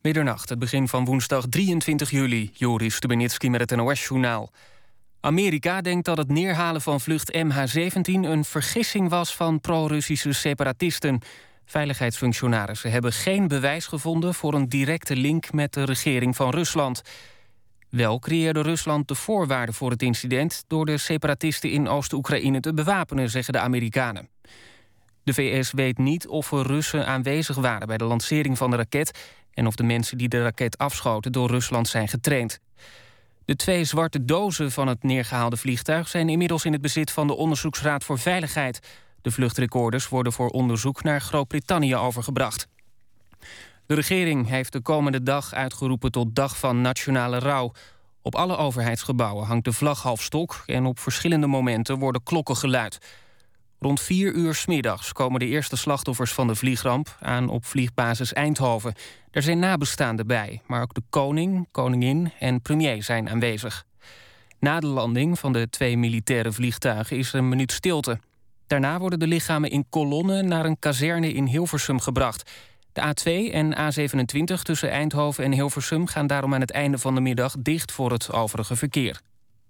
Middernacht, het begin van woensdag 23 juli. Joris Stubenitski met het NOS-journaal. Amerika denkt dat het neerhalen van vlucht MH17 een vergissing was van pro-Russische separatisten. Veiligheidsfunctionarissen hebben geen bewijs gevonden voor een directe link met de regering van Rusland. Wel creëerde Rusland de voorwaarden voor het incident door de separatisten in Oost-Oekraïne te bewapenen, zeggen de Amerikanen. De VS weet niet of er Russen aanwezig waren bij de lancering van de raket en of de mensen die de raket afschoten door Rusland zijn getraind. De 2 zwarte dozen van het neergehaalde vliegtuig zijn inmiddels in het bezit van de Onderzoeksraad voor Veiligheid. De vluchtrecorders worden voor onderzoek naar Groot-Brittannië overgebracht. De regering heeft de komende dag uitgeroepen tot dag van nationale rouw. Op alle overheidsgebouwen hangt de vlag half stok en op verschillende momenten worden klokken geluid. Rond 4 uur 's middags komen de eerste slachtoffers van de vliegramp aan op vliegbasis Eindhoven. Er zijn nabestaanden bij, maar ook de koning, koningin en premier zijn aanwezig. Na de landing van de 2 militaire vliegtuigen is er een minuut stilte. Daarna worden de lichamen in kolonnen naar een kazerne in Hilversum gebracht. De A2 en A27 tussen Eindhoven en Hilversum gaan daarom aan het einde van de middag dicht voor het overige verkeer.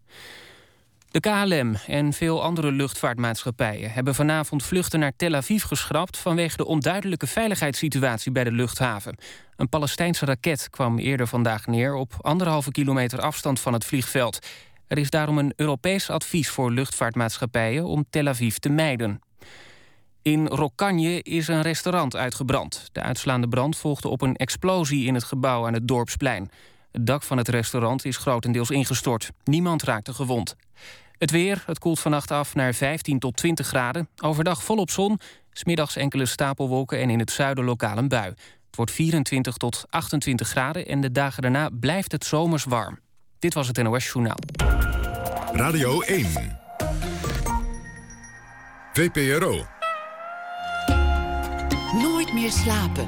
De KLM en veel andere luchtvaartmaatschappijen hebben vanavond vluchten naar Tel Aviv geschrapt vanwege de onduidelijke veiligheidssituatie bij de luchthaven. Een Palestijnse raket kwam eerder vandaag neer op 1,5 kilometer afstand van het vliegveld. Er is daarom een Europees advies voor luchtvaartmaatschappijen om Tel Aviv te mijden. In Rokkanje is een restaurant uitgebrand. De uitslaande brand volgde op een explosie in het gebouw aan het Dorpsplein. Het dak van het restaurant is grotendeels ingestort. Niemand raakte gewond. Het weer, het koelt vannacht af naar 15 tot 20 graden. Overdag volop zon, 's middags enkele stapelwolken en in het zuiden lokaal een bui. Het wordt 24 tot 28 graden en de dagen daarna blijft het zomers warm. Dit was het NOS Journaal. Radio 1. VPRO. Nooit meer slapen.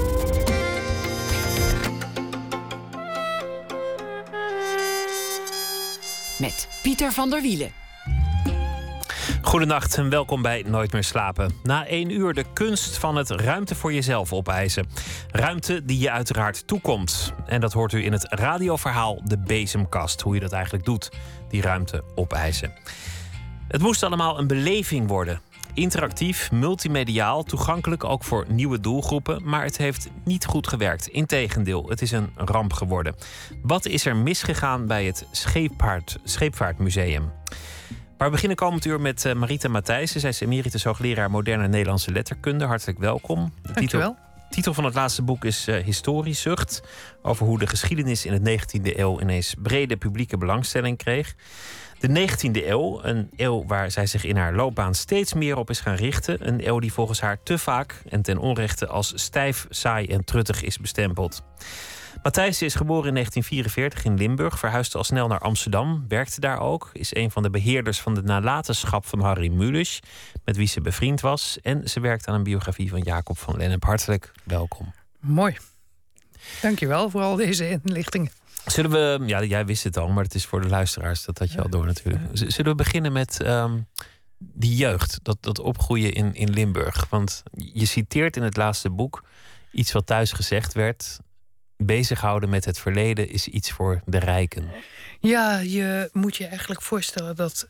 Met Pieter van der Wielen. Goedenacht en welkom bij Nooit meer slapen. Na 1 uur de kunst van het ruimte voor jezelf opeisen. Ruimte die je uiteraard toekomt. En dat hoort u in het radioverhaal De Bezemkast. Hoe je dat eigenlijk doet, die ruimte opeisen. Het moest allemaal een beleving worden. Interactief, multimediaal, toegankelijk ook voor nieuwe doelgroepen. Maar het heeft niet goed gewerkt. Integendeel, het is een ramp geworden. Wat is er misgegaan bij het Scheepvaartmuseum? Maar we beginnen komend uur met Marita Matthijssen. Zij is emeritus hoogleraar moderne Nederlandse letterkunde. Hartelijk welkom. Dankjewel. De titel van het laatste boek is Historiezucht. Over hoe de geschiedenis in de 19e eeuw ineens brede publieke belangstelling kreeg. De 19e eeuw, een eeuw waar zij zich in haar loopbaan steeds meer op is gaan richten. Een eeuw die volgens haar te vaak en ten onrechte als stijf, saai en truttig is bestempeld. Matthijssen is geboren in 1944 in Limburg, verhuisde al snel naar Amsterdam, werkte daar ook, is een van de beheerders van de nalatenschap van Harry Mulisch, met wie ze bevriend was. En ze werkt aan een biografie van Jacob van Lennep. Hartelijk welkom. Mooi. Dankjewel voor al deze inlichtingen. Zullen we, ja, jij wist het al, maar het is voor de luisteraars, dat had je al door natuurlijk. Zullen we beginnen met die jeugd, dat opgroeien in Limburg? Want je citeert in het laatste boek iets wat thuis gezegd werd. Bezighouden met het verleden is iets voor de rijken. Ja, je moet je eigenlijk voorstellen dat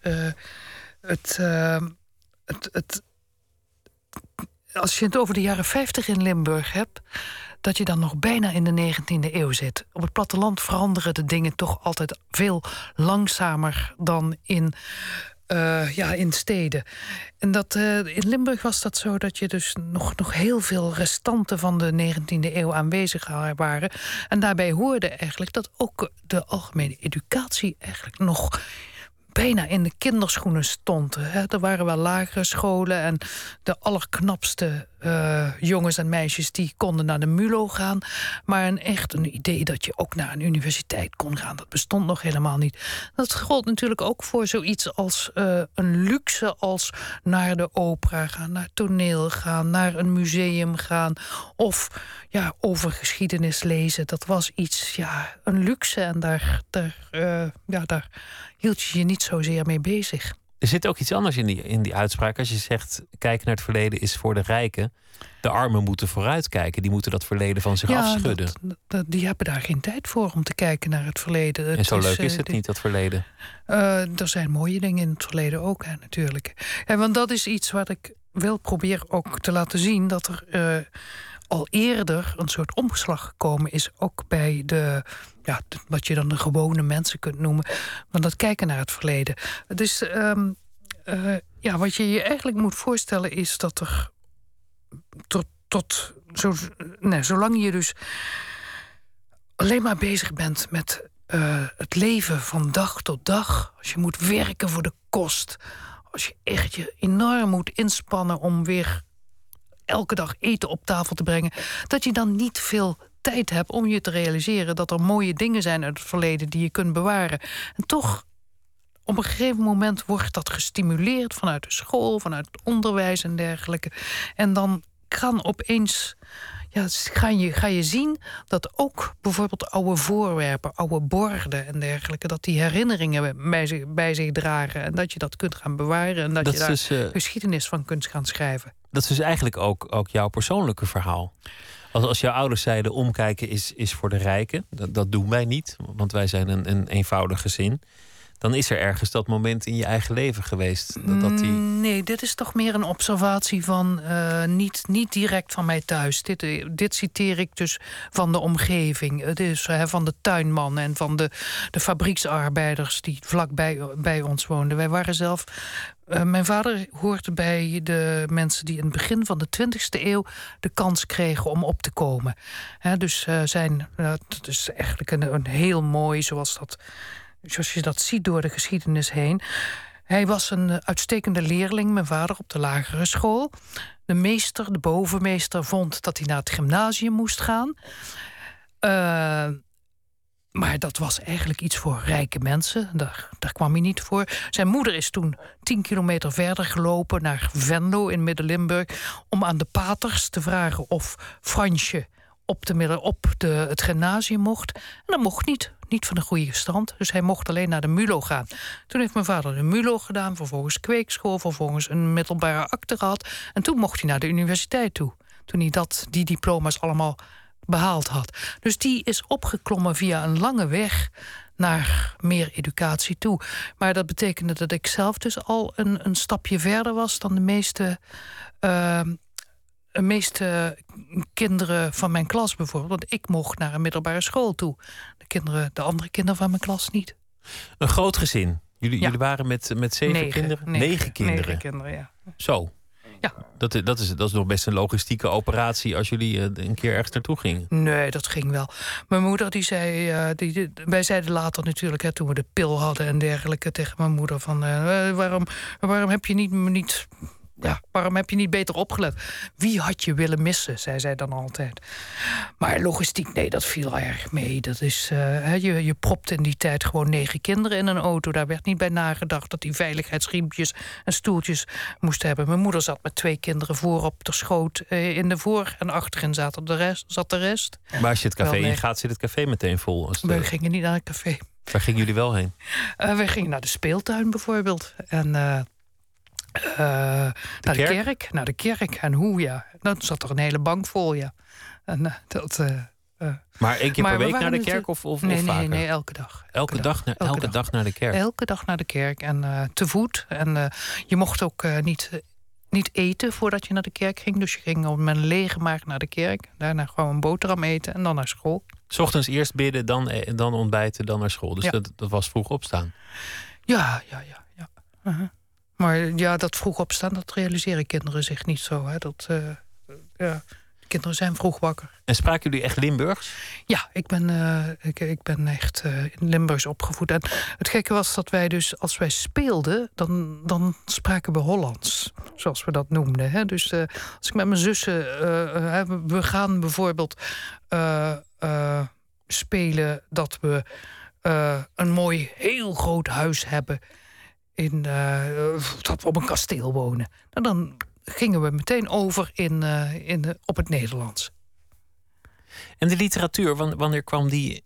als je het over de jaren 50 in Limburg hebt, dat je dan nog bijna in de 19e eeuw zit. Op het platteland veranderen de dingen toch altijd veel langzamer dan in steden. En in Limburg was dat zo dat je dus nog heel veel restanten van de 19e eeuw aanwezig waren. En daarbij hoorde eigenlijk dat ook de algemene educatie eigenlijk nog bijna in de kinderschoenen stond. Er waren wel lagere scholen en de allerknapste jongens en meisjes die konden naar de MULO gaan. Maar een idee dat je ook naar een universiteit kon gaan, dat bestond nog helemaal niet. Dat gold natuurlijk ook voor zoiets als een luxe als naar de opera gaan, naar toneel gaan, naar een museum gaan of over geschiedenis lezen. Dat was iets, een luxe en daar hield je je niet zozeer mee bezig. Er zit ook iets anders in die uitspraak. Als je zegt, kijken naar het verleden is voor de rijken. De armen moeten vooruitkijken. Die moeten dat verleden van zich afschudden. Die hebben daar geen tijd voor om te kijken naar het verleden. En zo leuk is het niet, dat verleden. Er zijn mooie dingen in het verleden ook, hè, natuurlijk. En want dat is iets wat ik wil proberen ook te laten zien. Dat er al eerder een soort omslag gekomen is. Ook bij wat je dan de gewone mensen kunt noemen. Want dat kijken naar het verleden. Dus wat je je eigenlijk moet voorstellen is dat er zolang je dus alleen maar bezig bent met het leven van dag tot dag. Als je moet werken voor de kost. Als je echt je enorm moet inspannen om weer elke dag eten op tafel te brengen. Dat je dan niet veel tijd hebt om je te realiseren dat er mooie dingen zijn uit het verleden die je kunt bewaren. En toch, op een gegeven moment wordt dat gestimuleerd vanuit de school, vanuit het onderwijs en dergelijke. En dan kan opeens ga je zien dat ook bijvoorbeeld oude voorwerpen, oude borden en dergelijke, dat die herinneringen bij zich dragen. En dat je dat kunt gaan bewaren en dat je daar dus geschiedenis van kunt gaan schrijven. Dat is dus eigenlijk ook jouw persoonlijke verhaal. Als jouw ouders zeiden omkijken is voor de rijken. Dat doen wij niet, want wij zijn een eenvoudig gezin. Dan is er ergens dat moment in je eigen leven geweest. Nee, dit is toch meer een observatie van niet direct van mij thuis. Dit citeer ik dus van de omgeving. Het is van de tuinman en van de fabrieksarbeiders die vlak bij ons woonden. Wij waren zelf. Mijn vader hoorde bij de mensen die in het begin van de 20e eeuw de kans kregen om op te komen. Dus het is eigenlijk een heel mooi, zoals je dat ziet door de geschiedenis heen. Hij was een uitstekende leerling, mijn vader, op de lagere school. De bovenmeester, vond dat hij naar het gymnasium moest gaan. Maar dat was eigenlijk iets voor rijke mensen. Daar kwam hij niet voor. Zijn moeder is toen 10 kilometer verder gelopen naar Venlo in Midden-Limburg om aan de paters te vragen of Fransje op het gymnasium mocht. En dat mocht niet van de goede stand. Dus hij mocht alleen naar de MULO gaan. Toen heeft mijn vader de MULO gedaan, vervolgens kweekschool, vervolgens een middelbare akte gehad. En toen mocht hij naar de universiteit toe. Toen hij die diploma's allemaal behaald had. Dus die is opgeklommen via een lange weg naar meer educatie toe. Maar dat betekende dat ik zelf dus al een stapje verder was dan de meeste kinderen van mijn klas bijvoorbeeld. Want ik mocht naar een middelbare school toe. De andere kinderen van mijn klas niet. Een groot gezin. Jullie waren met 7 kinderen? 9 kinderen. 9 kinderen, ja. Zo. Ja. Dat is nog best een logistieke operatie als jullie een keer ergens naartoe gingen. Nee, dat ging wel. Mijn moeder die zei, wij zeiden later natuurlijk, toen we de pil hadden en dergelijke, tegen mijn moeder van waarom heb je niet waarom heb je niet beter opgelet? Wie had je willen missen, zei zij dan altijd. Maar logistiek, nee, dat viel erg mee. Dat is, je propte in die tijd gewoon 9 kinderen in een auto. Daar werd niet bij nagedacht dat die veiligheidsriempjes en stoeltjes moesten hebben. Mijn moeder zat met 2 kinderen voor op de schoot in de voor. En achterin zat de rest. Maar als je het café ingaat, zit het café meteen vol. We gingen niet naar het café. Waar gingen jullie wel heen? We gingen naar de speeltuin bijvoorbeeld. En naar de kerk. En hoe, ja. Dan zat er een hele bank vol, ja. En, maar 1 keer per week naar de kerk of vaker? Nee, elke dag. Elke dag naar de kerk? Elke dag naar de kerk en te voet. En je mocht ook niet eten voordat je naar de kerk ging. Dus je ging met een lege maag naar de kerk. Daarna gewoon een boterham eten en dan naar school. 's Ochtends eerst bidden, dan ontbijten, dan naar school. Dus dat was vroeg opstaan. Ja. Uh-huh. Maar ja, dat vroeg opstaan, dat realiseren kinderen zich niet zo. Hè. De kinderen zijn vroeg wakker. En spraken jullie echt Limburgs? Ja, ik ben echt in Limburgs opgevoed. En het gekke was dat wij dus, als wij speelden, dan spraken we Hollands. Zoals we dat noemden. Hè. Dus als ik met mijn zussen, we gaan bijvoorbeeld spelen dat we een mooi, heel groot huis hebben. Dat we op een kasteel wonen. En dan gingen we meteen over op het Nederlands. En de literatuur, wanneer kwam die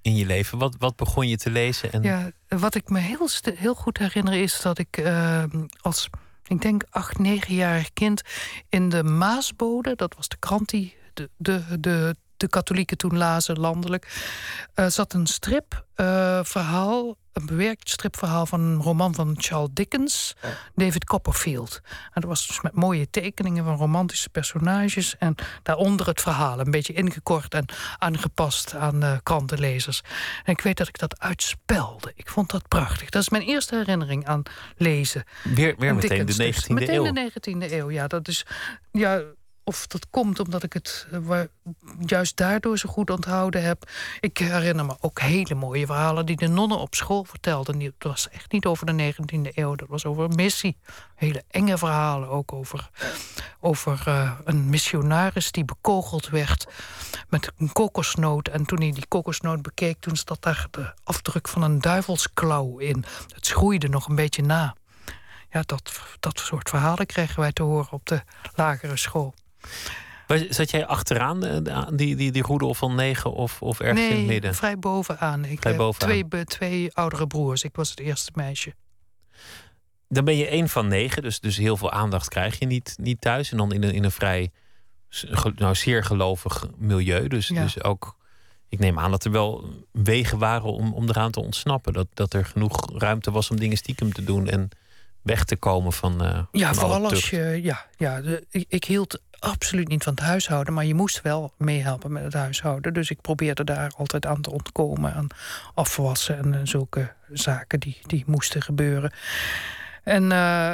in je leven? Wat begon je te lezen? En... Ja, wat ik me heel goed herinner is dat ik als, ik denk 8, 9-jarig kind in de Maasbode, dat was de krant die de katholieken toen lazen landelijk, zat een stripverhaal, een bewerkt stripverhaal van een roman van Charles Dickens, David Copperfield. En dat was dus met mooie tekeningen van romantische personages en daaronder het verhaal, een beetje ingekort en aangepast aan krantenlezers. En ik weet dat ik dat uitspelde. Ik vond dat prachtig. Dat is mijn eerste herinnering aan lezen. Weer meteen de 19e eeuw. Meteen de 19e eeuw, ja. Dat is, ja, of dat komt omdat ik het juist daardoor zo goed onthouden heb. Ik herinner me ook hele mooie verhalen die de nonnen op school vertelden. Dat was echt niet over de 19e eeuw, dat was over missie. Hele enge verhalen ook over een missionaris die bekogeld werd met een kokosnoot. En toen hij die kokosnoot bekeek, toen zat daar de afdruk van een duivelsklauw in. Het schroeide nog een beetje na. Ja, dat soort verhalen kregen wij te horen op de lagere school. Zat jij achteraan die roedel van 9 of ergens in het midden? Nee, vrij bovenaan. Ik heb twee oudere broers. Ik was het eerste meisje. Dan ben je 1 van 9, dus heel veel aandacht krijg je niet thuis. En dan in een vrij zeer gelovig milieu. Dus ook, ik neem aan dat er wel wegen waren om eraan te ontsnappen. Dat er genoeg ruimte was om dingen stiekem te doen en weg te komen van vooral als je... Ik hield absoluut niet van het huishouden, maar je moest wel meehelpen met het huishouden. Dus ik probeerde daar altijd aan te ontkomen, aan afwassen en zulke zaken die moesten gebeuren. En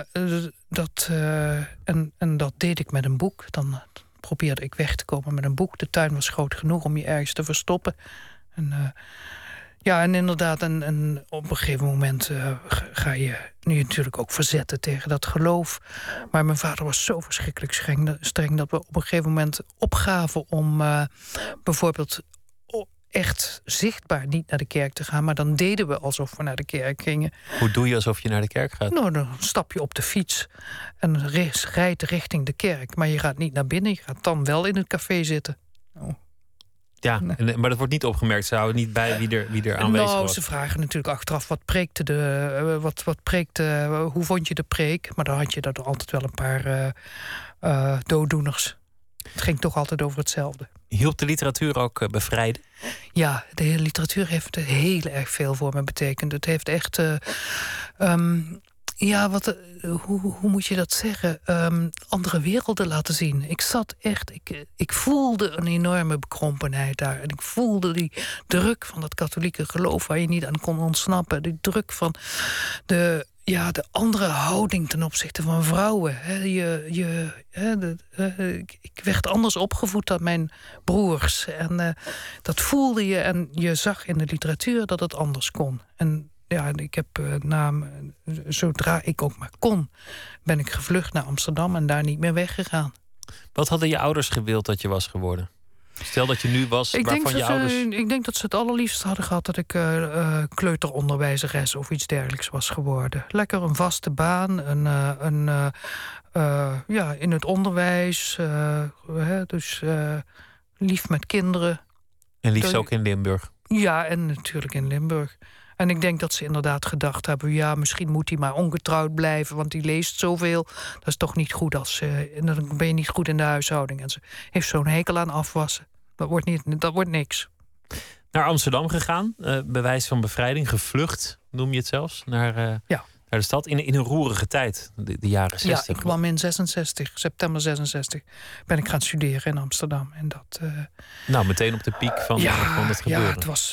dat deed ik met een boek. Dan probeerde ik weg te komen met een boek. De tuin was groot genoeg om je ergens te verstoppen. En inderdaad, en op een gegeven moment ga je nu natuurlijk ook verzetten tegen dat geloof. Maar mijn vader was zo verschrikkelijk streng dat we op een gegeven moment opgaven om bijvoorbeeld echt zichtbaar niet naar de kerk te gaan. Maar dan deden we alsof we naar de kerk gingen. Hoe doe je alsof je naar de kerk gaat? Nou, dan stap je op de fiets en rijdt richting de kerk. Maar je gaat niet naar binnen, je gaat dan wel in het café zitten. Oh. Ja, nee. Maar dat wordt niet opgemerkt. Ze houden niet bij wie er aanwezig was. Ze vragen natuurlijk achteraf hoe vond je de preek? Maar dan had je er altijd wel een paar dooddoeners. Het ging toch altijd over hetzelfde. Hielp de literatuur ook bevrijden? Ja, de literatuur heeft heel erg veel voor me betekend. Het heeft echt... hoe moet je dat zeggen? Andere werelden laten zien. Ik zat echt... Ik voelde een enorme bekrompenheid daar. En ik voelde die druk van dat katholieke geloof waar je niet aan kon ontsnappen. Die druk van de andere houding ten opzichte van vrouwen. Ik werd anders opgevoed dan mijn broers. En dat voelde je. En je zag in de literatuur dat het anders kon. En ja, ik heb zodra ik ook maar kon, ben ik gevlucht naar Amsterdam en daar niet meer weggegaan. Wat hadden je ouders gewild dat je was geworden? Stel dat je nu was, Ik denk dat ze het allerliefst hadden gehad dat ik kleuteronderwijzeres of iets dergelijks was geworden. Lekker een vaste baan, in het onderwijs, dus lief met kinderen. En liefst ook in Limburg? Ja, en natuurlijk in Limburg. En ik denk dat ze inderdaad gedacht hebben, misschien moet hij maar ongetrouwd blijven, want die leest zoveel. Dat is toch niet goed dan ben je niet goed in de huishouding. En ze heeft zo'n hekel aan afwassen. Dat wordt niks. Naar Amsterdam gegaan, bewijs van bevrijding, gevlucht, noem je het zelfs, naar de stad. In een roerige tijd, de jaren 60. Ja, ik kwam in september 66, ben ik gaan studeren in Amsterdam. En dat, meteen op de piek van het gebeuren. Ja, het was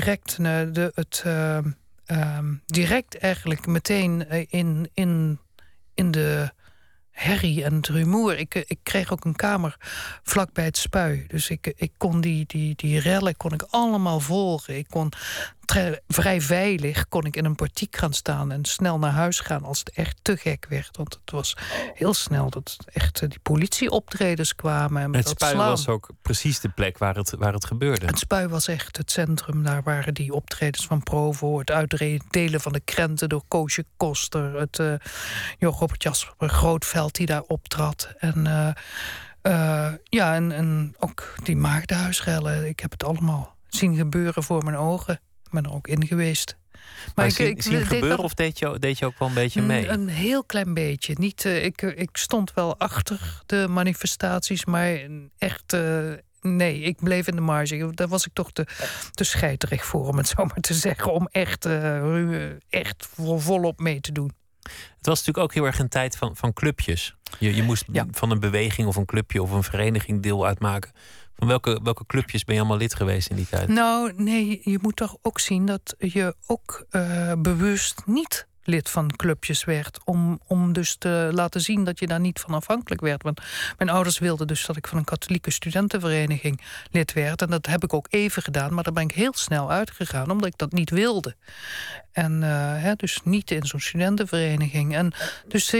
direct eigenlijk meteen in de herrie en het rumoer. Ik kreeg ook een kamer vlak bij het Spui. Dus ik kon die rellen kon ik allemaal volgen. Ik kon vrij veilig in een portiek gaan staan en snel naar huis gaan als het echt te gek werd. Want het was heel snel dat echt die politieoptredens kwamen. En het Spui was ook precies de plek waar het gebeurde. Het Spui was echt het centrum. Daar waren die optredens van Provo, het uitdelen van de krenten door Koosje Koster, het Robert Jasper Grootveld die daar optrad. En ook die maagdenhuisrellen. Ik heb het allemaal zien gebeuren voor mijn ogen. Ik ben er ook in geweest. Maar zien gebeuren of deed je ook wel een beetje mee? Een heel klein beetje. Niet, ik stond wel achter de manifestaties, maar echt... nee, ik bleef in de marge. Daar was ik toch te scheiterig voor, om het zo maar te zeggen. Om echt volop mee te doen. Het was natuurlijk ook heel erg een tijd van clubjes. Je moest van een beweging of een clubje of een vereniging deel uitmaken. Van welke clubjes ben je allemaal lid geweest in die tijd? Nou, nee, je moet toch ook zien dat je ook bewust niet lid van clubjes werd. Om dus te laten zien dat je daar niet van afhankelijk werd. Want mijn ouders wilden dus dat ik van een katholieke studentenvereniging lid werd. En dat heb ik ook even gedaan, maar daar ben ik heel snel uitgegaan, omdat ik dat niet wilde. En dus niet in zo'n studentenvereniging. En dus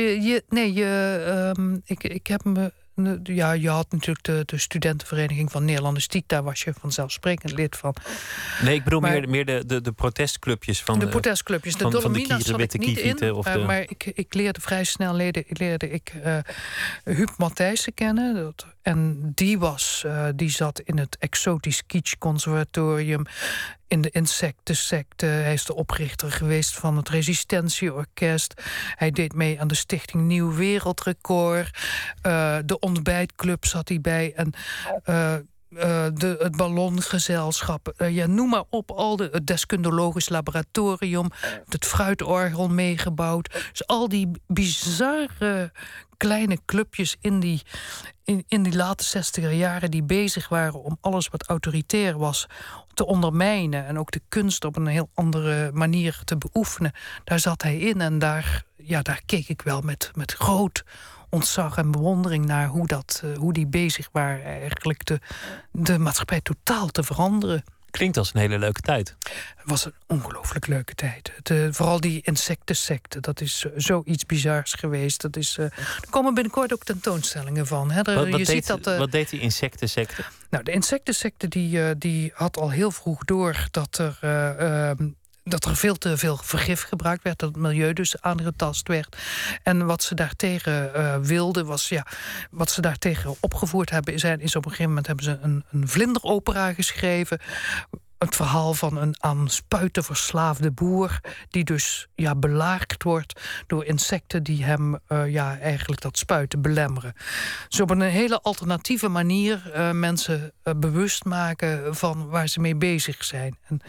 ik heb me... Ja, je had natuurlijk de studentenvereniging van Nederlandistiek. Daar was je vanzelfsprekend lid van. Nee, ik bedoel meer de protestclubjes van... De protestclubjes. De Dolomina's zat ik niet in. Maar ik leerde vrij snel Huub Matthijssen kennen. En die zat in het Exotisch Kitsch Conservatorium... in de insectensecte. Hij is de oprichter geweest van het Resistentieorkest. Hij deed mee aan de stichting Nieuw Wereldrecord. De ontbijtclub zat hij bij. En het ballongezelschap. Noem maar op. Het Deskundologisch Laboratorium. Het fruitorgel meegebouwd. Dus al die bizarre kleine clubjes in die late 60er jaren... die bezig waren om alles wat autoritair was te ondermijnen... en ook de kunst op een heel andere manier te beoefenen. Daar zat hij in en daar keek ik wel met groot ontzag en bewondering naar hoe die bezig waren... eigenlijk de maatschappij totaal te veranderen. Klinkt als een hele leuke tijd. Het was een ongelooflijk leuke tijd. Vooral die insectensecte, dat is zoiets bizars geweest. Er komen binnenkort ook tentoonstellingen van. Hè. Wat deed die insectensecte? Nou, de insectensecte die had al heel vroeg door dat er veel te veel vergif gebruikt werd, dat het milieu dus aangetast werd. En wat ze daartegen wilden was, wat ze daartegen opgevoerd hebben, is op een gegeven moment hebben ze een vlinderopera geschreven. Het verhaal van een aan spuiten verslaafde boer, die dus belaagd wordt door insecten die hem eigenlijk dat spuiten belemmeren. Dus op een hele alternatieve manier mensen bewust maken van waar ze mee bezig zijn. En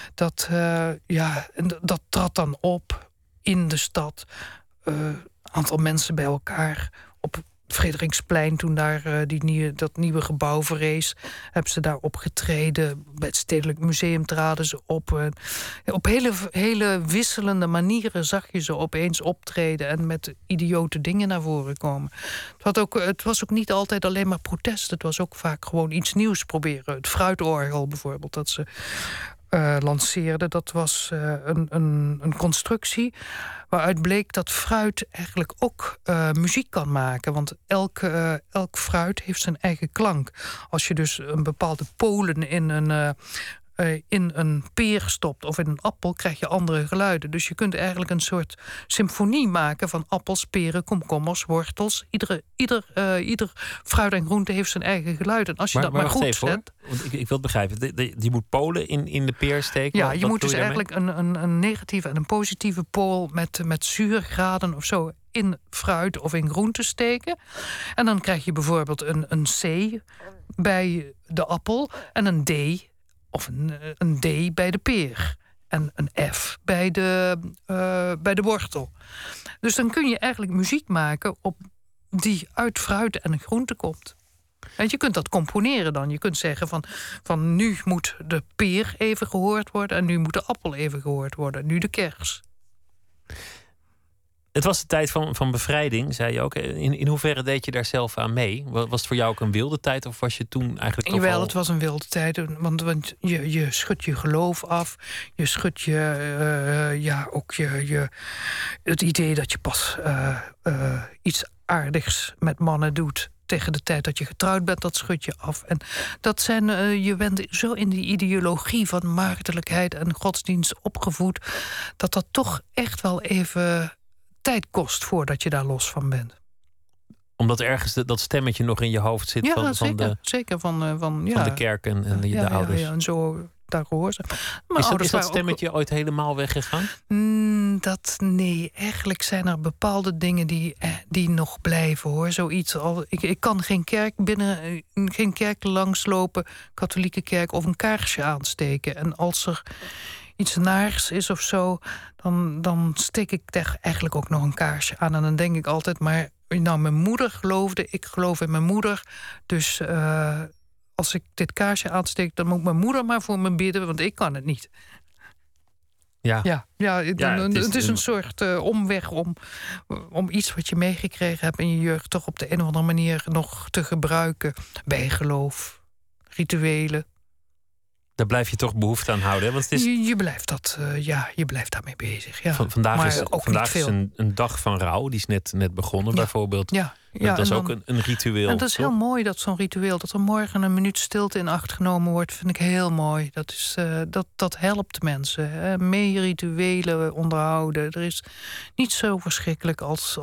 dat trad dan op in de stad. Aantal mensen bij elkaar op Frederiksplein, toen daar dat nieuwe gebouw verrees, hebben ze daar opgetreden. Bij het Stedelijk Museum traden ze op. Op hele wisselende manieren zag je ze opeens optreden en met idiote dingen naar voren komen. Het was ook niet altijd alleen maar protest. Het was ook vaak gewoon iets nieuws proberen. Het fruitorgel bijvoorbeeld, dat ze lanceerde, dat was een constructie waaruit bleek dat fruit eigenlijk ook muziek kan maken. Want elk fruit heeft zijn eigen klank. Als je dus een bepaalde polen in een peer stopt of in een appel, krijg je andere geluiden. Dus je kunt eigenlijk een soort symfonie maken van appels, peren, komkommers, wortels. Ieder fruit en groente heeft zijn eigen geluid. En als je dat maar goed zet... Ik wil het begrijpen. Je moet polen in de peer steken. Ja, je moet dus eigenlijk een negatieve en een positieve pool met zuurgraden of zo in fruit of in groente steken. En dan krijg je bijvoorbeeld een C bij de appel en een D of een D bij de peer. En een F bij de wortel. Dus dan kun je eigenlijk muziek maken die uit fruit en groente komt. En je kunt dat componeren dan. Je kunt zeggen van nu moet de peer even gehoord worden en nu moet de appel even gehoord worden. Nu de kers. Het was de tijd van bevrijding, zei je ook. In hoeverre deed je daar zelf aan mee? Was het voor jou ook een wilde tijd of was je toen eigenlijk toch Jawel, het was een wilde tijd. Want je schudt je geloof af. Je schudt het idee dat je pas iets aardigs met mannen doet tegen de tijd dat je getrouwd bent, dat schud je af. En dat je bent zo in die ideologie van maagdelijkheid en godsdienst opgevoed, dat toch echt wel even tijd kost voordat je daar los van bent. Omdat ergens dat stemmetje nog in je hoofd zit zeker van de kerk en de ouders. Ja, en zo daar gehoorzaam. Is dat stemmetje ooit helemaal weggegaan? Nee, eigenlijk zijn er bepaalde dingen die nog blijven, hoor. Zoiets al. Ik kan geen kerk langslopen, katholieke kerk, of een kaarsje aansteken. En als er iets naars is of zo, dan steek ik daar eigenlijk ook nog een kaarsje aan. En dan denk ik altijd, maar nou, mijn moeder geloofde, ik geloof in mijn moeder. Dus als ik dit kaarsje aansteek, dan moet mijn moeder maar voor me bidden, want ik kan het niet. Het is een soort omweg om iets wat je meegekregen hebt in je jeugd toch op de een of andere manier nog te gebruiken. Bijgeloof, rituelen. Daar blijf je toch behoefte aan houden. Hè? Want het is... je blijft daarmee bezig. Ja. Vandaag is een dag van rouw. Die is net begonnen, bijvoorbeeld. Dat is ook een ritueel. En dat is heel mooi, dat zo'n ritueel. Dat er morgen een minuut stilte in acht genomen wordt, vind ik heel mooi. Dat helpt mensen. Hè. Mee rituelen onderhouden. Er is niet zo verschrikkelijk als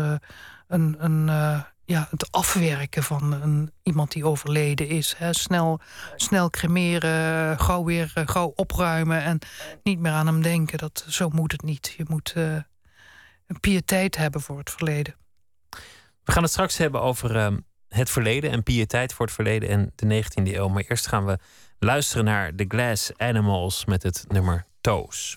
het afwerken van iemand die overleden is. Hè. Snel cremeren, gauw opruimen en niet meer aan hem denken. Zo moet het niet. Je moet een piëteit hebben voor het verleden. We gaan het straks hebben over het verleden en piëteit voor het verleden en de 19e eeuw. Maar eerst gaan we luisteren naar The Glass Animals met het nummer Toes.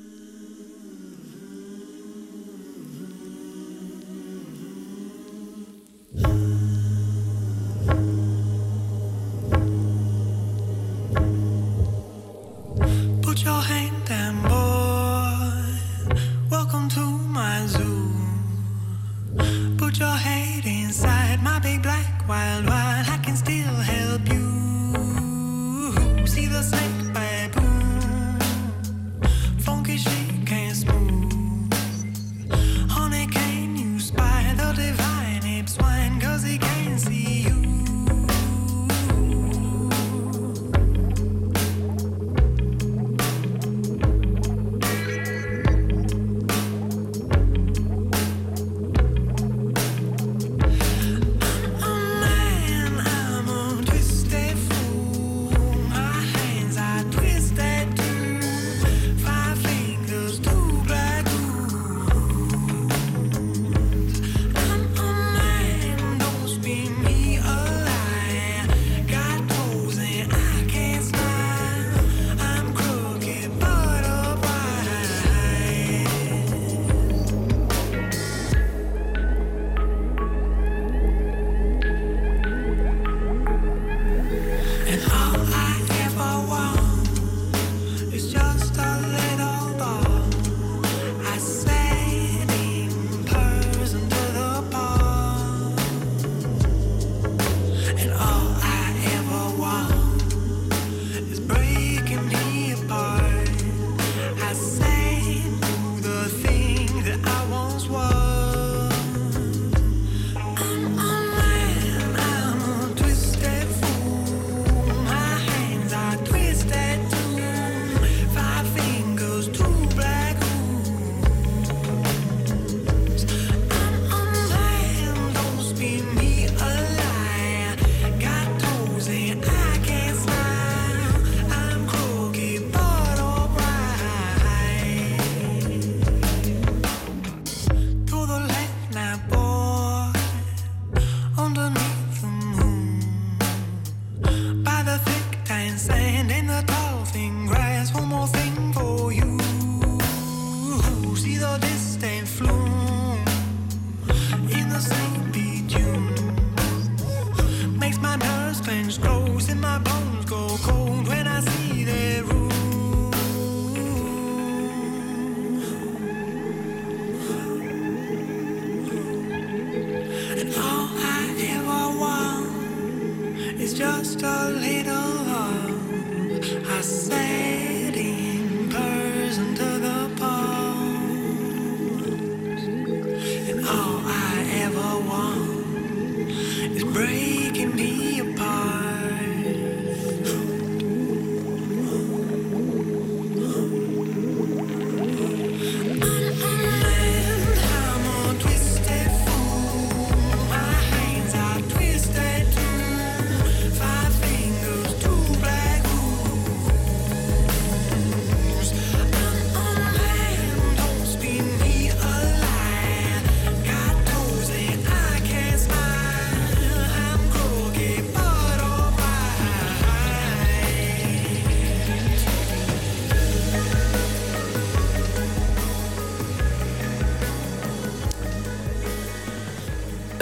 Put your hand down, boy. Welcome to my zoo. Put your head inside my big black wild wild. I can still help you. See the snake baboon.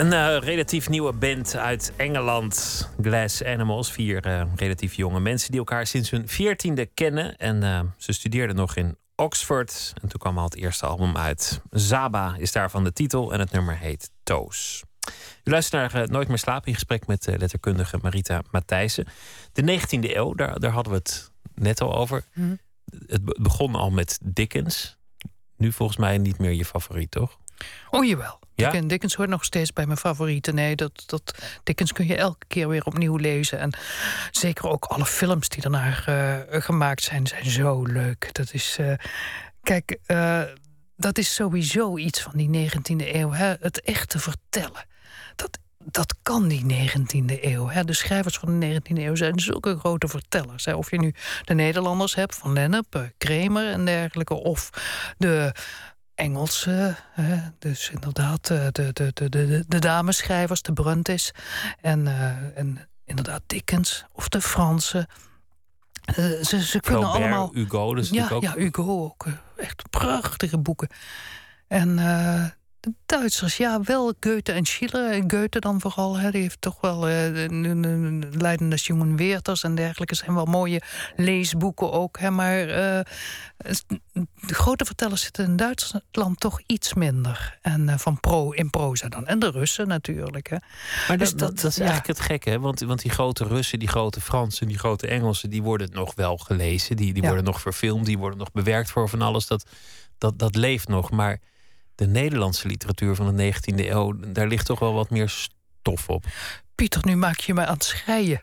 Een relatief nieuwe band uit Engeland, Glass Animals. 4 relatief jonge mensen die elkaar sinds hun 14e kennen. En ze studeerden nog in Oxford. En toen kwam al het eerste album uit. Zaba is daarvan de titel en het nummer heet Toos. U luistert naar Nooit meer slapen in gesprek met letterkundige Marita Matthijssen. De 19e eeuw, daar hadden we het net al over. Het begon al met Dickens. Nu volgens mij niet meer je favoriet, toch? Oh, jawel. Ja? Dickens hoort nog steeds bij mijn favorieten. Nee, Dickens kun je elke keer weer opnieuw lezen. En zeker ook alle films die daarna gemaakt zijn zo leuk. Dat is... Kijk, dat is sowieso iets van die 19e eeuw. Hè? Het echte vertellen. Dat kan die 19e eeuw. Hè? De schrijvers van de 19e eeuw zijn zulke grote vertellers. Hè? Of je nu de Nederlanders hebt, Van Lennep, Kramer en dergelijke. Of de Engelse, dus inderdaad de dameschrijvers, de Brontes. En inderdaad Dickens. Of de Fransen. Ze kunnen allemaal... Hugo, dus ja, ook... ja, Hugo ook. Echt prachtige boeken. En de Duitsers, ja, wel Goethe en Schiller. Goethe dan vooral, die heeft toch wel Leiden des Jungen Werthers en dergelijke. Zijn wel mooie leesboeken ook. Hè, maar de grote vertellers zitten in Duitsland toch iets minder. En in proza dan. En de Russen natuurlijk. Hè. Maar dus dat is eigenlijk het gekke, hè? Want die grote Russen, die grote Fransen, die grote Engelsen, die worden nog wel gelezen. Die worden nog verfilmd, die worden nog bewerkt voor van alles. Dat leeft nog, maar de Nederlandse literatuur van de 19e eeuw, daar ligt toch wel wat meer stof op. Pieter, nu maak je me aan het schreien.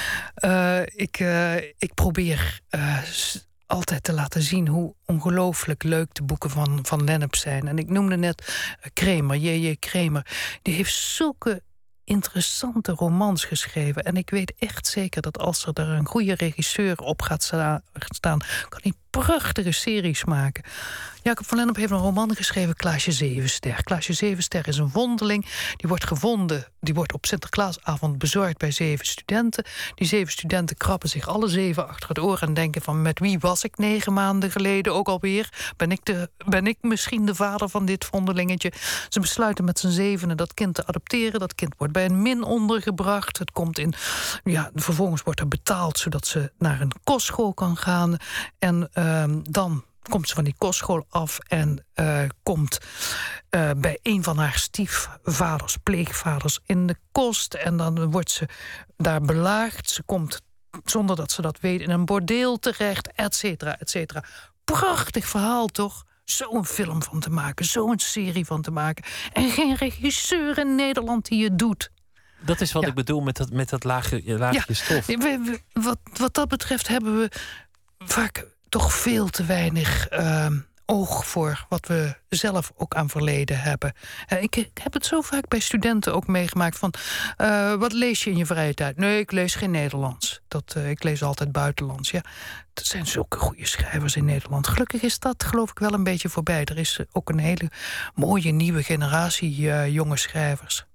Ik probeer altijd te laten zien hoe ongelooflijk leuk de boeken van Lennep zijn. En ik noemde net Kramer, J.J. Kramer. Die heeft zulke interessante romans geschreven. En ik weet echt zeker dat als er daar een goede regisseur op gaat staan, kan hij prachtige series maken. Jacob van Lennep heeft een roman geschreven, Klaasje Zevenster. Klaasje Zevenster is een vondeling. Die wordt gevonden, die wordt op Sinterklaasavond bezorgd bij 7 studenten. Die 7 studenten krabben zich alle 7 achter het oor en denken van, met wie was ik 9 maanden geleden ook alweer? Ben ik misschien de vader van dit vondelingetje? Ze besluiten met z'n 7 dat kind te adopteren. Dat kind wordt bij een min ondergebracht. Het komt in, vervolgens wordt er betaald zodat ze naar een kostschool kan gaan. En dan komt ze van die kostschool af en komt bij een van haar stiefvaders, pleegvaders, in de kost. En dan wordt ze daar belaagd. Ze komt, zonder dat ze dat weet, in een bordeel terecht, et cetera, et cetera. Prachtig verhaal, toch? Zo'n film van te maken, zo'n serie van te maken. En geen regisseur in Nederland die het doet. Dat is wat ik bedoel met dat laagje stof. Wat dat betreft hebben we vaak toch veel te weinig oog voor wat we zelf ook aan verleden hebben. Ik heb het zo vaak bij studenten ook meegemaakt van, wat lees je in je vrije tijd? Nee, ik lees geen Nederlands. Ik lees altijd buitenlands. Ja, er zijn zulke goede schrijvers in Nederland. Gelukkig is dat, geloof ik, wel een beetje voorbij. Er is ook een hele mooie nieuwe generatie jonge schrijvers.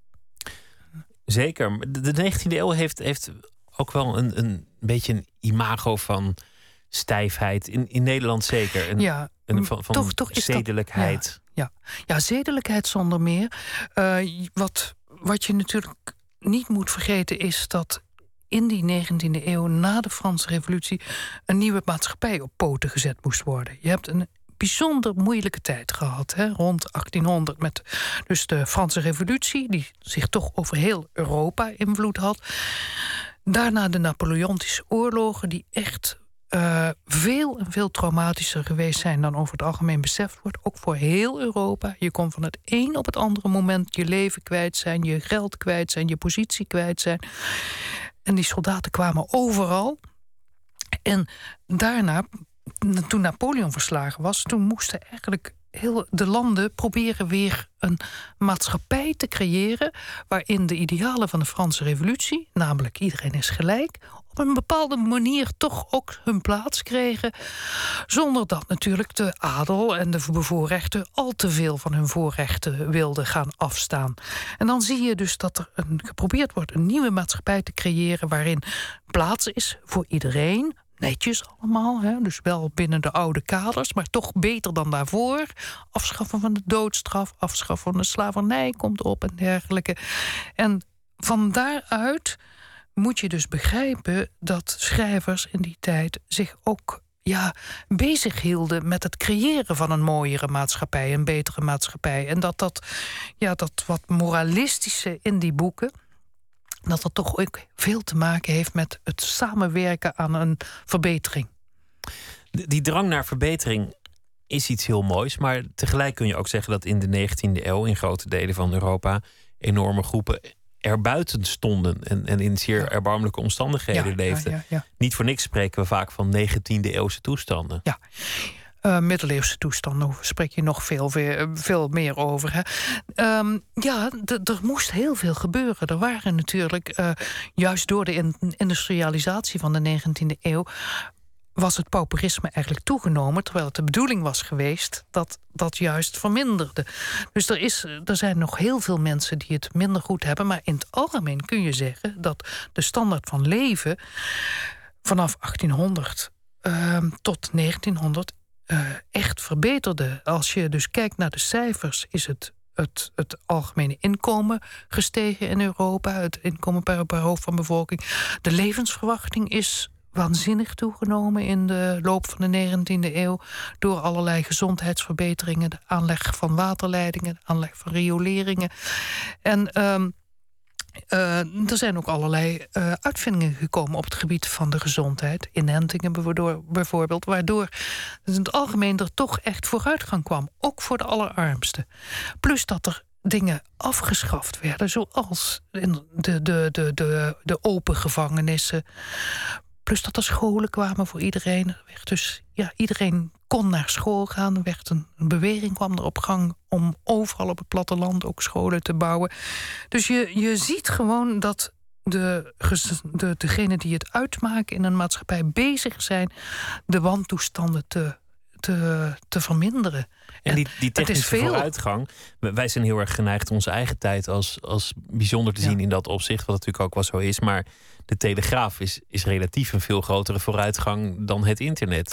Zeker. De 19e eeuw heeft ook wel een beetje een imago van stijfheid. In Nederland zeker. Van toch is zedelijkheid. Ja, zedelijkheid zonder meer. Wat je natuurlijk niet moet vergeten is dat in die 19e eeuw, na de Franse Revolutie, een nieuwe maatschappij op poten gezet moest worden. Je hebt een bijzonder moeilijke tijd gehad, hè, rond 1800, met dus de Franse Revolutie, die zich toch over heel Europa invloed had. Daarna de Napoleontische oorlogen, die echt veel en veel traumatischer geweest zijn dan over het algemeen beseft wordt. Ook voor heel Europa. Je kon van het een op het andere moment je leven kwijt zijn, je geld kwijt zijn, je positie kwijt zijn. En die soldaten kwamen overal. En daarna, toen Napoleon verslagen was, toen moesten eigenlijk heel de landen proberen weer een maatschappij te creëren waarin de idealen van de Franse Revolutie, namelijk iedereen is gelijk, op een bepaalde manier toch ook hun plaats kregen, zonder dat natuurlijk de adel en de bevoorrechten al te veel van hun voorrechten wilden gaan afstaan. En dan zie je dus dat er geprobeerd wordt een nieuwe maatschappij te creëren waarin plaats is voor iedereen, netjes allemaal, hè? Dus wel binnen de oude kaders, maar toch beter dan daarvoor. Afschaffen van de doodstraf, afschaffen van de slavernij komt op en dergelijke. En van daaruit moet je dus begrijpen dat schrijvers in die tijd zich ook bezig hielden met het creëren van een mooiere maatschappij, een betere maatschappij. En dat wat moralistische in die boeken, dat toch ook veel te maken heeft met het samenwerken aan een verbetering. Die drang naar verbetering is iets heel moois, maar tegelijk kun je ook zeggen dat in de 19e eeuw in grote delen van Europa enorme groepen erbuiten stonden en in zeer erbarmelijke omstandigheden leefden. Ja. Niet voor niks spreken we vaak van 19e eeuwse toestanden. Ja. Middeleeuwse toestanden spreek je nog veel meer over. Hè. Er moest heel veel gebeuren. Er waren natuurlijk, juist door de industrialisatie van de 19e eeuw, was het pauperisme eigenlijk toegenomen, terwijl het de bedoeling was geweest dat juist verminderde. Dus er zijn nog heel veel mensen die het minder goed hebben, maar in het algemeen kun je zeggen dat de standaard van leven vanaf 1800 tot 1900 echt verbeterde. Als je dus kijkt naar de cijfers, is het algemene inkomen gestegen in Europa, het inkomen per hoofd van bevolking. De levensverwachting is waanzinnig toegenomen in de loop van de 19e eeuw door allerlei gezondheidsverbeteringen, de aanleg van waterleidingen, de aanleg van rioleringen. En er zijn ook allerlei uitvindingen gekomen op het gebied van de gezondheid, inentingen bijvoorbeeld, waardoor in het algemeen er toch echt vooruitgang kwam, ook voor de allerarmsten. Plus dat er dingen afgeschaft werden, zoals de open gevangenissen. Plus dat er scholen kwamen voor iedereen. Dus iedereen kon naar school gaan. Er werd een beweging kwam er op gang om overal op het platteland ook scholen te bouwen. Dus je ziet gewoon dat degenen die het uitmaken in een maatschappij bezig zijn de wantoestanden te verminderen. En die technische vooruitgang, wij zijn heel erg geneigd onze eigen tijd als bijzonder te zien in dat opzicht, wat natuurlijk ook wel zo is, maar de telegraaf is relatief een veel grotere vooruitgang dan het internet.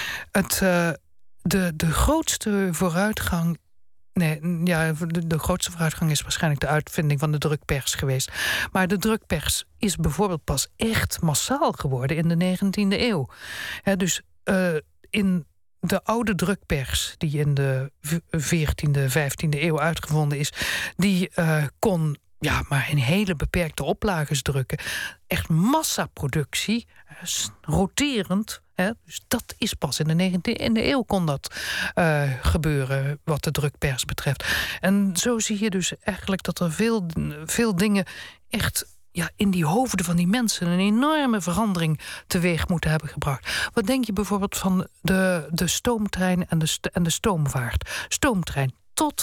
De grootste vooruitgang. De grootste vooruitgang is waarschijnlijk de uitvinding van de drukpers geweest. Maar de drukpers is bijvoorbeeld pas echt massaal geworden in de 19e eeuw. Dus in de oude drukpers, die in de 14e, 15e eeuw uitgevonden is, die kon maar in hele beperkte oplages drukken. Echt massaproductie, roterend. Dus dat is pas in de 19e eeuw kon dat gebeuren wat de drukpers betreft. En zo zie je dus eigenlijk dat er veel dingen echt in die hoofden van die mensen een enorme verandering teweeg moeten hebben gebracht. Wat denk je bijvoorbeeld van de stoomtrein en de stoomvaart? Stoomtrein tot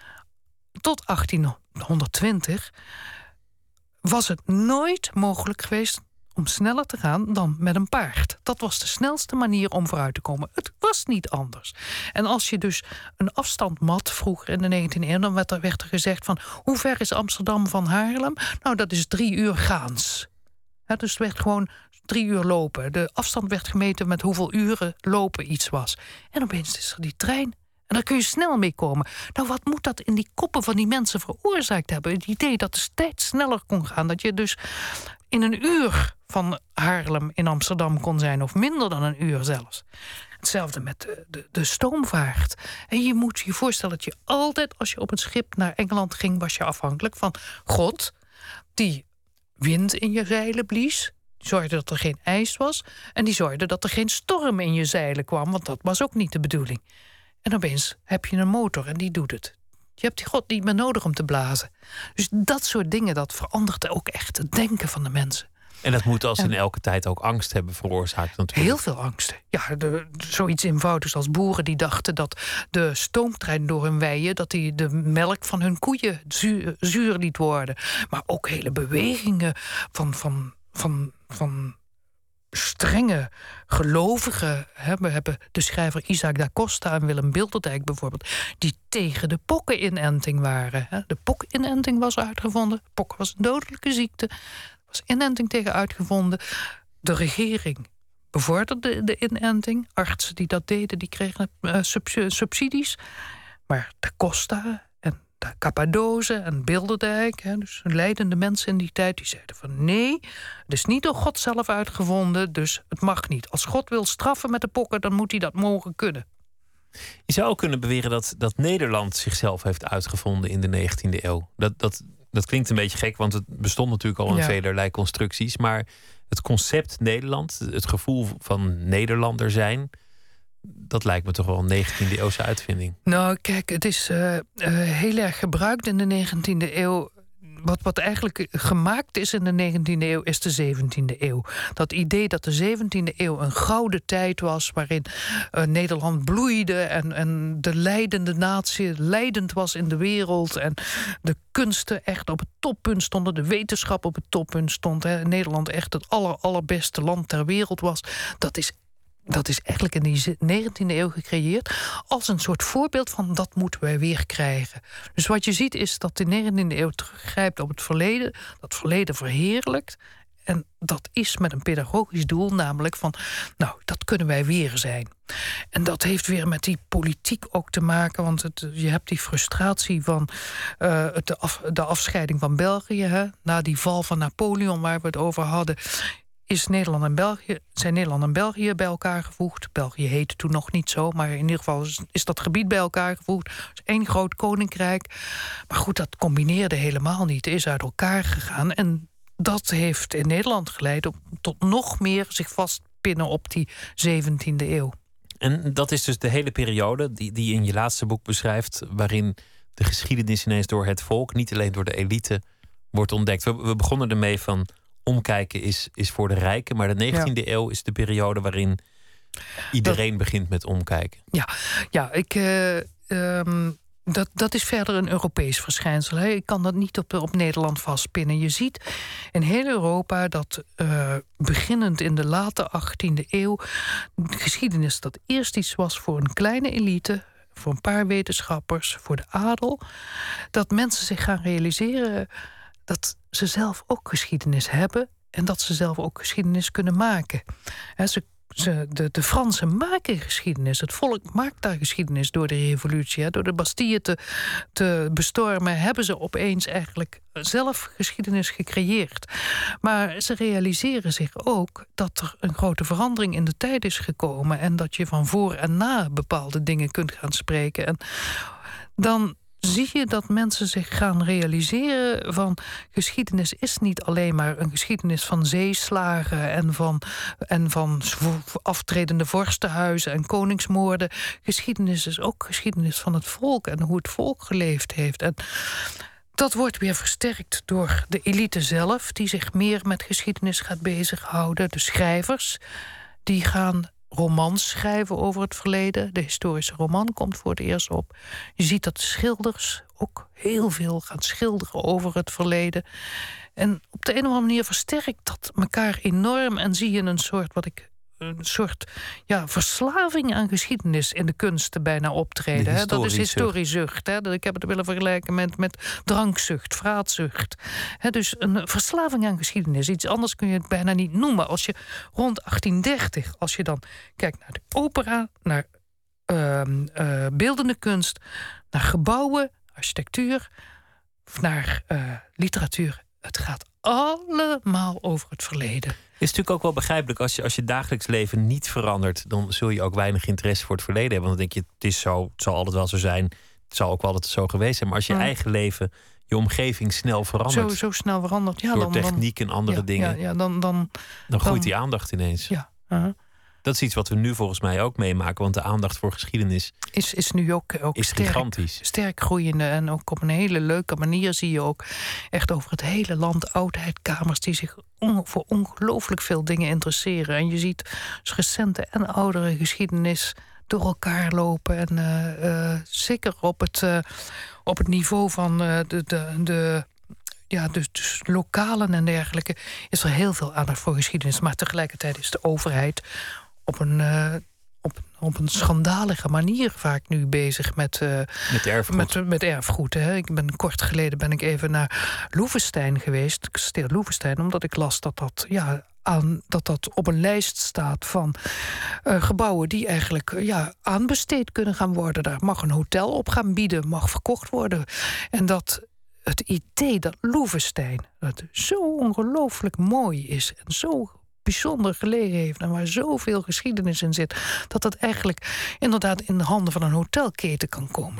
1820 was het nooit mogelijk geweest om sneller te gaan dan met een paard. Dat was de snelste manier om vooruit te komen. Het was niet anders. En als je dus een afstand mat vroeger in de 19e eeuw, dan werd er gezegd van, hoe ver is Amsterdam van Haarlem? Nou, dat is 3 uur gaans. Dus het werd gewoon 3 uur lopen. De afstand werd gemeten met hoeveel uren lopen iets was. En opeens is er die trein. En daar kun je snel mee komen. Nou, wat moet dat in die koppen van die mensen veroorzaakt hebben? Het idee dat de tijd sneller kon gaan. Dat je dus in een uur van Haarlem in Amsterdam kon zijn. Of minder dan een uur zelfs. Hetzelfde met de stoomvaart. En je moet je voorstellen dat je altijd, als je op een schip naar Engeland ging, was je afhankelijk van God, die wind in je zeilen blies. Die zorgde dat er geen ijs was. En die zorgde dat er geen storm in je zeilen kwam. Want dat was ook niet de bedoeling. En opeens heb je een motor en die doet het. Je hebt die God niet meer nodig om te blazen. Dus dat soort dingen, dat verandert ook echt het denken van de mensen. En dat moet als in elke tijd ook angst hebben veroorzaakt natuurlijk. Heel veel angst. Ja, zoiets eenvoudigs als boeren die dachten dat de stoomtrein door hun weien, dat die de melk van hun koeien zuur liet worden. Maar ook hele bewegingen van strenge gelovigen. We hebben de schrijver Isaac da Costa en Willem Bilderdijk bijvoorbeeld, die tegen de pokkeninenting waren. De pokkeninenting was uitgevonden. Pokken was een dodelijke ziekte. Er was inenting tegen uitgevonden. De regering bevorderde de inenting. Artsen die dat deden, die kregen subsidies. Maar de Costa en de Cappadoce en Bilderdijk, dus leidende mensen in die tijd, die zeiden van nee, het is niet door God zelf uitgevonden, dus het mag niet. Als God wil straffen met de pokken, dan moet hij dat mogen kunnen. Je zou ook kunnen beweren dat Nederland zichzelf heeft uitgevonden in de 19e eeuw. Dat klinkt een beetje gek, want het bestond natuurlijk al in velerlei constructies. Maar het concept Nederland, het gevoel van Nederlander zijn, dat lijkt me toch wel een 19e eeuwse uitvinding. Nou, kijk, het is heel erg gebruikt in de 19e eeuw. Wat eigenlijk gemaakt is in de 19e eeuw, is de 17e eeuw. Dat idee dat de 17e eeuw een gouden tijd was, waarin Nederland bloeide en de leidende natie leidend was in de wereld en de kunsten echt op het toppunt stonden, de wetenschap op het toppunt stond. Nederland echt het allerbeste land ter wereld was. Dat is eigenlijk in die 19e eeuw gecreëerd als een soort voorbeeld van dat moeten wij weer krijgen. Dus wat je ziet is dat de 19e eeuw teruggrijpt op het verleden, dat verleden verheerlijkt. En dat is met een pedagogisch doel, namelijk van, nou, dat kunnen wij weer zijn. En dat heeft weer met die politiek ook te maken, want je hebt die frustratie van de afscheiding van België, na die val van Napoleon waar we het over hadden. Zijn Nederland en België bij elkaar gevoegd. België heette toen nog niet zo, maar in ieder geval is dat gebied bij elkaar gevoegd. Het is één groot koninkrijk. Maar goed, dat combineerde helemaal niet. Het is uit elkaar gegaan. En dat heeft in Nederland geleid tot nog meer zich vastpinnen op die 17e eeuw. En dat is dus de hele periode die je in je laatste boek beschrijft, waarin de geschiedenis ineens door het volk, niet alleen door de elite, wordt ontdekt. We begonnen ermee van omkijken is voor de rijken, maar de 19e eeuw is de periode waarin iedereen begint met omkijken. Dat is verder een Europees verschijnsel. Ik kan dat niet op Nederland vastpinnen. Je ziet in heel Europa dat beginnend in de late 18e eeuw geschiedenis dat eerst iets was voor een kleine elite, voor een paar wetenschappers, voor de adel. Dat mensen zich gaan realiseren dat ze zelf ook geschiedenis hebben en dat ze zelf ook geschiedenis kunnen maken. De Fransen maken geschiedenis. Het volk maakt daar geschiedenis door de revolutie. Door de Bastille te bestormen hebben ze opeens eigenlijk zelf geschiedenis gecreëerd. Maar ze realiseren zich ook dat er een grote verandering in de tijd is gekomen en dat je van voor en na bepaalde dingen kunt gaan spreken. En dan zie je dat mensen zich gaan realiseren van geschiedenis is niet alleen maar een geschiedenis van zeeslagen en van aftredende vorstenhuizen en koningsmoorden. Geschiedenis is ook geschiedenis van het volk en hoe het volk geleefd heeft. En dat wordt weer versterkt door de elite zelf, die zich meer met geschiedenis gaat bezighouden. De schrijvers, die gaan romans schrijven over het verleden. De historische roman komt voor het eerst op. Je ziet dat de schilders ook heel veel gaan schilderen over het verleden. En op de een of andere manier versterkt dat elkaar enorm en zie je een soort verslaving aan geschiedenis in de kunsten bijna optreden. Dat is historiezucht. Ik heb het willen vergelijken met drankzucht, vraatzucht. Dus een verslaving aan geschiedenis. Iets anders kun je het bijna niet noemen. Als je rond 1830, als je dan kijkt naar de opera, naar beeldende kunst, naar gebouwen, architectuur, naar literatuur. Het gaat allemaal over het verleden. Is natuurlijk ook wel begrijpelijk. Als je dagelijks leven niet verandert, dan zul je ook weinig interesse voor het verleden hebben. Want dan denk je, het is zo, het zal altijd wel zo zijn. Het zal ook wel altijd zo geweest zijn. Maar als je eigen leven, je omgeving snel verandert. Zo snel verandert. Ja, door techniek en andere dingen. Dan groeit die aandacht ineens. Ja. Dat is iets wat we nu volgens mij ook meemaken. Want de aandacht voor geschiedenis is nu ook is gigantisch. Sterk groeiende. En ook op een hele leuke manier zie je ook echt over het hele land oudheidkamers die zich voor ongelooflijk veel dingen interesseren. En je ziet recente en oudere geschiedenis door elkaar lopen. En zeker op het niveau van de lokalen en dergelijke is er heel veel aandacht voor geschiedenis. Maar tegelijkertijd is de overheid op een schandalige manier vaak nu bezig met erfgoed. Met erfgoed. Kort geleden ben ik even naar Loevestein geweest, kasteel Loevestein, omdat ik las dat dat op een lijst staat van gebouwen die eigenlijk aanbesteed kunnen gaan worden. Daar mag een hotel op gaan bieden, mag verkocht worden. En dat het idee dat Loevestein, dat zo ongelooflijk mooi is en zo bijzonder gelegen heeft en waar zoveel geschiedenis in zit, dat dat eigenlijk inderdaad in de handen van een hotelketen kan komen.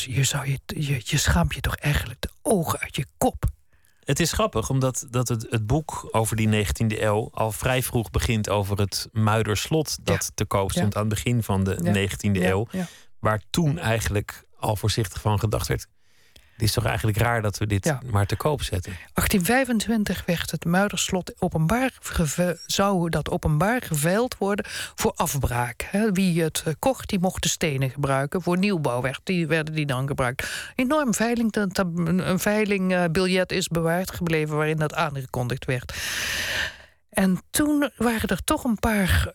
Je schaamt je toch eigenlijk de ogen uit je kop. Het is grappig, omdat het boek over die 19e eeuw al vrij vroeg begint over het Muiderslot dat te koop stond aan het begin van de 19e eeuw. Ja. Waar toen eigenlijk al voorzichtig van gedacht werd, het is toch eigenlijk raar dat we dit maar te koop zetten. 1825 werd het Muiderslot zou dat openbaar geveild worden voor afbraak. Wie het kocht, die mocht de stenen gebruiken. Voor nieuwbouw werden die dan gebruikt. Enorm een veilingbiljet is bewaard gebleven waarin dat aangekondigd werd. En toen waren er toch een paar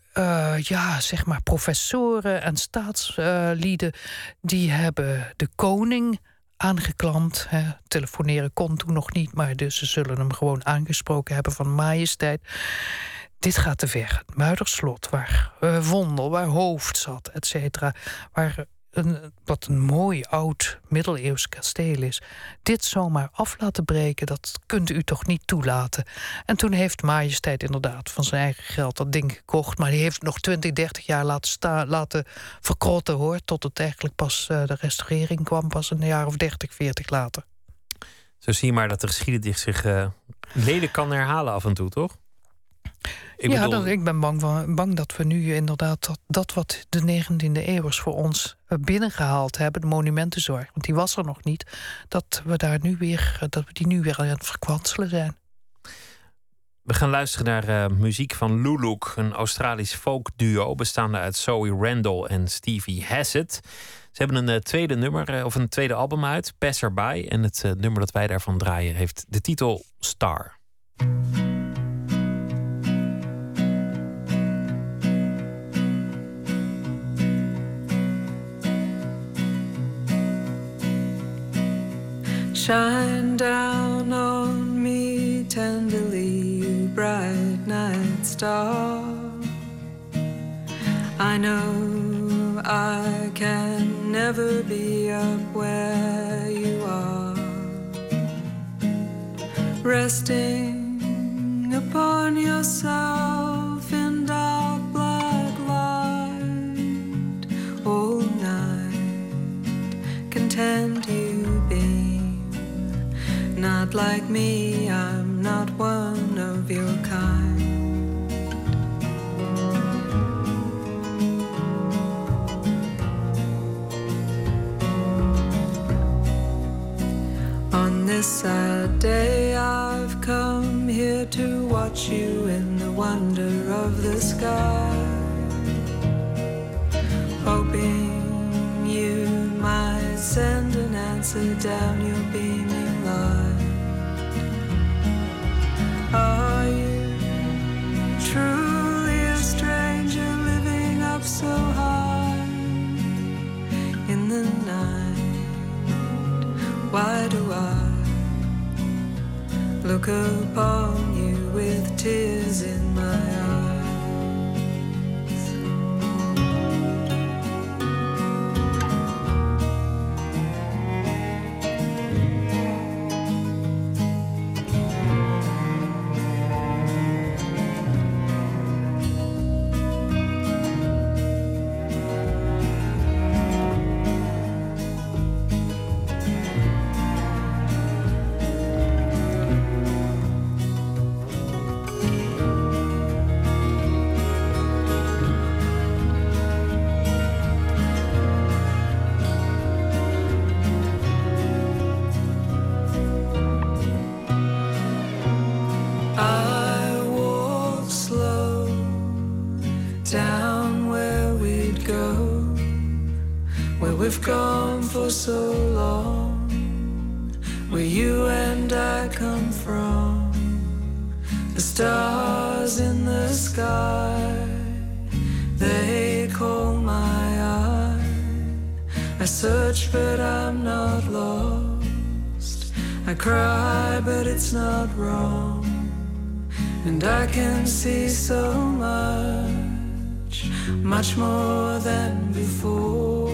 professoren en staatslieden die hebben de koning aangeklampt. Telefoneren kon toen nog niet, maar dus ze zullen hem gewoon aangesproken hebben van majesteit. Dit gaat te ver. Het Muiderslot, waar Vondel, waar Hoofd zat, et cetera, wat een mooi oud middeleeuws kasteel is. Dit zomaar af laten breken, dat kunt u toch niet toelaten. En toen heeft majesteit inderdaad van zijn eigen geld dat ding gekocht, maar die heeft nog 20, 30 jaar laten verkrotten, hoor, tot het eigenlijk pas de restaurering kwam, pas een jaar of 30, 40 later. Zo zie je maar dat de geschiedenis zich lelijk kan herhalen af en toe, toch? Ik ben bang dat we nu inderdaad dat wat de 19e eeuwers voor ons binnengehaald hebben, de monumentenzorg, want die was er nog niet, dat we die nu weer aan het verkwanselen zijn. We gaan luisteren naar muziek van Luluk, een Australisch folkduo bestaande uit Zoe Randall en Stevie Hassett. Ze hebben een tweede nummer of een tweede album uit, Passerby, en het nummer dat wij daarvan draaien heeft de titel Star. Shine down on me tenderly, you bright night star. I know I can never be up where you are, resting upon yourself in dark black light all night, content you beam. Not like me, I'm not one of your kind. On this sad day I've come here to watch you in the wonder of the sky, hoping you might send an answer down your beaming light. Are you truly a stranger living up so high in the night? Why do I look upon you with tears in my eyes? We've gone for so long, where you and I come from. The stars in the sky, they call my eye. I search but I'm not lost, I cry but it's not wrong. And I can see so much, much more than before.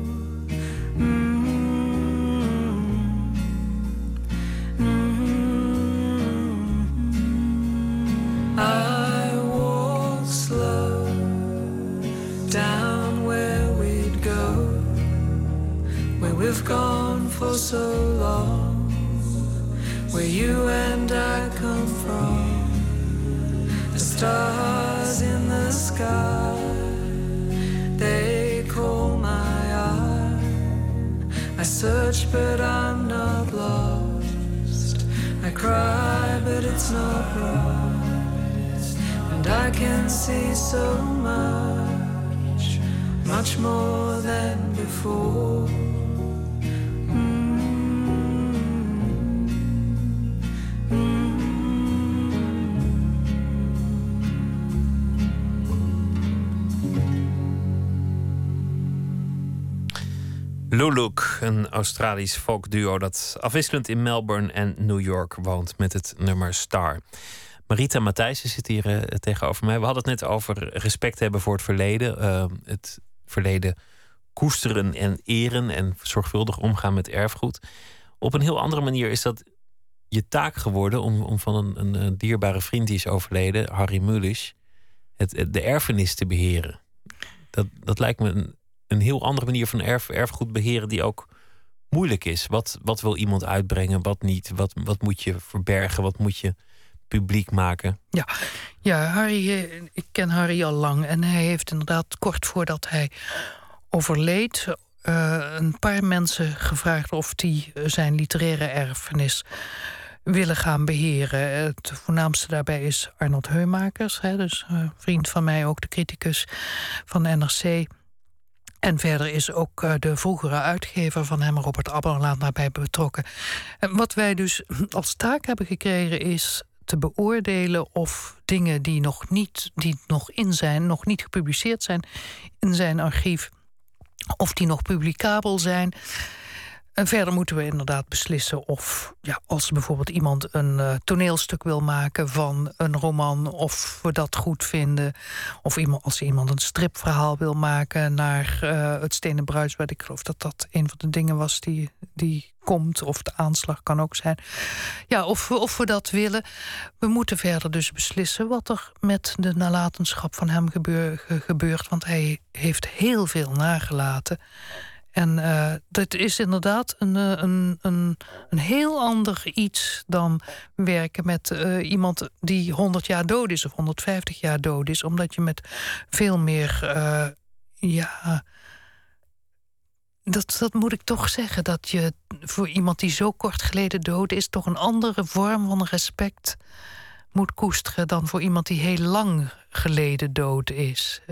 I walk slow down where we'd go, where we've gone for so long, where you and I come from. The stars in the sky, they call my eye. I search but I'm not lost, I cry but it's not right. And I can see so much, much more than before. Luluk, een Australisch folkduo dat afwisselend in Melbourne en New York woont met het nummer Star. Marita Matthijssen zit hier tegenover mij. We hadden het net over respect hebben voor het verleden. Het verleden koesteren en eren en zorgvuldig omgaan met erfgoed. Op een heel andere manier is dat je taak geworden om van een dierbare vriend die is overleden, Harry Mulisch, de erfenis te beheren. Dat lijkt me een heel andere manier van erfgoed beheren die ook moeilijk is. Wat wil iemand uitbrengen, wat niet? Wat moet je verbergen, wat moet je publiek maken? Ja, Harry, ik ken Harry al lang. En hij heeft inderdaad kort voordat hij overleed een paar mensen gevraagd of die zijn literaire erfenis willen gaan beheren. Het voornaamste daarbij is Arnold Heumakers, dus vriend van mij, ook de criticus van NRC. En verder is ook de vroegere uitgever van hem, Robert Abberlaat, daarbij betrokken. En wat wij dus als taak hebben gekregen is te beoordelen of dingen die nog niet gepubliceerd zijn in zijn archief, of die nog publicabel zijn. En verder moeten we inderdaad beslissen of, als bijvoorbeeld iemand een toneelstuk wil maken van een roman, of we dat goed vinden. Of als iemand een stripverhaal wil maken naar het Stenen Bruidsbed. Ik geloof dat dat een van de dingen was die komt. Of de aanslag kan ook zijn. Ja, of we dat willen. We moeten verder dus beslissen wat er met de nalatenschap van hem gebeurt. Want hij heeft heel veel nagelaten. En dat is inderdaad een heel ander iets dan werken met iemand die 100 jaar dood is of 150 jaar dood is. Omdat je met veel meer, dat moet ik toch zeggen, dat je voor iemand die zo kort geleden dood is toch een andere vorm van respect moet koesteren dan voor iemand die heel lang geleden dood is.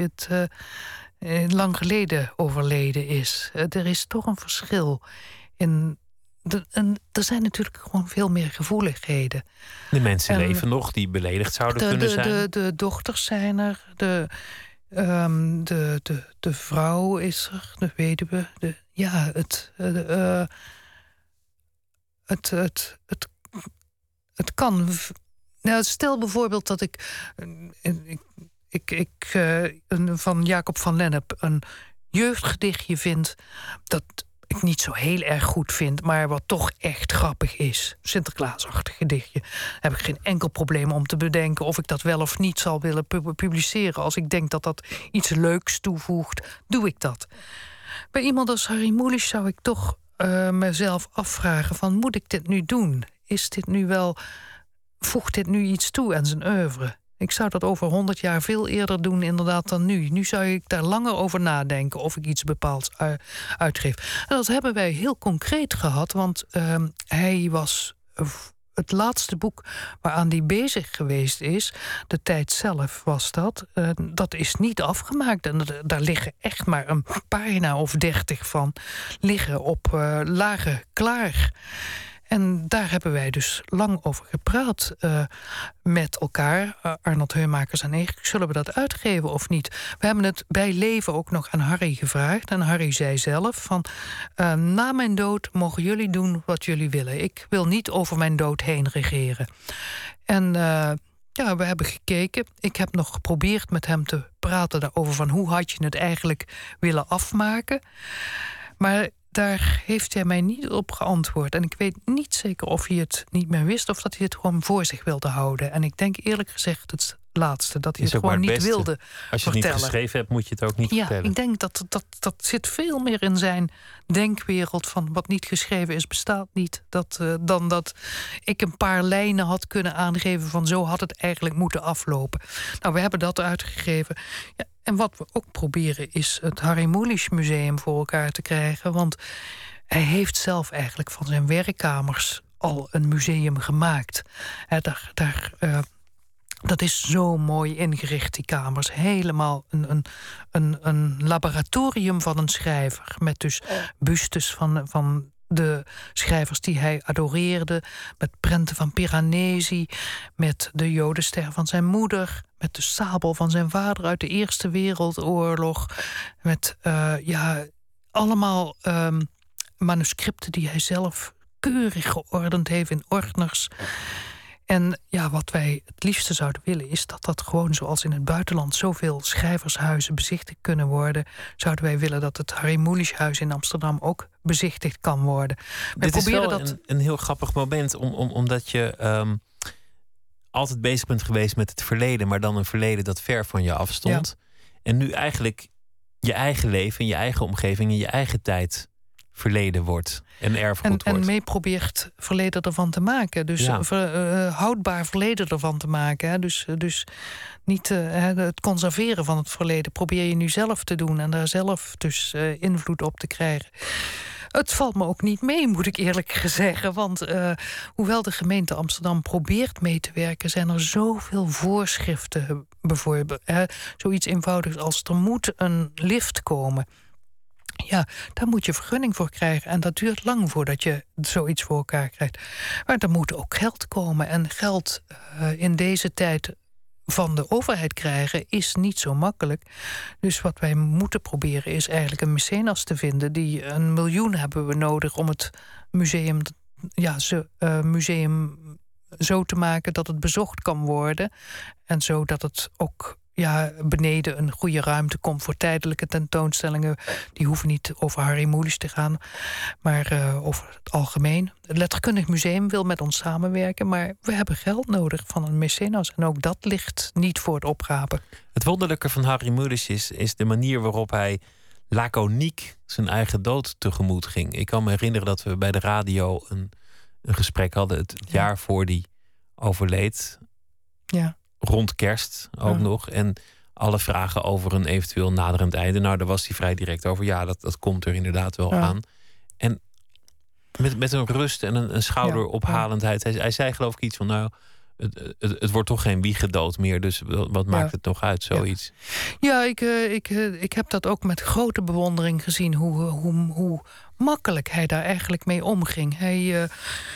Lang geleden overleden is. Er is toch een verschil. En er zijn natuurlijk gewoon veel meer gevoeligheden. De mensen leven nog die beledigd zouden kunnen zijn. De dochters zijn er. De vrouw is er. De weduwe. Het kan. Nou, stel bijvoorbeeld dat ik van Jacob van Lennep een jeugdgedichtje vind dat ik niet zo heel erg goed vind, maar wat toch echt grappig is. Sinterklaasachtig gedichtje. Daar heb ik geen enkel probleem om te bedenken of ik dat wel of niet zal willen publiceren. Als ik denk dat dat iets leuks toevoegt, doe ik dat. Bij iemand als Harry Mulisch zou ik toch mezelf afvragen van, moet ik dit nu doen? Voegt dit nu iets toe aan zijn oeuvre? Ik zou dat over 100 jaar veel eerder doen inderdaad dan nu. Nu zou ik daar langer over nadenken of ik iets bepaalds uitgeef. En dat hebben wij heel concreet gehad, want hij was het laatste boek waaraan hij bezig geweest is, De Tijd zelf was dat is niet afgemaakt. En daar liggen echt maar een pagina of 30 van liggen op lagen klaar. En daar hebben wij dus lang over gepraat met elkaar. Arnold Heumakers en ik. Zullen we dat uitgeven of niet? We hebben het bij leven ook nog aan Harry gevraagd. En Harry zei zelf van, na mijn dood mogen jullie doen wat jullie willen. Ik wil niet over mijn dood heen regeren. En Ja, we hebben gekeken. Ik heb nog geprobeerd met hem te praten daarover van hoe had je het eigenlijk willen afmaken. Maar daar heeft hij mij niet op geantwoord. En ik weet niet zeker of hij het niet meer wist of dat hij het gewoon voor zich wilde houden. En ik denk eerlijk gezegd het laatste, dat hij het gewoon niet wilde Als je het niet geschreven hebt, moet je het ook niet vertellen. Ja, ik denk dat zit veel meer in zijn denkwereld van wat niet geschreven is, bestaat niet. Dan dat ik een paar lijnen had kunnen aangeven van zo had het eigenlijk moeten aflopen. Nou, we hebben dat uitgegeven. Ja, en wat we ook proberen is het Harry Mulisch Museum voor elkaar te krijgen. Want hij heeft zelf eigenlijk van zijn werkkamers al een museum gemaakt. Dat is zo mooi ingericht, die kamers. Helemaal een laboratorium van een schrijver. Met dus bustes van de schrijvers die hij adoreerde. Met prenten van Piranesi. Met de jodenster van zijn moeder. Met de sabel van zijn vader uit de Eerste Wereldoorlog. Met allemaal manuscripten die hij zelf keurig geordend heeft in ordners. En ja, wat wij het liefste zouden willen is dat gewoon zoals in het buitenland zoveel schrijvershuizen bezichtigd kunnen worden, zouden wij willen dat het Harry Mulisch Huis in Amsterdam ook bezichtigd kan worden. Dit is wel een heel grappig moment, omdat je altijd bezig bent geweest met het verleden, maar dan een verleden dat ver van je afstond. Ja. En nu eigenlijk je eigen leven, je eigen omgeving en je eigen tijd verleden wordt en erfgoed wordt. En mee probeert verleden ervan te maken. Dus houdbaar verleden ervan te maken. Hè. Dus niet het conserveren van het verleden probeer je nu zelf te doen en daar zelf dus invloed op te krijgen. Het valt me ook niet mee, moet ik eerlijk zeggen. Want hoewel de gemeente Amsterdam probeert mee te werken, zijn er zoveel voorschriften. Bijvoorbeeld zoiets eenvoudigs als er moet een lift komen. Ja, daar moet je vergunning voor krijgen. En dat duurt lang voordat je zoiets voor elkaar krijgt. Maar er moet ook geld komen. En geld in deze tijd van de overheid krijgen is niet zo makkelijk. Dus wat wij moeten proberen is eigenlijk een mecenas te vinden. Die 1 miljoen hebben we nodig om het museum zo te maken dat het bezocht kan worden. En zodat het ook beneden een goede ruimte komt voor tijdelijke tentoonstellingen. Die hoeven niet over Harry Mulisch te gaan, maar over het algemeen. Het Letterkundig Museum wil met ons samenwerken, maar we hebben geld nodig van een mecenas. En ook dat ligt niet voor het oprapen. Het wonderlijke van Harry Mulisch is de manier waarop hij laconiek zijn eigen dood tegemoet ging. Ik kan me herinneren dat we bij de radio een gesprek hadden het jaar voor die overleed. Ja. Rond kerst ook nog. En alle vragen over een eventueel naderend einde. Nou, daar was hij vrij direct over. Ja, dat komt er inderdaad wel aan. En met een rust en een schouderophalendheid. Hij zei geloof ik iets van, nou, het wordt toch geen wiegendood meer. Dus wat maakt het nog uit, zoiets? Ja, ik heb dat ook met grote bewondering gezien. Hoe makkelijk hij daar eigenlijk mee omging. Hij...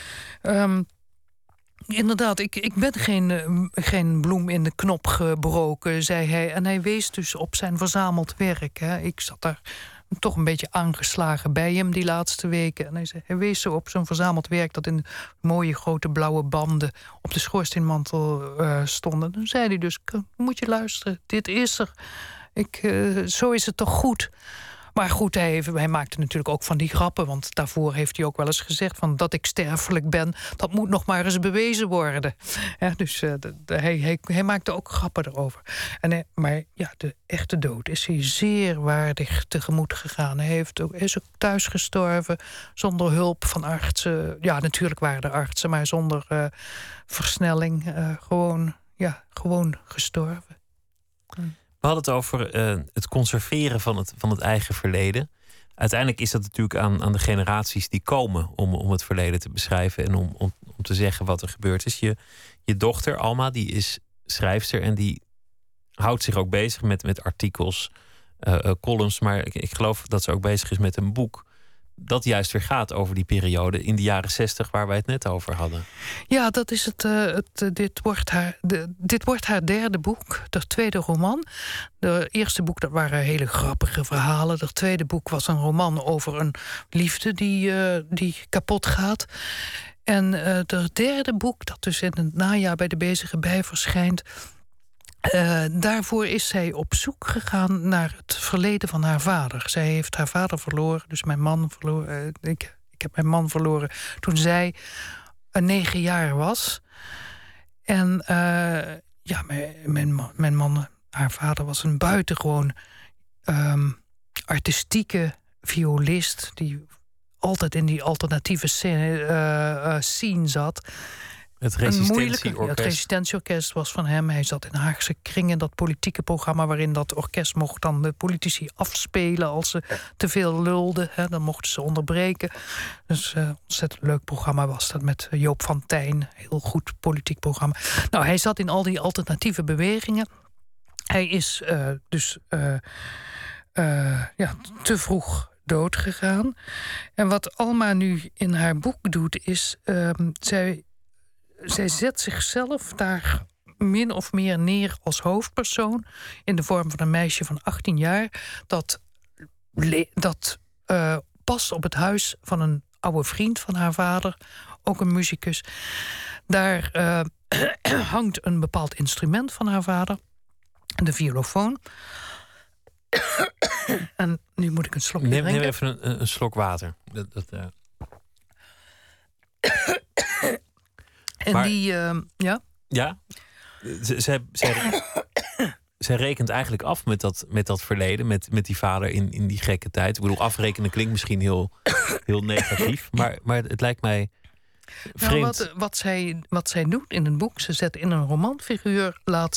Inderdaad, ik ben geen bloem in de knop gebroken, zei hij. En hij wees dus op zijn verzameld werk. Hè. Ik zat daar toch een beetje aangeslagen bij hem die laatste weken. En hij wees zo op zijn verzameld werk dat in mooie grote blauwe banden op de schoorsteenmantel stonden. Dan zei hij dus, moet je luisteren, dit is er. Zo is het toch goed. Maar goed, hij maakte natuurlijk ook van die grappen. Want daarvoor heeft hij ook wel eens gezegd van dat ik sterfelijk ben, dat moet nog maar eens bewezen worden. Ja, dus hij maakte ook grappen erover. Maar ja, de echte dood is hij zeer waardig tegemoet gegaan. Hij is ook thuis gestorven zonder hulp van artsen. Ja, natuurlijk waren er artsen, maar zonder versnelling. Gewoon gestorven. We hadden het over het conserveren van het eigen verleden. Uiteindelijk is dat natuurlijk aan de generaties die komen om het verleden te beschrijven en om te zeggen wat er gebeurd is. Je dochter Alma, die is schrijfster en die houdt zich ook bezig met artikels, columns. Maar ik geloof dat ze ook bezig is met een boek dat juist weer gaat over die periode in de jaren 60 waar wij het net over hadden. Ja, dat is dit wordt haar derde boek, de tweede roman. De eerste boek, dat waren hele grappige verhalen. Het tweede boek was een roman over een liefde die kapot gaat. En het derde boek, dat dus in het najaar bij de Bezige Bij verschijnt, daarvoor is zij op zoek gegaan naar het verleden van haar vader. Zij heeft haar vader verloren, dus mijn man verloren. Ik heb mijn man verloren toen zij 9 jaar was. En mijn man, haar vader, was een buitengewoon artistieke violist die altijd in die alternatieve scene zat. Het Resistentieorkest. Het Resistentieorkest was van hem. Hij zat in Haagse kringen, dat politieke programma waarin dat orkest mocht dan de politici afspelen als ze te veel lulden. Dan mochten ze onderbreken. Dus ontzettend leuk programma was dat met Joop van Tijn. Heel goed politiek programma. Nou, hij zat in al die alternatieve bewegingen. Hij is te vroeg dood gegaan. En wat Alma nu in haar boek doet is, zij zet zichzelf daar min of meer neer als hoofdpersoon in de vorm van een meisje van 18 jaar dat past op het huis van een oude vriend van haar vader, ook een muzikus. Daar hangt een bepaald instrument van haar vader, de violofoon. En nu moet ik een slokje drinken. Neem even een slok water. En maar, die, ja? Ja? Zij rekent eigenlijk af met dat verleden, met die vader in die gekke tijd. Ik bedoel, afrekenen klinkt misschien heel negatief, maar het lijkt mij vreemd. Nou, wat zij doet in een boek, ze zet in een romanfiguur,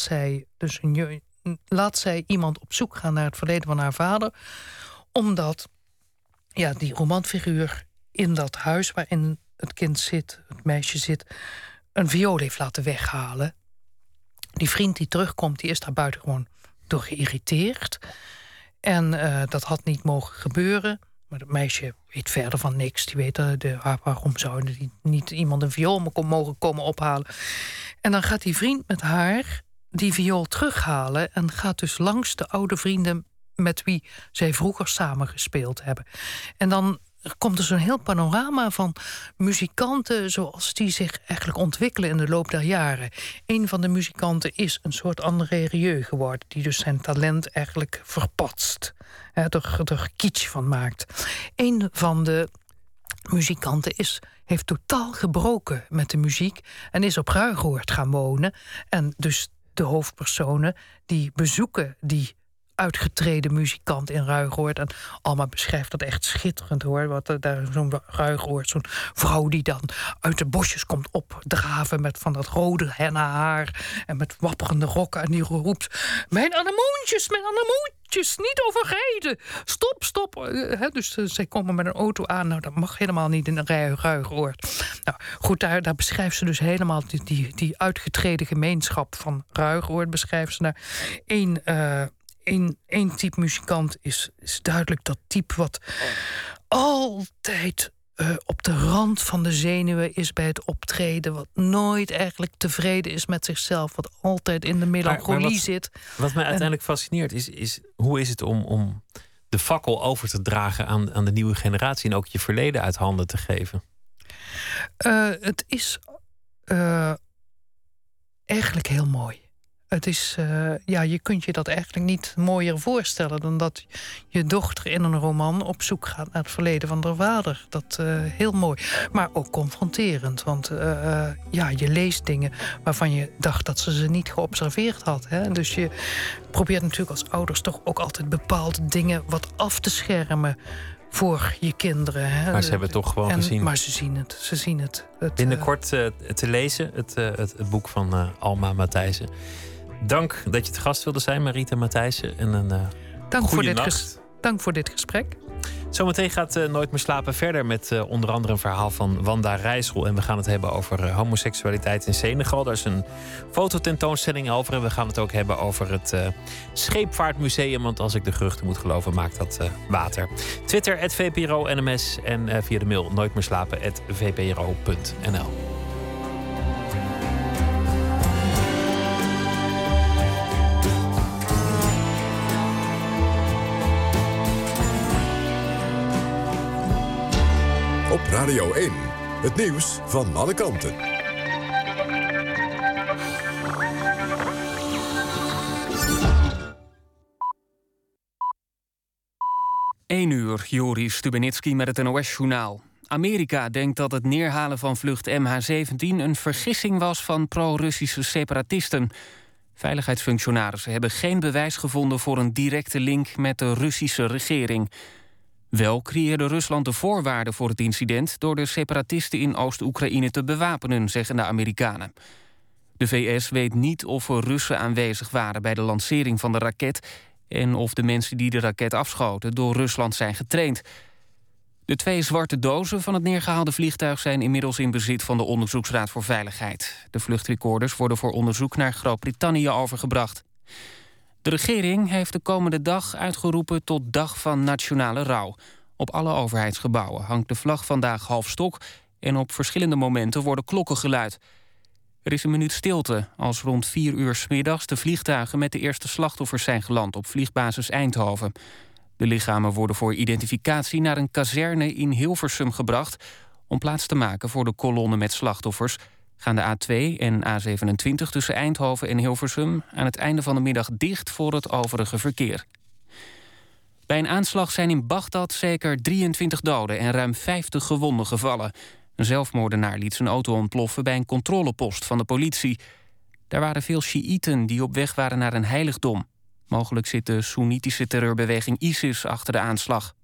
laat zij iemand op zoek gaan naar het verleden van haar vader, omdat die romanfiguur in dat huis waarin het kind zit, het meisje zit, een viool heeft laten weghalen. Die vriend die terugkomt, die is daar buitengewoon door geïrriteerd. En dat had niet mogen gebeuren. Maar het meisje weet verder van niks. Die weet waarom zou niet iemand een viool mogen komen ophalen. En dan gaat die vriend met haar die viool terughalen en gaat dus langs de oude vrienden met wie zij vroeger samen gespeeld hebben. En dan komt er zo'n heel panorama van muzikanten zoals die zich eigenlijk ontwikkelen in de loop der jaren. Een van de muzikanten is een soort André Rieu geworden, die dus zijn talent eigenlijk verpatst. Er kitsch van maakt. Een van de muzikanten heeft totaal gebroken met de muziek en is op Ruigoord gaan wonen. En dus de hoofdpersonen die bezoeken die uitgetreden muzikant in Ruigoord. En Alma beschrijft dat echt schitterend, hoor. Wat daar zo'n Ruigoord, zo'n vrouw die dan uit de bosjes komt opdraven met van dat rode hennahaar en met wapperende rokken en die roept: Mijn anemoontjes, niet overrijden. Stop. Dus zij komen met een auto aan. Nou, dat mag helemaal niet in een Ruigoord. Nou, goed, daar beschrijft ze dus helemaal die uitgetreden gemeenschap van Ruigoord beschrijft ze naar. Eén type muzikant is duidelijk dat type wat altijd op de rand van de zenuwen is bij het optreden, wat nooit eigenlijk tevreden is met zichzelf, wat altijd in de melancholie zit. Wat mij uiteindelijk fascineert is hoe is het om de fakkel over te dragen aan de nieuwe generatie en ook je verleden uit handen te geven? Het is eigenlijk heel mooi. Het is, je kunt je dat eigenlijk niet mooier voorstellen dan dat je dochter in een roman op zoek gaat naar het verleden van haar vader. Dat heel mooi. Maar ook confronterend. Want je leest dingen waarvan je dacht dat ze niet geobserveerd had. Hè? Dus je probeert natuurlijk als ouders toch ook altijd bepaalde dingen wat af te schermen voor je kinderen. Hè? Maar ze hebben het toch gewoon gezien. Maar ze zien het. Binnenkort te lezen, het boek van Alma Matthijssen. Dank dat je te gast wilde zijn, Marita Matthijssen. En een goede nacht. Dank voor dit gesprek. Zometeen gaat Nooit meer slapen verder met onder andere een verhaal van Wanda Rijssel. En we gaan het hebben over homoseksualiteit in Senegal. Daar is een fototentoonstelling over. En we gaan het ook hebben over het Scheepvaartmuseum. Want als ik de geruchten moet geloven, maakt dat water. Twitter @VPRO-NMS en via de mail nooitmeerslapen@vpro.nl. Op Radio 1, Het nieuws van alle kanten. 1 uur, Joris Stubenitski met het NOS-journaal. Amerika denkt dat het neerhalen van vlucht MH17 een vergissing was van pro-Russische separatisten. Veiligheidsfunctionarissen hebben geen bewijs gevonden voor een directe link met de Russische regering. Wel creëerde Rusland de voorwaarden voor het incident door de separatisten in Oost-Oekraïne te bewapenen, zeggen de Amerikanen. De VS weet niet of er Russen aanwezig waren bij de lancering van de raket en of de mensen die de raket afschoten door Rusland zijn getraind. De 2 zwarte dozen van het neergehaalde vliegtuig zijn inmiddels in bezit van de Onderzoeksraad voor Veiligheid. De vluchtrecorders worden voor onderzoek naar Groot-Brittannië overgebracht. De regering heeft de komende dag uitgeroepen tot dag van nationale rouw. Op alle overheidsgebouwen hangt de vlag vandaag half stok en op verschillende momenten worden klokken geluid. Er is een minuut stilte als rond 4 uur 's middags de vliegtuigen met de eerste slachtoffers zijn geland op vliegbasis Eindhoven. De lichamen worden voor identificatie naar een kazerne in Hilversum gebracht om plaats te maken voor de kolonne met slachtoffers. Gaan de A2 en A27 tussen Eindhoven en Hilversum aan het einde van de middag dicht voor het overige verkeer. Bij een aanslag zijn in Bagdad zeker 23 doden en ruim 50 gewonden gevallen. Een zelfmoordenaar liet zijn auto ontploffen bij een controlepost van de politie. Daar waren veel Sjiïten die op weg waren naar een heiligdom. Mogelijk zit de Soenitische terreurbeweging ISIS achter de aanslag.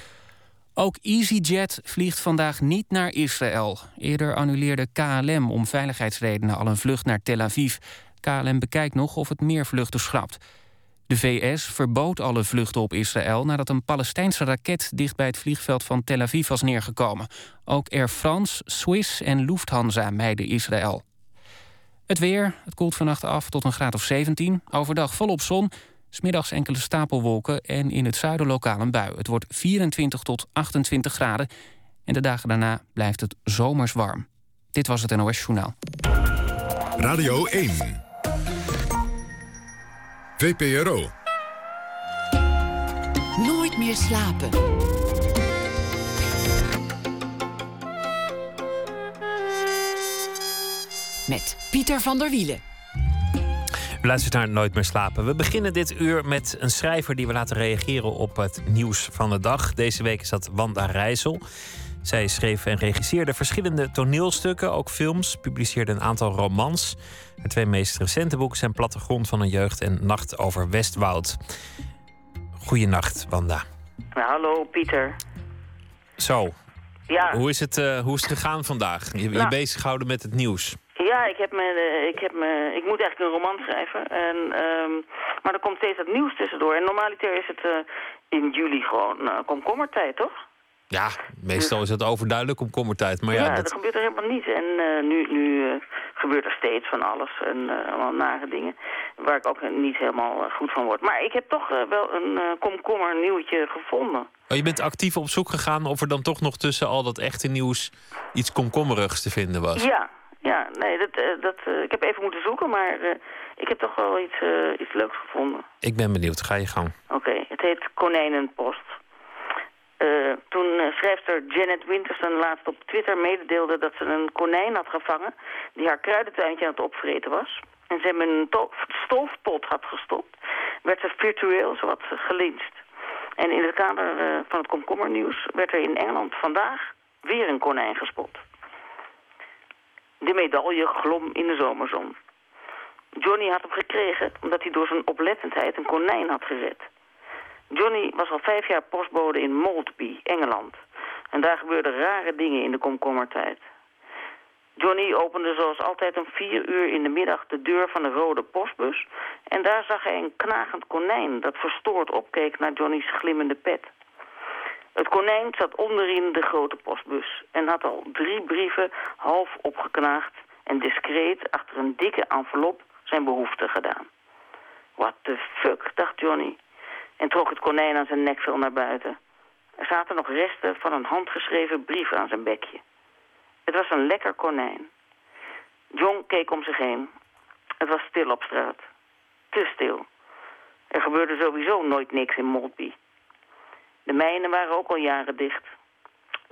Ook EasyJet vliegt vandaag niet naar Israël. Eerder annuleerde KLM om veiligheidsredenen al een vlucht naar Tel Aviv. KLM bekijkt nog of het meer vluchten schrapt. De VS verbood alle vluchten op Israël nadat een Palestijnse raket dicht bij het vliegveld van Tel Aviv was neergekomen. Ook Air France, Swiss en Lufthansa mijden Israël. Het weer, het koelt vannacht af tot een graad of 17. Overdag volop zon, 's middags enkele stapelwolken en in het zuiden lokaal een bui. Het wordt 24 tot 28 graden en de dagen daarna blijft het zomers warm. Dit was het NOS Journaal. Radio 1. VPRO. Nooit meer slapen. Met Pieter van der Wielen. U luistert naar Nooit meer slapen. We beginnen dit uur met een schrijver die we laten reageren op het nieuws van de dag. Deze week is dat Wanda Rijssel. Zij schreef en regisseerde verschillende toneelstukken, ook films, publiceerde een aantal romans. Haar 2 meest recente boeken zijn Plattegrond van een jeugd en Nacht over Westwoud. Goeienacht, Wanda. Hallo, Pieter. Zo, Ja. hoe is het gegaan vandaag? Je bezig gehouden met het nieuws. Ja, ik moet eigenlijk een roman schrijven. Maar er komt steeds wat nieuws tussendoor. En normaliter is het in juli gewoon komkommertijd, toch? Ja, meestal is het overduidelijk komkommertijd. Maar ja, dat gebeurt er helemaal niet. En nu gebeurt er steeds van alles en allemaal nare dingen. Waar ik ook niet helemaal goed van word. Maar ik heb toch wel een komkommer nieuwtje gevonden. Oh, je bent actief op zoek gegaan of er dan toch nog tussen al dat echte nieuws iets komkommerigs te vinden was? Ja, nee, ik heb even moeten zoeken, maar ik heb toch wel iets leuks gevonden. Ik ben benieuwd, ga je gang. Oké, het heet Konijnenpost. Toen schrijfster Janet Winterston laatst op Twitter mededeelde dat ze een konijn had gevangen die haar kruidentuintje aan het opvreten was en ze hem in een stoofpot had gestopt, werd ze virtueel zowat gelyncht. En in het kader van het komkommernieuws werd er in Engeland vandaag weer een konijn gespot. De medaille glom in de zomerzon. Johnny had hem gekregen omdat hij door zijn oplettendheid een konijn had gered. Johnny was al 5 jaar postbode in Maltby, Engeland. En daar gebeurden rare dingen in de komkommertijd. Johnny opende zoals altijd om 4 uur in de middag de deur van de rode postbus. En daar zag hij een knagend konijn dat verstoord opkeek naar Johnny's glimmende pet. Het konijn zat onderin de grote postbus en had al 3 brieven half opgeknaagd en discreet achter een dikke envelop zijn behoefte gedaan. What the fuck, dacht Johnny en trok het konijn aan zijn nekvel naar buiten. Er zaten nog resten van een handgeschreven brief aan zijn bekje. Het was een lekker konijn. John keek om zich heen. Het was stil op straat. Te stil. Er gebeurde sowieso nooit niks in Maltby. De mijnen waren ook al jaren dicht.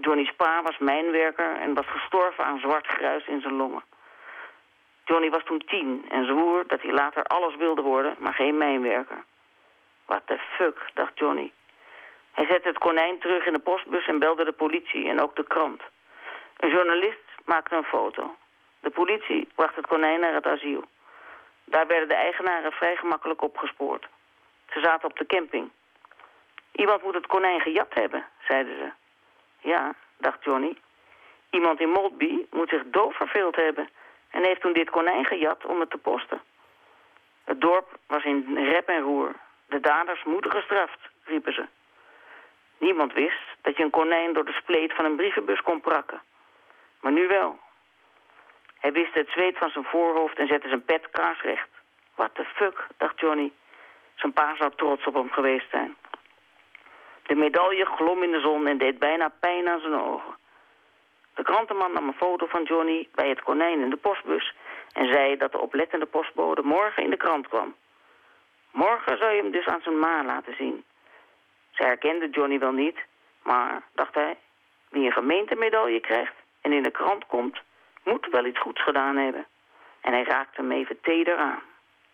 Johnny's pa was mijnwerker en was gestorven aan zwart gruis in zijn longen. Johnny was toen 10 en zwoer dat hij later alles wilde worden, maar geen mijnwerker. What the fuck, dacht Johnny. Hij zette het konijn terug in de postbus en belde de politie en ook de krant. Een journalist maakte een foto. De politie bracht het konijn naar het asiel. Daar werden de eigenaren vrij gemakkelijk opgespoord. Ze zaten op de camping. Iemand moet het konijn gejat hebben, zeiden ze. Ja, dacht Johnny. Iemand in Maltby moet zich doof verveeld hebben en heeft toen dit konijn gejat om het te posten. Het dorp was in rep en roer. De daders moeten gestraft, riepen ze. Niemand wist dat je een konijn door de spleet van een brievenbus kon prakken. Maar nu wel. Hij wist het zweet van zijn voorhoofd en zette zijn pet kaarsrecht. What the fuck, dacht Johnny. Zijn pa zou trots op hem geweest zijn. De medaille glom in de zon en deed bijna pijn aan zijn ogen. De krantenman nam een foto van Johnny bij het konijn in de postbus en zei dat de oplettende postbode morgen in de krant kwam. Morgen zou je hem dus aan zijn ma laten zien. Ze herkende Johnny wel niet, maar, dacht hij, wie een gemeentemedaille krijgt en in de krant komt, moet wel iets goeds gedaan hebben. En hij raakte hem even teder aan.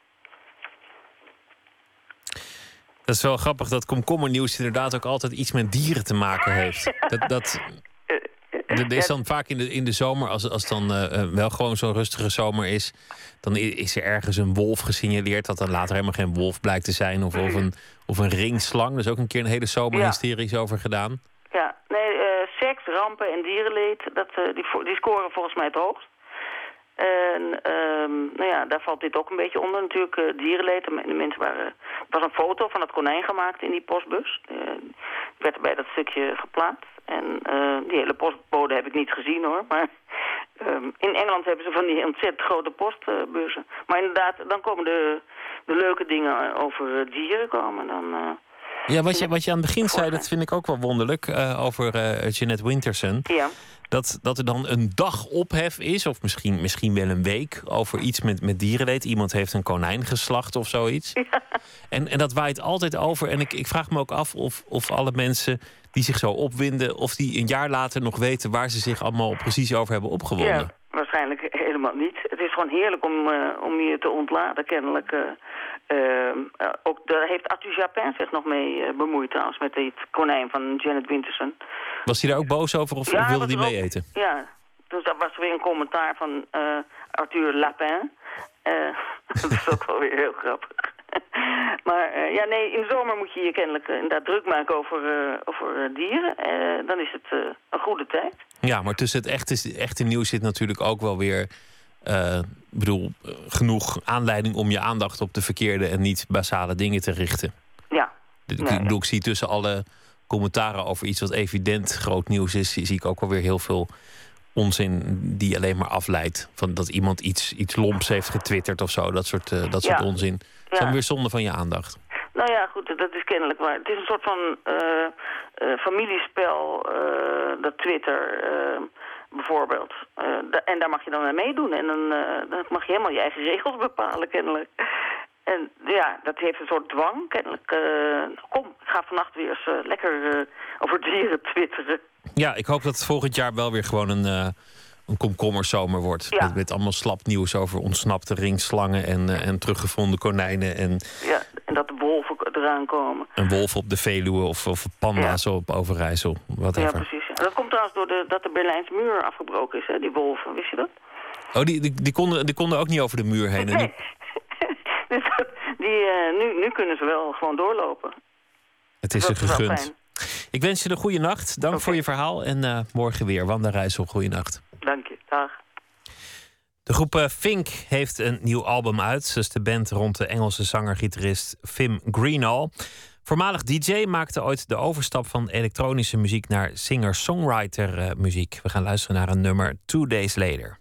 Dat is wel grappig dat komkommernieuws inderdaad ook altijd iets met dieren te maken heeft. Dat is dan vaak in de zomer, als het dan wel gewoon zo'n rustige zomer is, dan is er ergens een wolf gesignaleerd dat dan later helemaal geen wolf blijkt te zijn. Of een ringslang. Daar is ook een keer een hele zomer hysterisch over gedaan. Ja, nee, seks, rampen en dierenleed, die scoren volgens mij het hoogst. En nou ja, daar valt dit ook een beetje onder natuurlijk, dierenleed. De mensen er was een foto van het konijn gemaakt in die postbus. Werd er bij dat stukje geplaatst. En die hele postbode heb ik niet gezien hoor. Maar in Engeland hebben ze van die ontzettend grote postbussen. Maar inderdaad, dan komen de leuke dingen over dieren komen dan. Ja, wat je aan het begin zei, dat vind ik ook wel wonderlijk. Over Jeanette Winterson. Ja. Dat er dan een dag ophef is, of misschien wel een week, over iets met dierenleed. Iemand heeft een konijn geslacht of zoiets. Ja. En dat waait altijd over. En ik vraag me ook af of alle mensen die zich zo opwinden, of die een jaar later nog weten waar ze zich allemaal precies over hebben opgewonden. Ja, waarschijnlijk helemaal niet. Het is gewoon heerlijk om je te ontladen, kennelijk. Ook daar heeft Arthur Japin zich nog mee bemoeid trouwens, met het konijn van Janet Winterson. Was hij daar ook boos over of wilde hij mee eten? Ja, dus dat was weer een commentaar van Arthur Lapin. Dat is ook wel weer heel grappig. Maar in de zomer moet je je kennelijk inderdaad druk maken over dieren. Dan is het een goede tijd. Ja, maar tussen het echte nieuws zit natuurlijk ook wel weer genoeg aanleiding om je aandacht op de verkeerde en niet basale dingen te richten. Ja. Ik zie tussen alle commentaren over iets wat evident groot nieuws is, zie ik ook wel weer heel veel onzin die alleen maar afleidt. Van dat iemand iets lomps heeft getwitterd of zo. Dat soort onzin. Dat is dan weer zonde van je aandacht. Nou ja, goed, dat is kennelijk waar. Het is een soort van familiespel, dat Twitter bijvoorbeeld. En daar mag je dan aan meedoen. En dan mag je helemaal je eigen regels bepalen, kennelijk. En ja, dat heeft een soort dwang, kennelijk. Kom, ik ga vannacht weer eens lekker over dieren twitteren. Ja, ik hoop dat het volgend jaar wel weer gewoon een komkommerzomer wordt. Ja. Met allemaal slap nieuws over ontsnapte ringslangen en teruggevonden konijnen. En dat de wolven eraan komen. Een wolf op de Veluwe of panda's op Overijssel. Whatever. Ja, precies. Ja. Dat komt trouwens doordat de Berlijnse muur afgebroken is, hè, die wolven. Wist je dat? Oh, die konden ook niet over de muur heen. Nee. Dus nu kunnen ze wel gewoon doorlopen. Het is ze gegund. Ik wens je een goede nacht. Dank voor je verhaal. En morgen weer. Wanda Rijssel, goeie nacht. Dank je. Dag. De groep Fink heeft een nieuw album uit. Dat is de band rond de Engelse zanger-gitarist Fim Greenall. Voormalig DJ maakte ooit de overstap van elektronische muziek naar singer-songwriter muziek. We gaan luisteren naar een nummer 2 Days Later.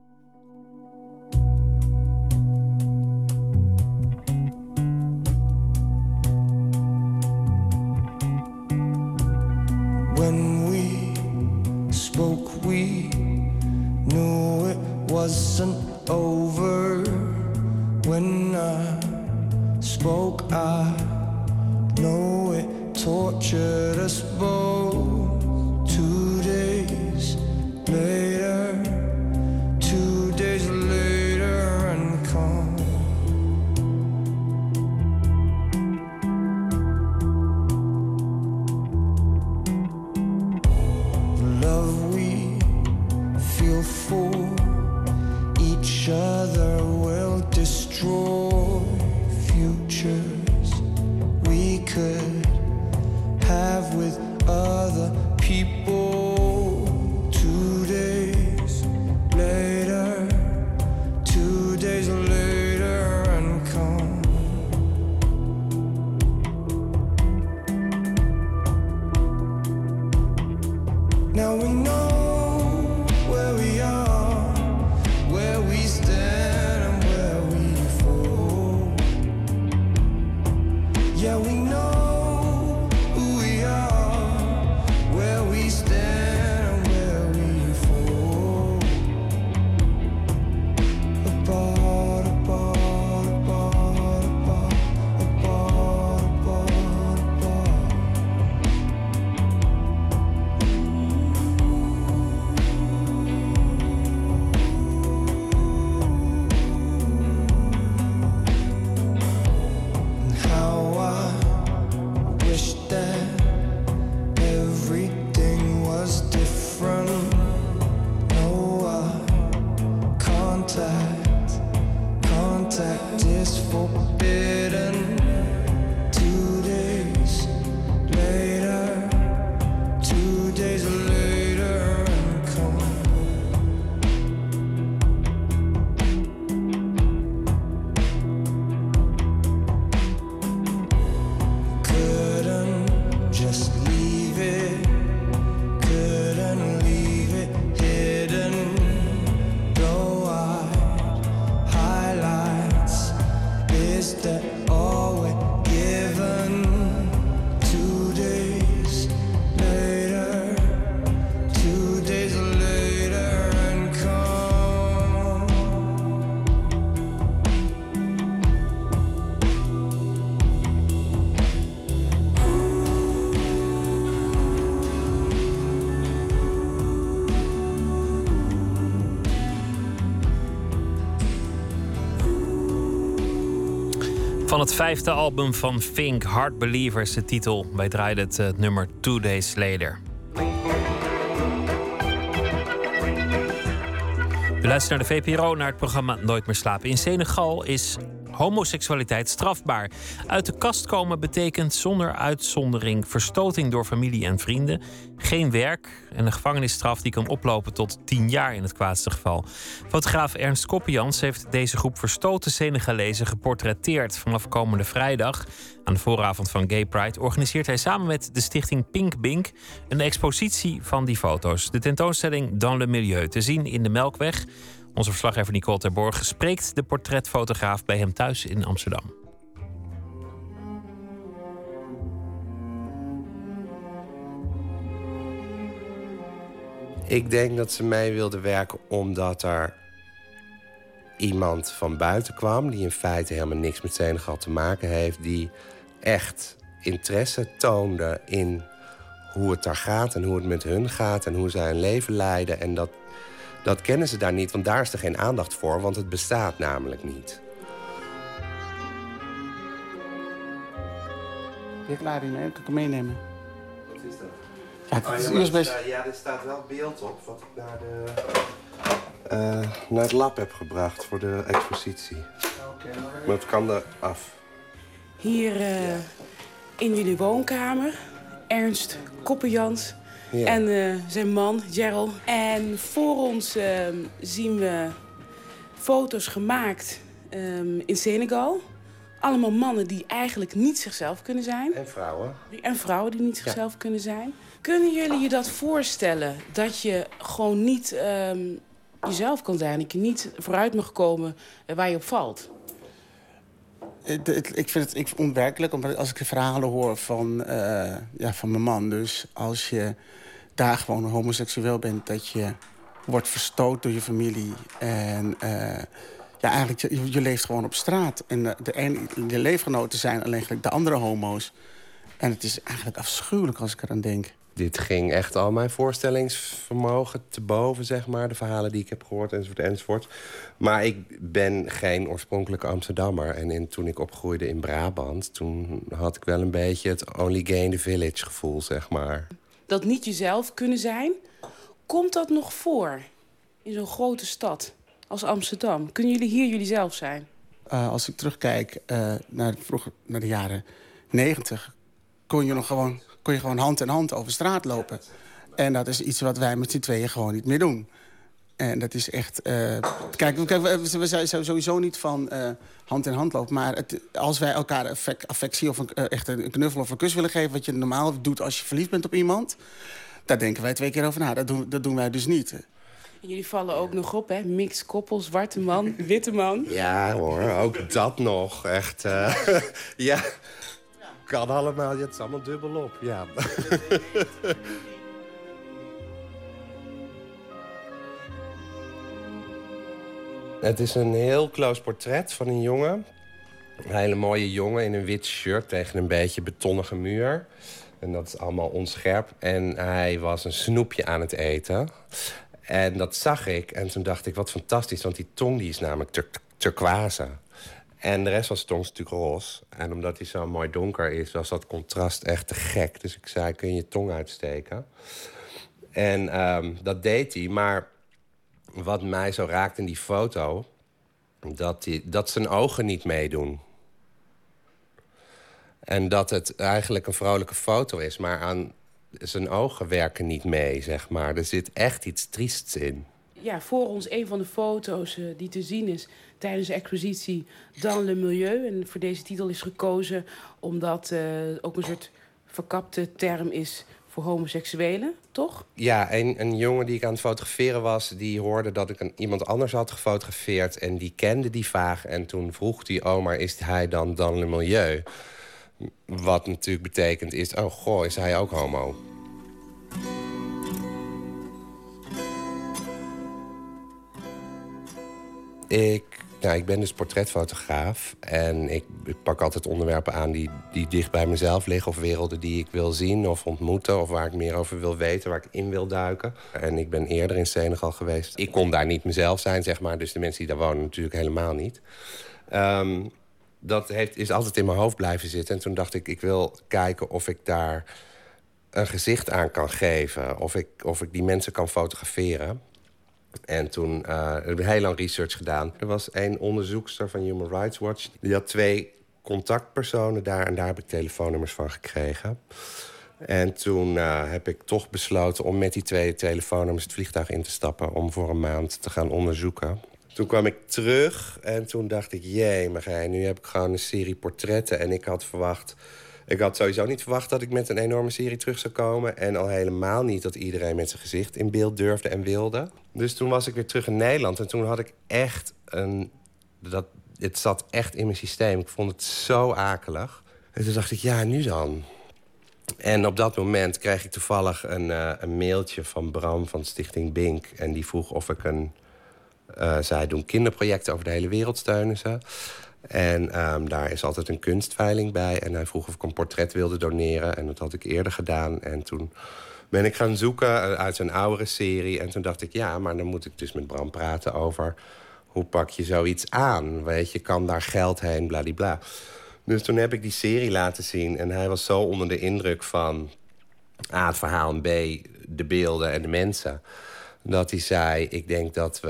When we spoke, we knew it wasn't over. When I spoke, I know it tortured us both. 2 days Van het 5e album van Fink, Hard Believers, de titel. Wij draaiden het nummer 2 Days Later. U luistert naar de VPRO, naar het programma Nooit meer slapen. In Senegal is homoseksualiteit strafbaar. Uit de kast komen betekent zonder uitzondering verstoting door familie en vrienden, geen werk en een gevangenisstraf die kan oplopen tot 10 jaar in het kwaadste geval. Fotograaf Ernst Koppians heeft deze groep verstoten Senegalezen geportretteerd. Vanaf komende vrijdag, aan de vooravond van Gay Pride, organiseert hij samen met de stichting Pink Bink een expositie van die foto's. De tentoonstelling Dans le Milieu, te zien in de Melkweg. Onze verslaggever Nicole Terborg spreekt de portretfotograaf bij hem thuis in Amsterdam. Ik denk dat ze mee wilde werken omdat er iemand van buiten kwam, die in feite helemaal niks met Senegal te maken heeft, die echt interesse toonde in hoe het daar gaat en hoe het met hun gaat en hoe zij een leven leiden. En dat kennen ze daar niet, want daar is er geen aandacht voor, want het bestaat namelijk niet. Ben je klaar in? Kan ik hem meenemen? Wat is dat? Ja, het is USB. Ja, er staat wel beeld op wat ik naar het lab heb gebracht voor de expositie. Maar het kan er af. Hier in jullie woonkamer, Ernst Koppians en zijn man, Gerald. En voor ons zien we foto's gemaakt in Senegal. Allemaal mannen die eigenlijk niet zichzelf kunnen zijn. En vrouwen. En vrouwen die niet zichzelf kunnen zijn. Kunnen jullie je dat voorstellen? Dat je gewoon niet jezelf kan zijn. Dat je niet vooruit mag komen waar je op valt? Ik vind het onwerkelijk, omdat als ik de verhalen hoor van mijn man. Dus als je daar gewoon homoseksueel bent, dat je wordt verstoot door je familie. En eigenlijk, je leeft gewoon op straat. En de leefgenoten zijn alleen de andere homo's. En het is eigenlijk afschuwelijk als ik eraan denk. Dit ging echt al mijn voorstellingsvermogen te boven, zeg maar. De verhalen die ik heb gehoord, enzovoort, enzovoort. Maar ik ben geen oorspronkelijke Amsterdammer. En toen ik opgroeide in Brabant, toen had ik wel een beetje het only gay in the village gevoel, zeg maar. Dat niet jezelf kunnen zijn, komt dat nog voor in zo'n grote stad als Amsterdam? Kunnen jullie hier jullie zelf zijn? Als ik terugkijk naar de jaren 90... kon je gewoon hand in hand over straat lopen. En dat is iets wat wij met z'n tweeën gewoon niet meer doen. En dat is echt... Kijk, we zijn sowieso niet van hand in hand lopen. Maar als wij elkaar affectie of echt een knuffel of een kus willen geven, wat je normaal doet als je verliefd bent op iemand, daar denken wij 2 keer over na. Dat doen wij dus niet. En jullie vallen ook nog op, hè? Mixed koppel, zwarte man, witte man. Ja hoor, ook dat nog. Echt, ja... Kan allemaal, het is allemaal dubbelop, ja. Het is een heel close portret van een jongen. Een hele mooie jongen in een wit shirt tegen een beetje betonnige muur. En dat is allemaal onscherp. En hij was een snoepje aan het eten. En dat zag ik. En toen dacht ik, wat fantastisch, want die tong die is namelijk turquoise. En de rest van zijn tong is natuurlijk roze. En omdat hij zo mooi donker is, was dat contrast echt te gek. Dus ik zei, kun je je tong uitsteken? En dat deed hij. Maar wat mij zo raakt in die foto, dat zijn ogen niet meedoen. En dat het eigenlijk een vrolijke foto is, maar aan zijn ogen werken niet mee, zeg maar. Er zit echt iets triests in. Ja, voor ons een van de foto's die te zien is tijdens de expositie Dans le Milieu. En voor deze titel is gekozen omdat ook een soort verkapte term is voor homoseksuelen, toch? Ja, een jongen die ik aan het fotograferen was, die hoorde dat ik iemand anders had gefotografeerd en die kende die vaag. En toen vroeg hij, oh, maar is hij dan Dans le Milieu? Wat natuurlijk betekent is, oh goh, is hij ook homo? Ik ben dus portretfotograaf. En ik pak altijd onderwerpen aan die dicht bij mezelf liggen. Of werelden die ik wil zien of ontmoeten. Of waar ik meer over wil weten, waar ik in wil duiken. En ik ben eerder in Senegal geweest. Ik kon daar niet mezelf zijn, zeg maar. Dus de mensen die daar wonen natuurlijk helemaal niet. is altijd in mijn hoofd blijven zitten. En toen dacht ik wil kijken of ik daar een gezicht aan kan geven. Of ik die mensen kan fotograferen. En toen heb ik heel lang research gedaan. Er was één onderzoekster van Human Rights Watch. Die had 2 contactpersonen daar. En daar heb ik telefoonnummers van gekregen. En toen heb ik toch besloten om met die 2 telefoonnummers het vliegtuig in te stappen. Om voor een maand te gaan onderzoeken. Toen kwam ik terug en toen dacht ik... nu heb ik gewoon een serie portretten. En ik had sowieso niet verwacht dat ik met een enorme serie terug zou komen. En al helemaal niet dat iedereen met zijn gezicht in beeld durfde en wilde. Dus toen was ik weer terug in Nederland. En toen had ik echt het zat echt in mijn systeem. Ik vond het zo akelig. En toen dacht ik, ja, nu dan. En op dat moment kreeg ik toevallig een mailtje van Bram van Stichting Bink. En die vroeg of ik zij doen kinderprojecten over de hele wereld, steunen ze. En daar is altijd een kunstveiling bij. En hij vroeg of ik een portret wilde doneren. En dat had ik eerder gedaan. En toen ben ik gaan zoeken uit zijn oudere serie. En toen dacht ik, ja, maar dan moet ik dus met Bram praten over... hoe pak je zoiets aan? Weet je, kan daar geld heen, bladibla. Dus toen heb ik die serie laten zien. En hij was zo onder de indruk van A, het verhaal... en B, de beelden en de mensen... dat hij zei, ik denk dat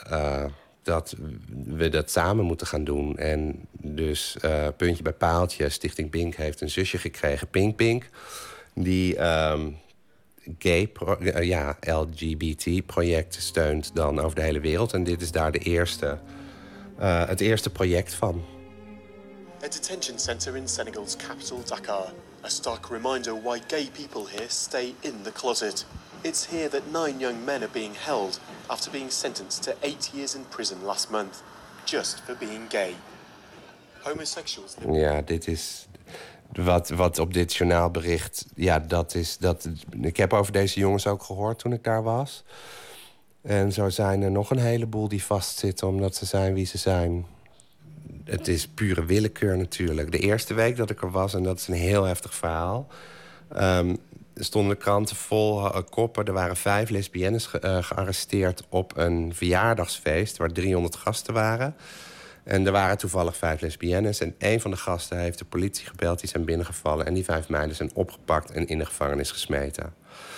we dat samen moeten gaan doen. En dus puntje bij paaltje, Stichting Pink heeft een zusje gekregen, Pink, die LGBT-projecten steunt dan over de hele wereld. En dit is daar het eerste project van. A detention center in Senegal's capital, Dakar. A stark reminder why gay people here stay in the closet. It's here that 9 young men are being held after being sentenced to 8 years in prison last month, just for being gay. Homosexuals... Ja, dit is wat op dit journaal bericht. Ja, ik heb over deze jongens ook gehoord toen ik daar was. En zo zijn er nog een heleboel die vastzitten omdat ze zijn wie ze zijn. Het is pure willekeur natuurlijk. De eerste week dat ik er was, en dat is een heel heftig verhaal... stonden de kranten vol koppen. Er waren 5 lesbiennes gearresteerd op een verjaardagsfeest... waar 300 gasten waren. En er waren toevallig 5 lesbiennes. En een van de gasten heeft de politie gebeld, die zijn binnengevallen... en die 5 meiden zijn opgepakt en in de gevangenis gesmeten.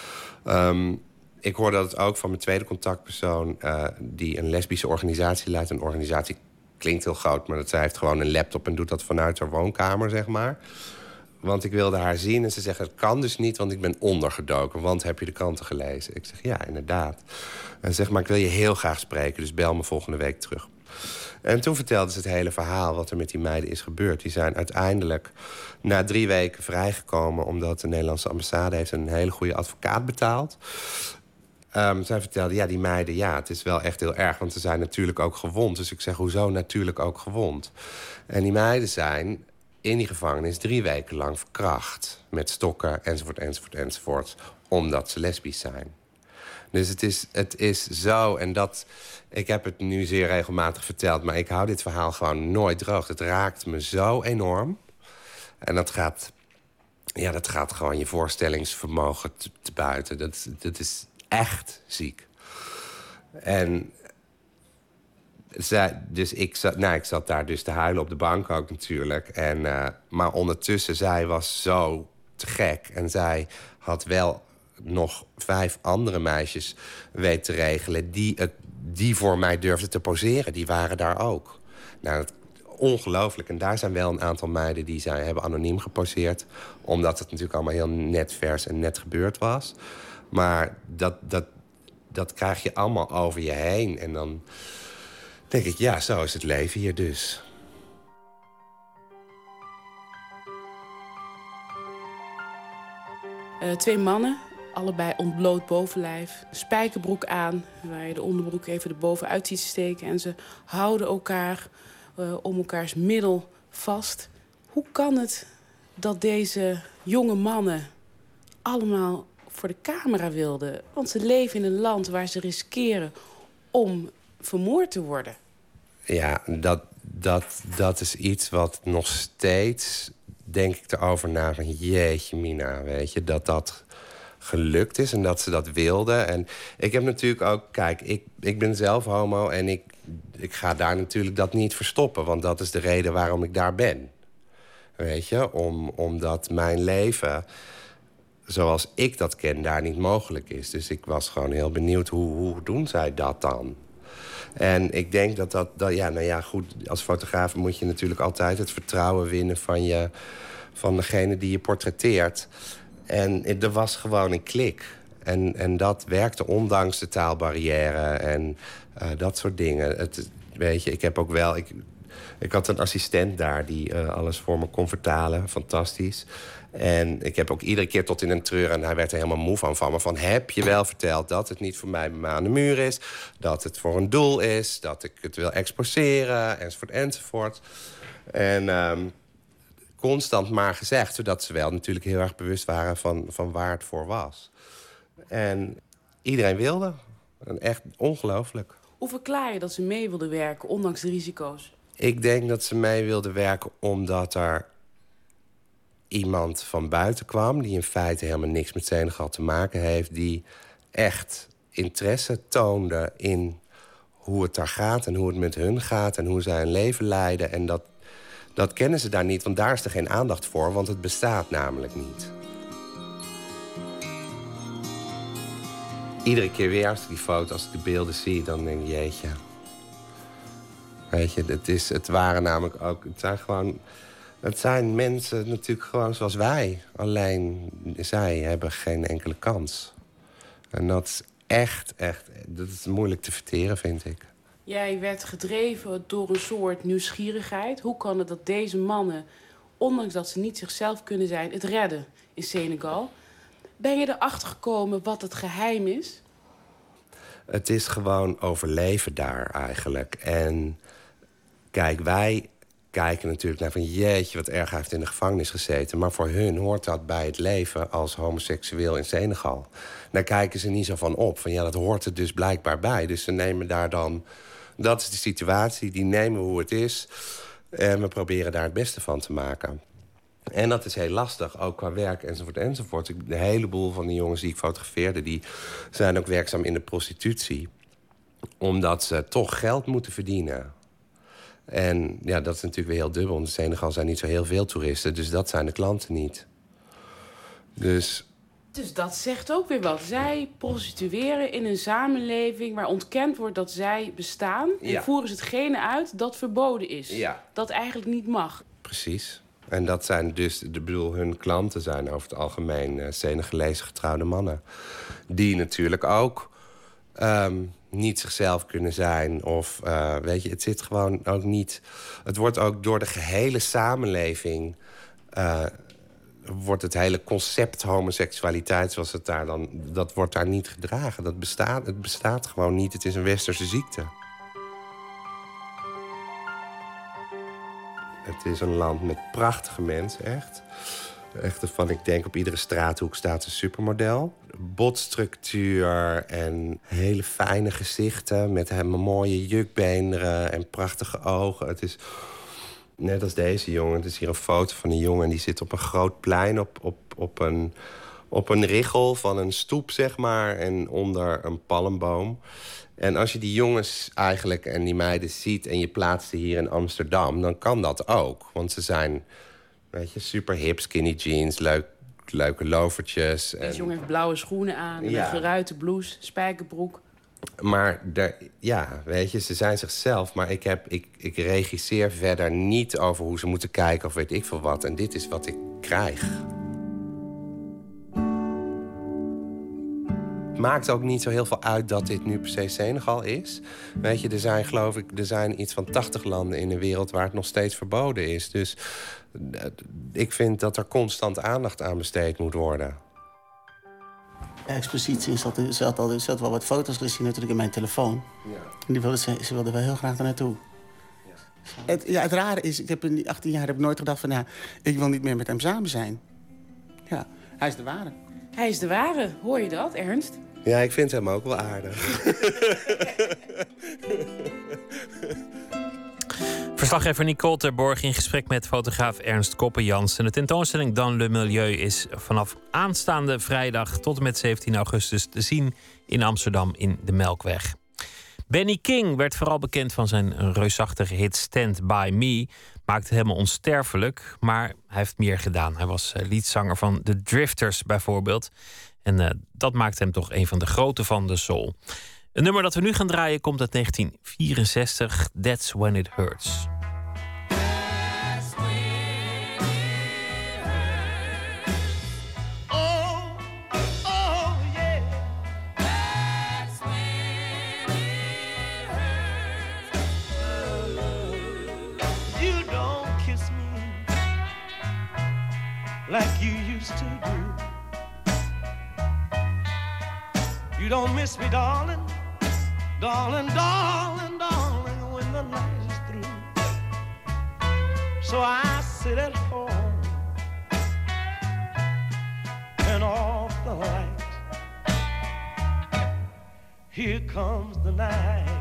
Ik hoorde dat ook van mijn tweede contactpersoon... die een lesbische organisatie leidt. Een organisatie klinkt heel groot, maar zij heeft gewoon een laptop... en doet dat vanuit haar woonkamer, zeg maar... Want ik wilde haar zien en ze zegt, het kan dus niet, want ik ben ondergedoken. Want heb je de kranten gelezen? Ik zeg, ja, inderdaad. En ze zegt, maar ik wil je heel graag spreken, dus bel me volgende week terug. En toen vertelde ze het hele verhaal wat er met die meiden is gebeurd. Die zijn uiteindelijk na 3 weken vrijgekomen... omdat de Nederlandse ambassade heeft een hele goede advocaat betaald. Zij vertelde, ja, die meiden, ja, het is wel echt heel erg... want ze zijn natuurlijk ook gewond. Dus ik zeg, hoezo natuurlijk ook gewond? En die meiden zijn... in die gevangenis 3 weken lang verkracht. Met stokken, enzovoort, omdat ze lesbisch zijn. Dus het is zo, en dat... Ik heb het nu zeer regelmatig verteld... maar ik hou dit verhaal gewoon nooit droog. Het raakt me zo enorm. En dat gaat gewoon je voorstellingsvermogen te buiten. Dat is echt ziek. En... ik zat daar dus te huilen op de bank ook natuurlijk. Maar ondertussen, zij was zo te gek. En zij had wel nog 5 andere meisjes weten te regelen... die voor mij durfden te poseren. Die waren daar ook. Nou, ongelooflijk. En daar zijn wel een aantal meiden die hebben anoniem geposeerd. Omdat het natuurlijk allemaal heel net vers en net gebeurd was. Maar dat krijg je allemaal over je heen. En dan... denk ik, ja, zo is het leven hier dus. Twee mannen, allebei ontbloot bovenlijf. Spijkerbroek aan, waar je de onderbroek even erbovenuit ziet steken. En ze houden elkaar om elkaars middel vast. Hoe kan het dat deze jonge mannen allemaal voor de camera wilden? Want ze leven in een land waar ze riskeren om vermoord te worden. Ja, dat is iets wat nog steeds, denk ik erover na van... jeetje mina, weet je, dat gelukt is en dat ze dat wilde. En ik heb natuurlijk ook... Kijk, ik ben zelf homo en ik ga daar natuurlijk dat niet verstoppen. Want dat is de reden waarom ik daar ben. Weet je? Omdat mijn leven, zoals ik dat ken, daar niet mogelijk is. Dus ik was gewoon heel benieuwd, hoe doen zij dat dan? En ik denk dat goed, als fotograaf moet je natuurlijk altijd het vertrouwen winnen van degene die je portretteert. En er was gewoon een klik. En dat werkte ondanks de taalbarrière en dat soort dingen. Weet je, ik heb ook wel... Ik had een assistent daar die alles voor me kon vertalen. Fantastisch. En ik heb ook iedere keer tot in een treur... en hij werd er helemaal moe van me. Van, heb je wel verteld dat het niet voor mij aan de muur is? Dat het voor een doel is? Dat ik het wil exposeren? Enzovoort, enzovoort. En constant maar gezegd. Zodat ze wel natuurlijk heel erg bewust waren van waar het voor was. En iedereen wilde. En echt ongelooflijk. Hoe verklaar je dat ze mee wilden werken, ondanks de risico's? Ik denk dat ze mee wilden werken omdat er iemand van buiten kwam... die in feite helemaal niks met Senegal te maken heeft... die echt interesse toonde in hoe het daar gaat... en hoe het met hun gaat en hoe zij een leven leiden. En dat kennen ze daar niet, want daar is er geen aandacht voor... want het bestaat namelijk niet. Iedere keer weer als ik die foto's, als ik de beelden zie... dan denk ik, jeetje... Weet je, het waren namelijk ook... Het zijn mensen natuurlijk gewoon zoals wij. Alleen zij hebben geen enkele kans. En dat is echt... Dat is moeilijk te verteren, vind ik. Jij werd gedreven door een soort nieuwsgierigheid. Hoe kan het dat deze mannen, ondanks dat ze niet zichzelf kunnen zijn... het redden in Senegal? Ben je erachter gekomen wat het geheim is? Het is gewoon overleven daar eigenlijk. En kijk, wij kijken natuurlijk naar van... jeetje, wat erg, hij heeft in de gevangenis gezeten. Maar voor hun hoort dat bij het leven als homoseksueel in Senegal. Daar kijken ze niet zo van op. Van ja, dat hoort er dus blijkbaar bij. Dus ze nemen daar dan... Dat is de situatie, die nemen hoe het is. En we proberen daar het beste van te maken. En dat is heel lastig, ook qua werk enzovoort enzovoort. De heleboel van die jongens die ik fotografeerde... die zijn ook werkzaam in de prostitutie. Omdat ze toch geld moeten verdienen. En ja, dat is natuurlijk weer heel dubbel. In Senegal zijn niet zo heel veel toeristen, dus dat zijn de klanten niet. Dus dat zegt ook weer wat. Zij prostitueren in een samenleving waar ontkend wordt dat zij bestaan. En voeren ze hetgene uit dat verboden is. Ja. Dat eigenlijk niet mag. Precies. En dat zijn dus, hun klanten zijn over het algemeen Senegalese getrouwde mannen. Die natuurlijk ook niet zichzelf kunnen zijn. Of weet je, het zit gewoon ook niet... Het wordt ook door de gehele samenleving... wordt het hele concept homoseksualiteit, zoals het daar dan... dat wordt daar niet gedragen. Het bestaat gewoon niet. Het is een westerse ziekte. Het is een land met prachtige mensen, echt. Echt van, ik denk op iedere straathoek staat een supermodel. Botstructuur en hele fijne gezichten... met helemaal mooie jukbeenderen en prachtige ogen. Het is net als deze jongen. Het is hier een foto van een jongen... en die zit op een groot plein op een richel van een stoep, zeg maar... en onder een palmboom. En als je die jongens eigenlijk en die meiden ziet... en je plaatst ze hier in Amsterdam, dan kan dat ook. Want ze zijn, weet je, super hip, skinny jeans, leuke lovertjes. Deze jongen heeft blauwe schoenen aan, een geruite blouse, spijkerbroek. Maar weet je, ze zijn zichzelf. Maar ik regisseer verder niet over hoe ze moeten kijken of weet ik veel wat. En dit is wat ik krijg. Het maakt ook niet zo heel veel uit dat dit nu per se Senegal is. Weet je, er zijn iets van 80 landen in de wereld waar het nog steeds verboden is. Dus ik vind dat er constant aandacht aan besteed moet worden. Expositie ze had wel wat foto's gezien natuurlijk in mijn telefoon. Ja. En ze wilde wel heel graag daar naartoe. Ja. Het rare is, ik heb in die 18 jaar heb ik nooit gedacht van... ik wil niet meer met hem samen zijn. Ja, hij is de ware. Hij is de ware, hoor je dat, Ernst? Ja, ik vind hem ook wel aardig. Verslaggever Nicole Terborg in gesprek met fotograaf Ernst Koppenjans. En de tentoonstelling Dans le Milieu is vanaf aanstaande vrijdag tot en met 17 augustus te zien in Amsterdam in de Melkweg. Benny King werd vooral bekend van zijn reusachtige hit Stand By Me. Maakte helemaal onsterfelijk, maar hij heeft meer gedaan. Hij was leadzanger van The Drifters bijvoorbeeld. En dat maakt hem toch een van de grote van de soul. Een nummer dat we nu gaan draaien komt uit 1964. That's When It Hurts. Like you used to do. You don't miss me, darling, darling, darling, darling, when the night is through. So I sit at home and off the light. Here comes the night.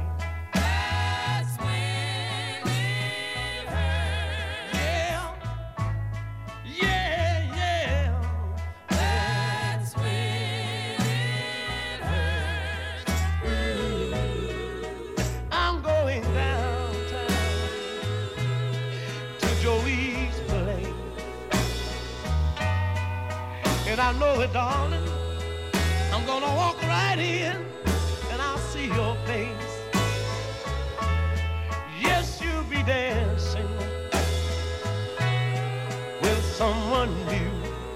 I know it, darling. I'm gonna walk right in and I'll see your face. Yes, you'll be dancing with someone new.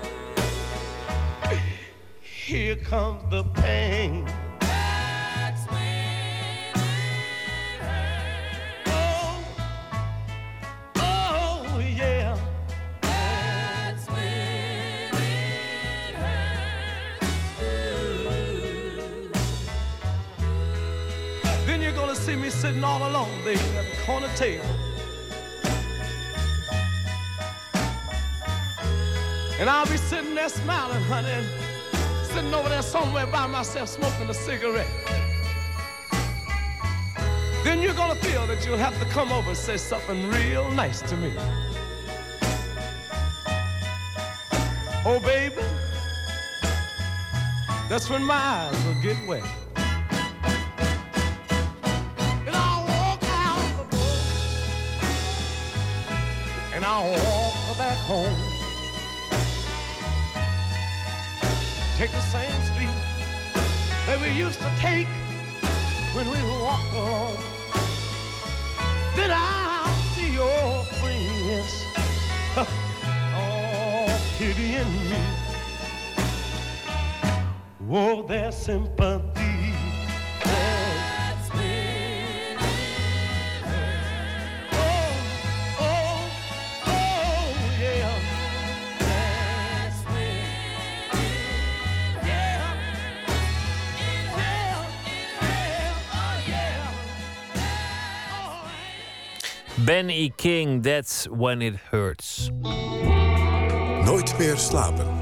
Here comes the pain. See me sitting all alone, baby, at the corner table. And I'll be sitting there smiling, honey, and sitting over there somewhere by myself smoking a cigarette. Then you're gonna feel that you'll have to come over and say something real nice to me. Oh, baby, that's when my eyes will get wet. And I'll walk back home. Take the same street that we used to take when we walked along. Then I'll see your friends all pitying me. Oh, their sympathy. Benny King, That's When It Hurts. Nooit meer slapen.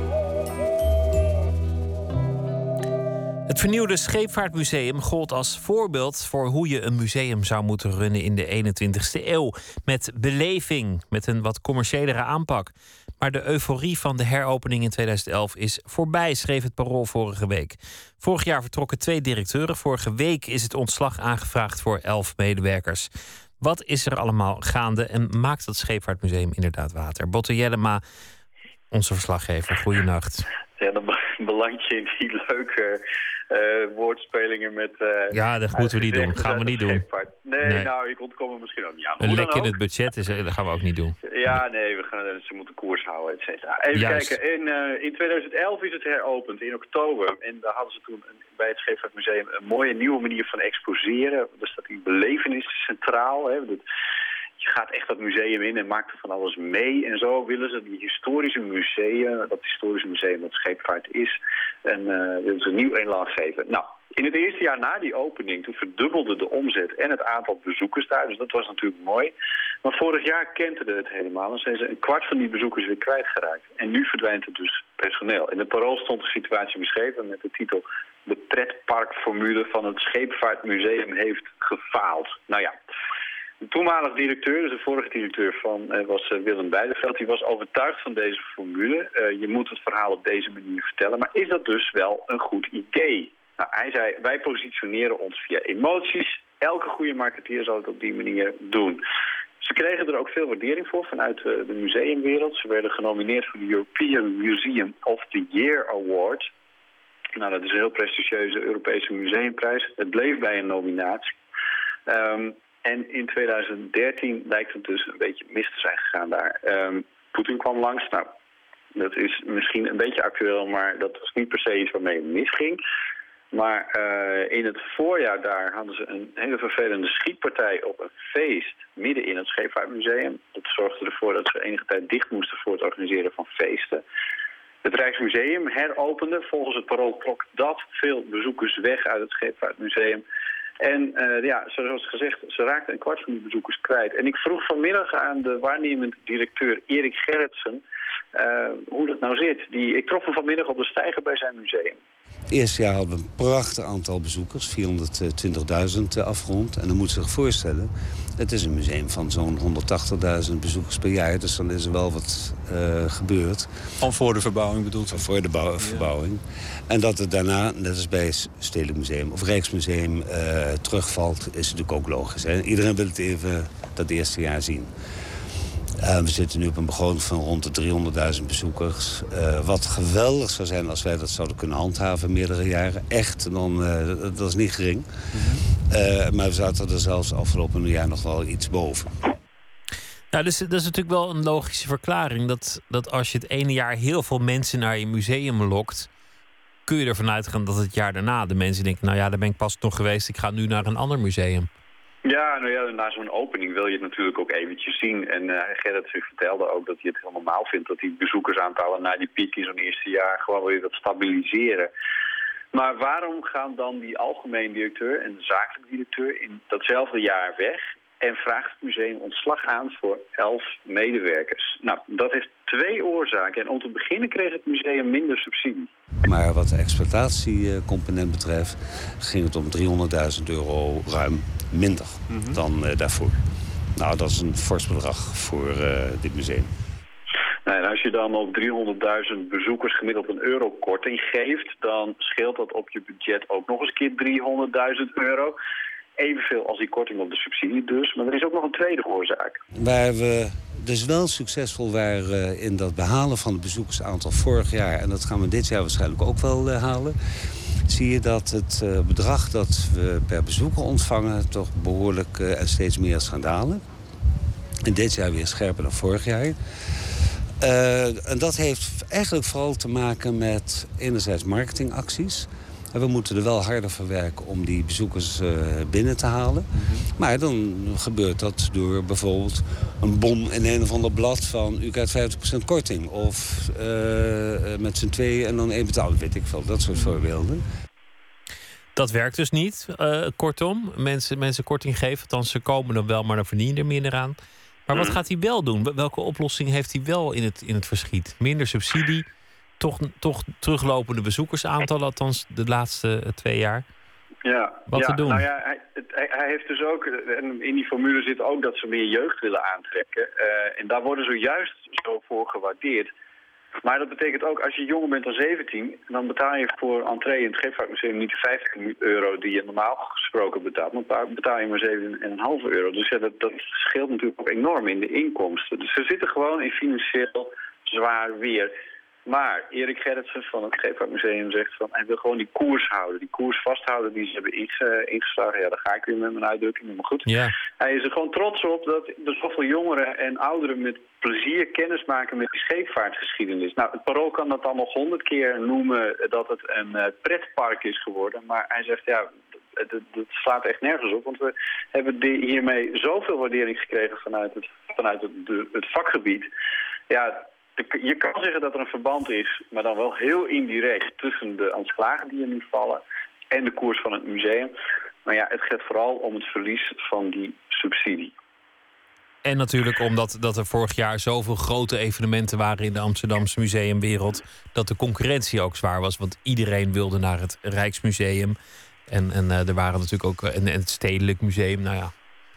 Het vernieuwde Scheepvaartmuseum gold als voorbeeld voor hoe je een museum zou moeten runnen in de 21ste eeuw. Met beleving, met een wat commerciëlere aanpak. Maar de euforie van de heropening in 2011 is voorbij, schreef het Parool vorige week. Vorig jaar vertrokken 2 directeuren. Vorige week is het ontslag aangevraagd voor 11 medewerkers. Wat is er allemaal gaande en maakt dat Scheepvaartmuseum inderdaad water? Botte Jellema, onze verslaggever, goeienacht. Ja, dan beland je in die leuke woordspelingen met... ja, dat moeten we niet doen. Gaan we niet doen. Nee, nou, ik ontkom er misschien ook niet aan. Een lek in het budget, dat gaan we ook niet doen. Ja, nee, ze moeten koers houden, et cetera. Even kijken, in 2011 is het heropend, in oktober. En daar hadden ze toen bij het Scheepvaartmuseum een mooie nieuwe manier van exposeren. Daar staat die belevenis centraal. Hè. Je gaat echt dat museum in en maakt er van alles mee. En zo willen ze die historische museum, dat historische museum dat scheepvaart is, en willen ze een nieuw elan geven. Nou, in het eerste jaar na die opening, toen verdubbelde de omzet en het aantal bezoekers daar. Dus dat was natuurlijk mooi. Maar vorig jaar kenterde het helemaal en zijn ze 1/4 van die bezoekers weer kwijtgeraakt. En nu verdwijnt het dus personeel. In het Parool stond de situatie beschreven met de titel: de pretparkformule van het Scheepvaartmuseum heeft gefaald. Nou ja, De toenmalige directeur, dus de vorige directeur was Willem Beideveld, die was overtuigd van deze formule. Je moet het verhaal op deze manier vertellen, maar is dat dus wel een goed idee? Nou, hij zei, wij positioneren ons via emoties. Elke goede marketeer zal het op die manier doen. Ze kregen er ook veel waardering voor vanuit de museumwereld. Ze werden genomineerd voor de European Museum of the Year Award. Nou, dat is een heel prestigieuze Europese museumprijs. Het bleef bij een nominatie. En in 2013 lijkt het dus een beetje mis te zijn gegaan daar. Poetin kwam langs. Nou, dat is misschien een beetje actueel, maar dat was niet per se iets waarmee het misging. Maar in het voorjaar daar hadden ze een hele vervelende schietpartij op een feest midden in het Scheepvaartmuseum. Dat zorgde ervoor dat ze enige tijd dicht moesten voor het organiseren van feesten. Het Rijksmuseum heropende. Volgens het Parool trok dat veel bezoekers weg uit het Scheepvaartmuseum. En zoals gezegd, ze raakten een kwart van die bezoekers kwijt. En ik vroeg vanmiddag aan de waarnemend directeur Erik Gerritsen hoe dat nou zit. Ik trof hem vanmiddag op de steiger bij zijn museum. Het eerste jaar hadden we een prachtig aantal bezoekers, 420.000 afgerond. En dan moet je zich voorstellen, het is een museum van zo'n 180.000 bezoekers per jaar. Dus dan is er wel wat gebeurd. Al voor de verbouwing bedoeld? Voor de verbouwing. En dat het daarna, net als bij Stedelijk Museum of Rijksmuseum, terugvalt, is natuurlijk ook logisch. Hè? Iedereen wil het even dat eerste jaar zien. We zitten nu op een begroting van rond de 300.000 bezoekers. Wat geweldig zou zijn als wij dat zouden kunnen handhaven meerdere jaren. Echt, dat is niet gering. Maar we zaten er zelfs afgelopen jaar nog wel iets boven. Nou, dus dat is natuurlijk wel een logische verklaring. Dat als je het ene jaar heel veel mensen naar je museum lokt, kun je ervan uitgaan dat het jaar daarna de mensen denken, nou ja, daar ben ik pas nog geweest, ik ga nu naar een ander museum. Ja, nou ja, na zo'n opening wil je het natuurlijk ook eventjes zien. En Gerrit vertelde ook dat hij het heel normaal vindt dat die bezoekersaantallen na die piek in zo'n eerste jaar gewoon weer wat stabiliseren. Maar waarom gaan dan die algemeen directeur en de zakelijk directeur in datzelfde jaar weg en vraagt het museum ontslag aan voor 11 medewerkers? Nou, dat heeft 2 oorzaken. En om te beginnen kreeg het museum minder subsidie. Maar wat de exploitatiecomponent betreft ging het om €300.000 ruim minder dan daarvoor. Nou, dat is een fors bedrag voor dit museum. Nou, en als je dan op 300.000 bezoekers gemiddeld €1 korting geeft, dan scheelt dat op je budget ook nog eens een keer €300.000. Evenveel als die korting op de subsidie dus. Maar er is ook nog een tweede oorzaak. Waar we dus wel succesvol waren in dat behalen van het bezoekersaantal vorig jaar, en dat gaan we dit jaar waarschijnlijk ook wel halen, zie je dat het bedrag dat we per bezoeker ontvangen toch behoorlijk en steeds meer is gaan dalen. En dit jaar weer scherper dan vorig jaar. En dat heeft eigenlijk vooral te maken met enerzijds marketingacties. En we moeten er wel harder voor werken om die bezoekers binnen te halen. Maar dan gebeurt dat door bijvoorbeeld een bon in een of ander blad van u krijgt 50% korting. Of met z'n tweeën en dan één betalen, weet ik veel. Dat soort voorbeelden. Dat werkt dus niet. Kortom, mensen korting geven. Althans, ze komen dan wel, maar dan verdienen er minder aan. Maar wat gaat hij wel doen? Welke oplossing heeft hij wel in het verschiet? Minder subsidie? Toch teruglopende bezoekersaantallen, althans de laatste 2 jaar. Ja, wat te doen? Nou ja, hij heeft dus ook, en in die formule zit ook dat ze meer jeugd willen aantrekken. En daar worden ze juist zo voor gewaardeerd. Maar dat betekent ook, als je jonger bent dan 17, dan betaal je voor entree in het Scheepvaartmuseum niet de €50 die je normaal gesproken betaalt. Maar betaal je maar €7,5. Dus ja, dat scheelt natuurlijk ook enorm in de inkomsten. Dus ze zitten gewoon in financieel zwaar weer. Maar Erik Gerritsen van het Scheepvaartmuseum zegt van hij wil gewoon die koers houden. Die koers vasthouden die ze hebben ingeslagen. Ja, daar ga ik weer met mijn uitdrukking. Maar goed, ja. Hij is er gewoon trots op dat er zoveel jongeren en ouderen met plezier kennis maken met die scheepvaartgeschiedenis. Nou, het Parool kan dat dan nog 100 keer noemen dat het een pretpark is geworden. Maar hij zegt ja, dat slaat echt nergens op. Want we hebben hiermee zoveel waardering gekregen vanuit het vakgebied. Ja, je kan zeggen dat er een verband is, maar dan wel heel indirect tussen de aanslagen die er nu vallen en de koers van het museum. Maar ja, het gaat vooral om het verlies van die subsidie. En natuurlijk omdat er vorig jaar zoveel grote evenementen waren in de Amsterdamse museumwereld, dat de concurrentie ook zwaar was. Want iedereen wilde naar het Rijksmuseum. En er waren natuurlijk ook en het Stedelijk Museum, nou ja.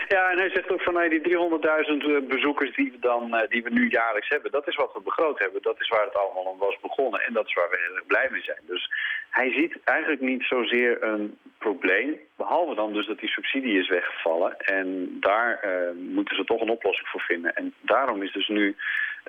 Ja, en hij zegt ook van die 300.000 bezoekers die we nu jaarlijks hebben, dat is wat we begroot hebben. Dat is waar het allemaal om was begonnen en dat is waar we heel erg blij mee zijn. Dus hij ziet eigenlijk niet zozeer een probleem, behalve dan dus dat die subsidie is weggevallen. En daar moeten ze toch een oplossing voor vinden. En daarom is dus nu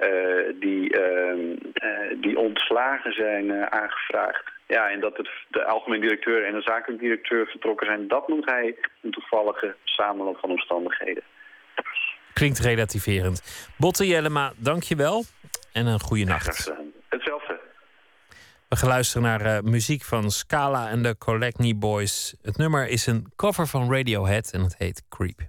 die ontslagen zijn aangevraagd. Ja, en dat de algemeen directeur en de zakelijk directeur vertrokken zijn, dat noemt hij een toevallige samenloop van omstandigheden. Klinkt relativerend. Botte Jellema, dank je wel en een goede nacht. Hetzelfde. We gaan luisteren naar muziek van Scala en de Coligny Boys. Het nummer is een cover van Radiohead en het heet Creep.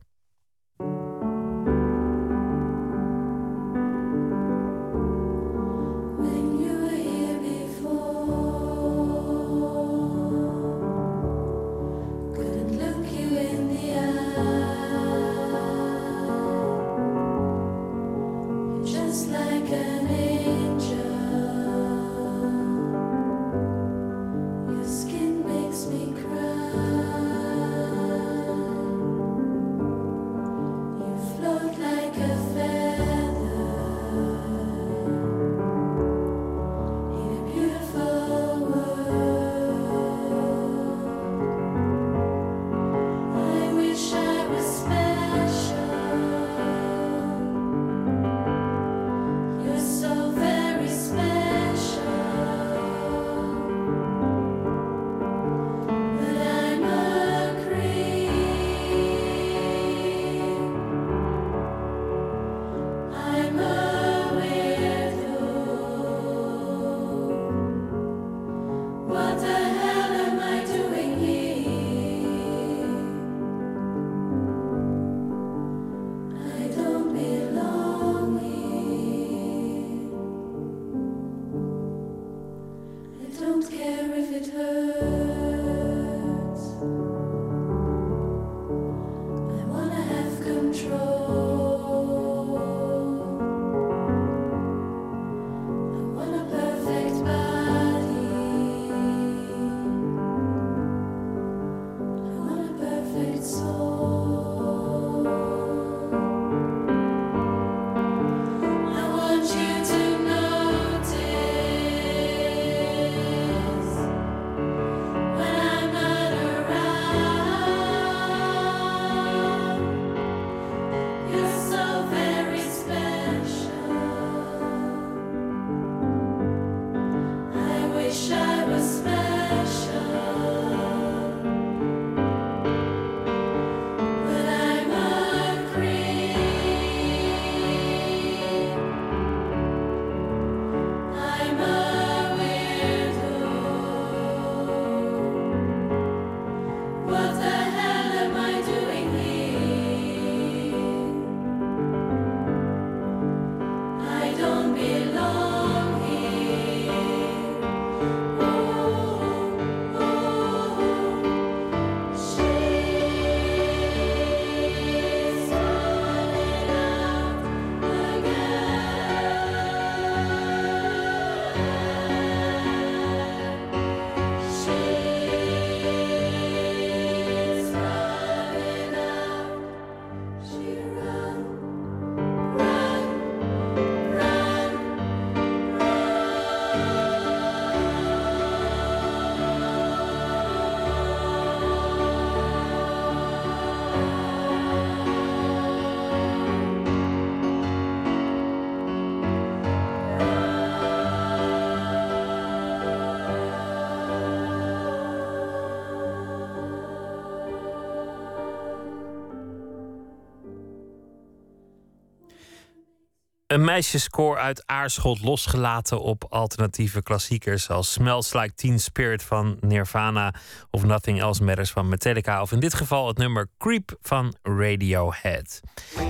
Een meisjeskoor uit Aarschot losgelaten op alternatieve klassiekers als Smells Like Teen Spirit van Nirvana of Nothing Else Matters van Metallica of in dit geval het nummer Creep van Radiohead.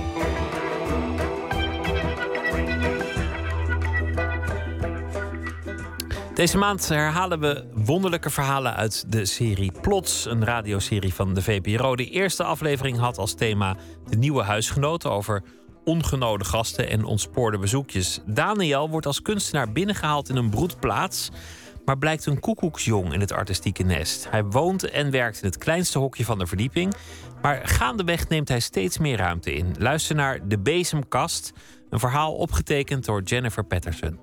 Deze maand herhalen we wonderlijke verhalen uit de serie Plots, een radioserie van de VPRO. De eerste aflevering had als thema de nieuwe huisgenoten over ongenode gasten en ontspoorde bezoekjes. Daniel wordt als kunstenaar binnengehaald in een broedplaats, maar blijkt een koekoeksjong in het artistieke nest. Hij woont en werkt in het kleinste hokje van de verdieping, maar gaandeweg neemt hij steeds meer ruimte in. Luister naar De Bezemkast, een verhaal opgetekend door Jennifer Patterson.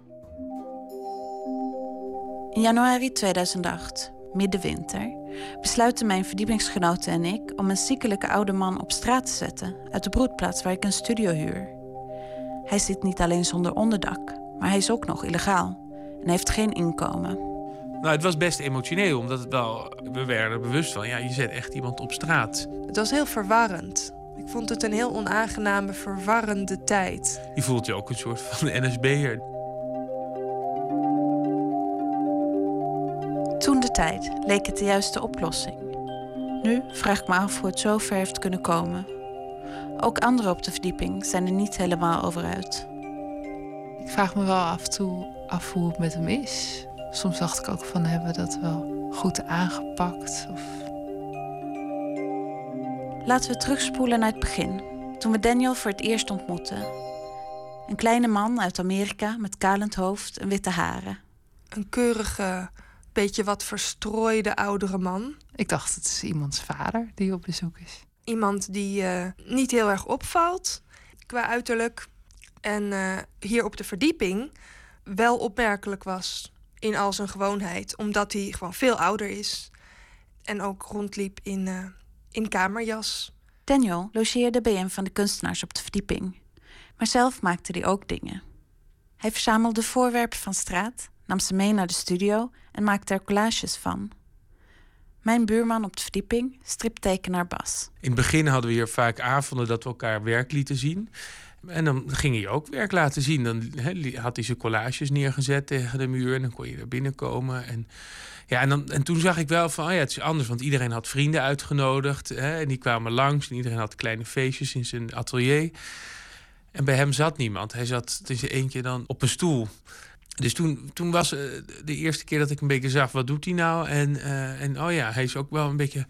In januari 2008, middenwinter, besluiten mijn verdiepingsgenoten en ik om een ziekelijke oude man op straat te zetten uit de broedplaats waar ik een studio huur. Hij zit niet alleen zonder onderdak, maar hij is ook nog illegaal en heeft geen inkomen. Nou, het was best emotioneel, omdat we werden er bewust van, je zet echt iemand op straat. Het was heel verwarrend. Ik vond het een heel onaangename, verwarrende tijd. Je voelt je ook een soort van NSB'er. Toen de tijd leek het de juiste oplossing. Nu vraag ik me af hoe het zo ver heeft kunnen komen. Ook anderen op de verdieping zijn er niet helemaal over uit. Ik vraag me wel af en toe af hoe het met hem is. Soms dacht ik ook van, hebben we dat wel goed aangepakt? Of... Laten we terugspoelen naar het begin. Toen we Daniel voor het eerst ontmoetten. Een kleine man uit Amerika met kalend hoofd en witte haren. Een keurige, beetje wat verstrooide oudere man. Ik dacht, het is iemands vader die op bezoek is. Iemand die niet heel erg opvalt qua uiterlijk. En hier op de verdieping wel opmerkelijk was in al zijn gewoonheid. Omdat hij gewoon veel ouder is. En ook rondliep in kamerjas. Daniel logeerde bij een van de kunstenaars op de verdieping. Maar zelf maakte hij ook dingen. Hij verzamelde voorwerpen van straat, nam ze mee naar de studio en maakte er collages van. Mijn buurman op de verdieping, striptekenaar Bas. In het begin hadden we hier vaak avonden dat we elkaar werk lieten zien. En dan ging hij ook werk laten zien. Dan had hij zijn collages neergezet tegen de muur en dan kon je er binnenkomen. En toen zag ik wel van, het is anders. Want iedereen had vrienden uitgenodigd. En die kwamen langs. En iedereen had kleine feestjes in zijn atelier. En bij hem zat niemand. Hij zat in zijn eentje dan op een stoel. Dus toen was de eerste keer dat ik een beetje zag, wat doet hij nou? En hij is ook wel een beetje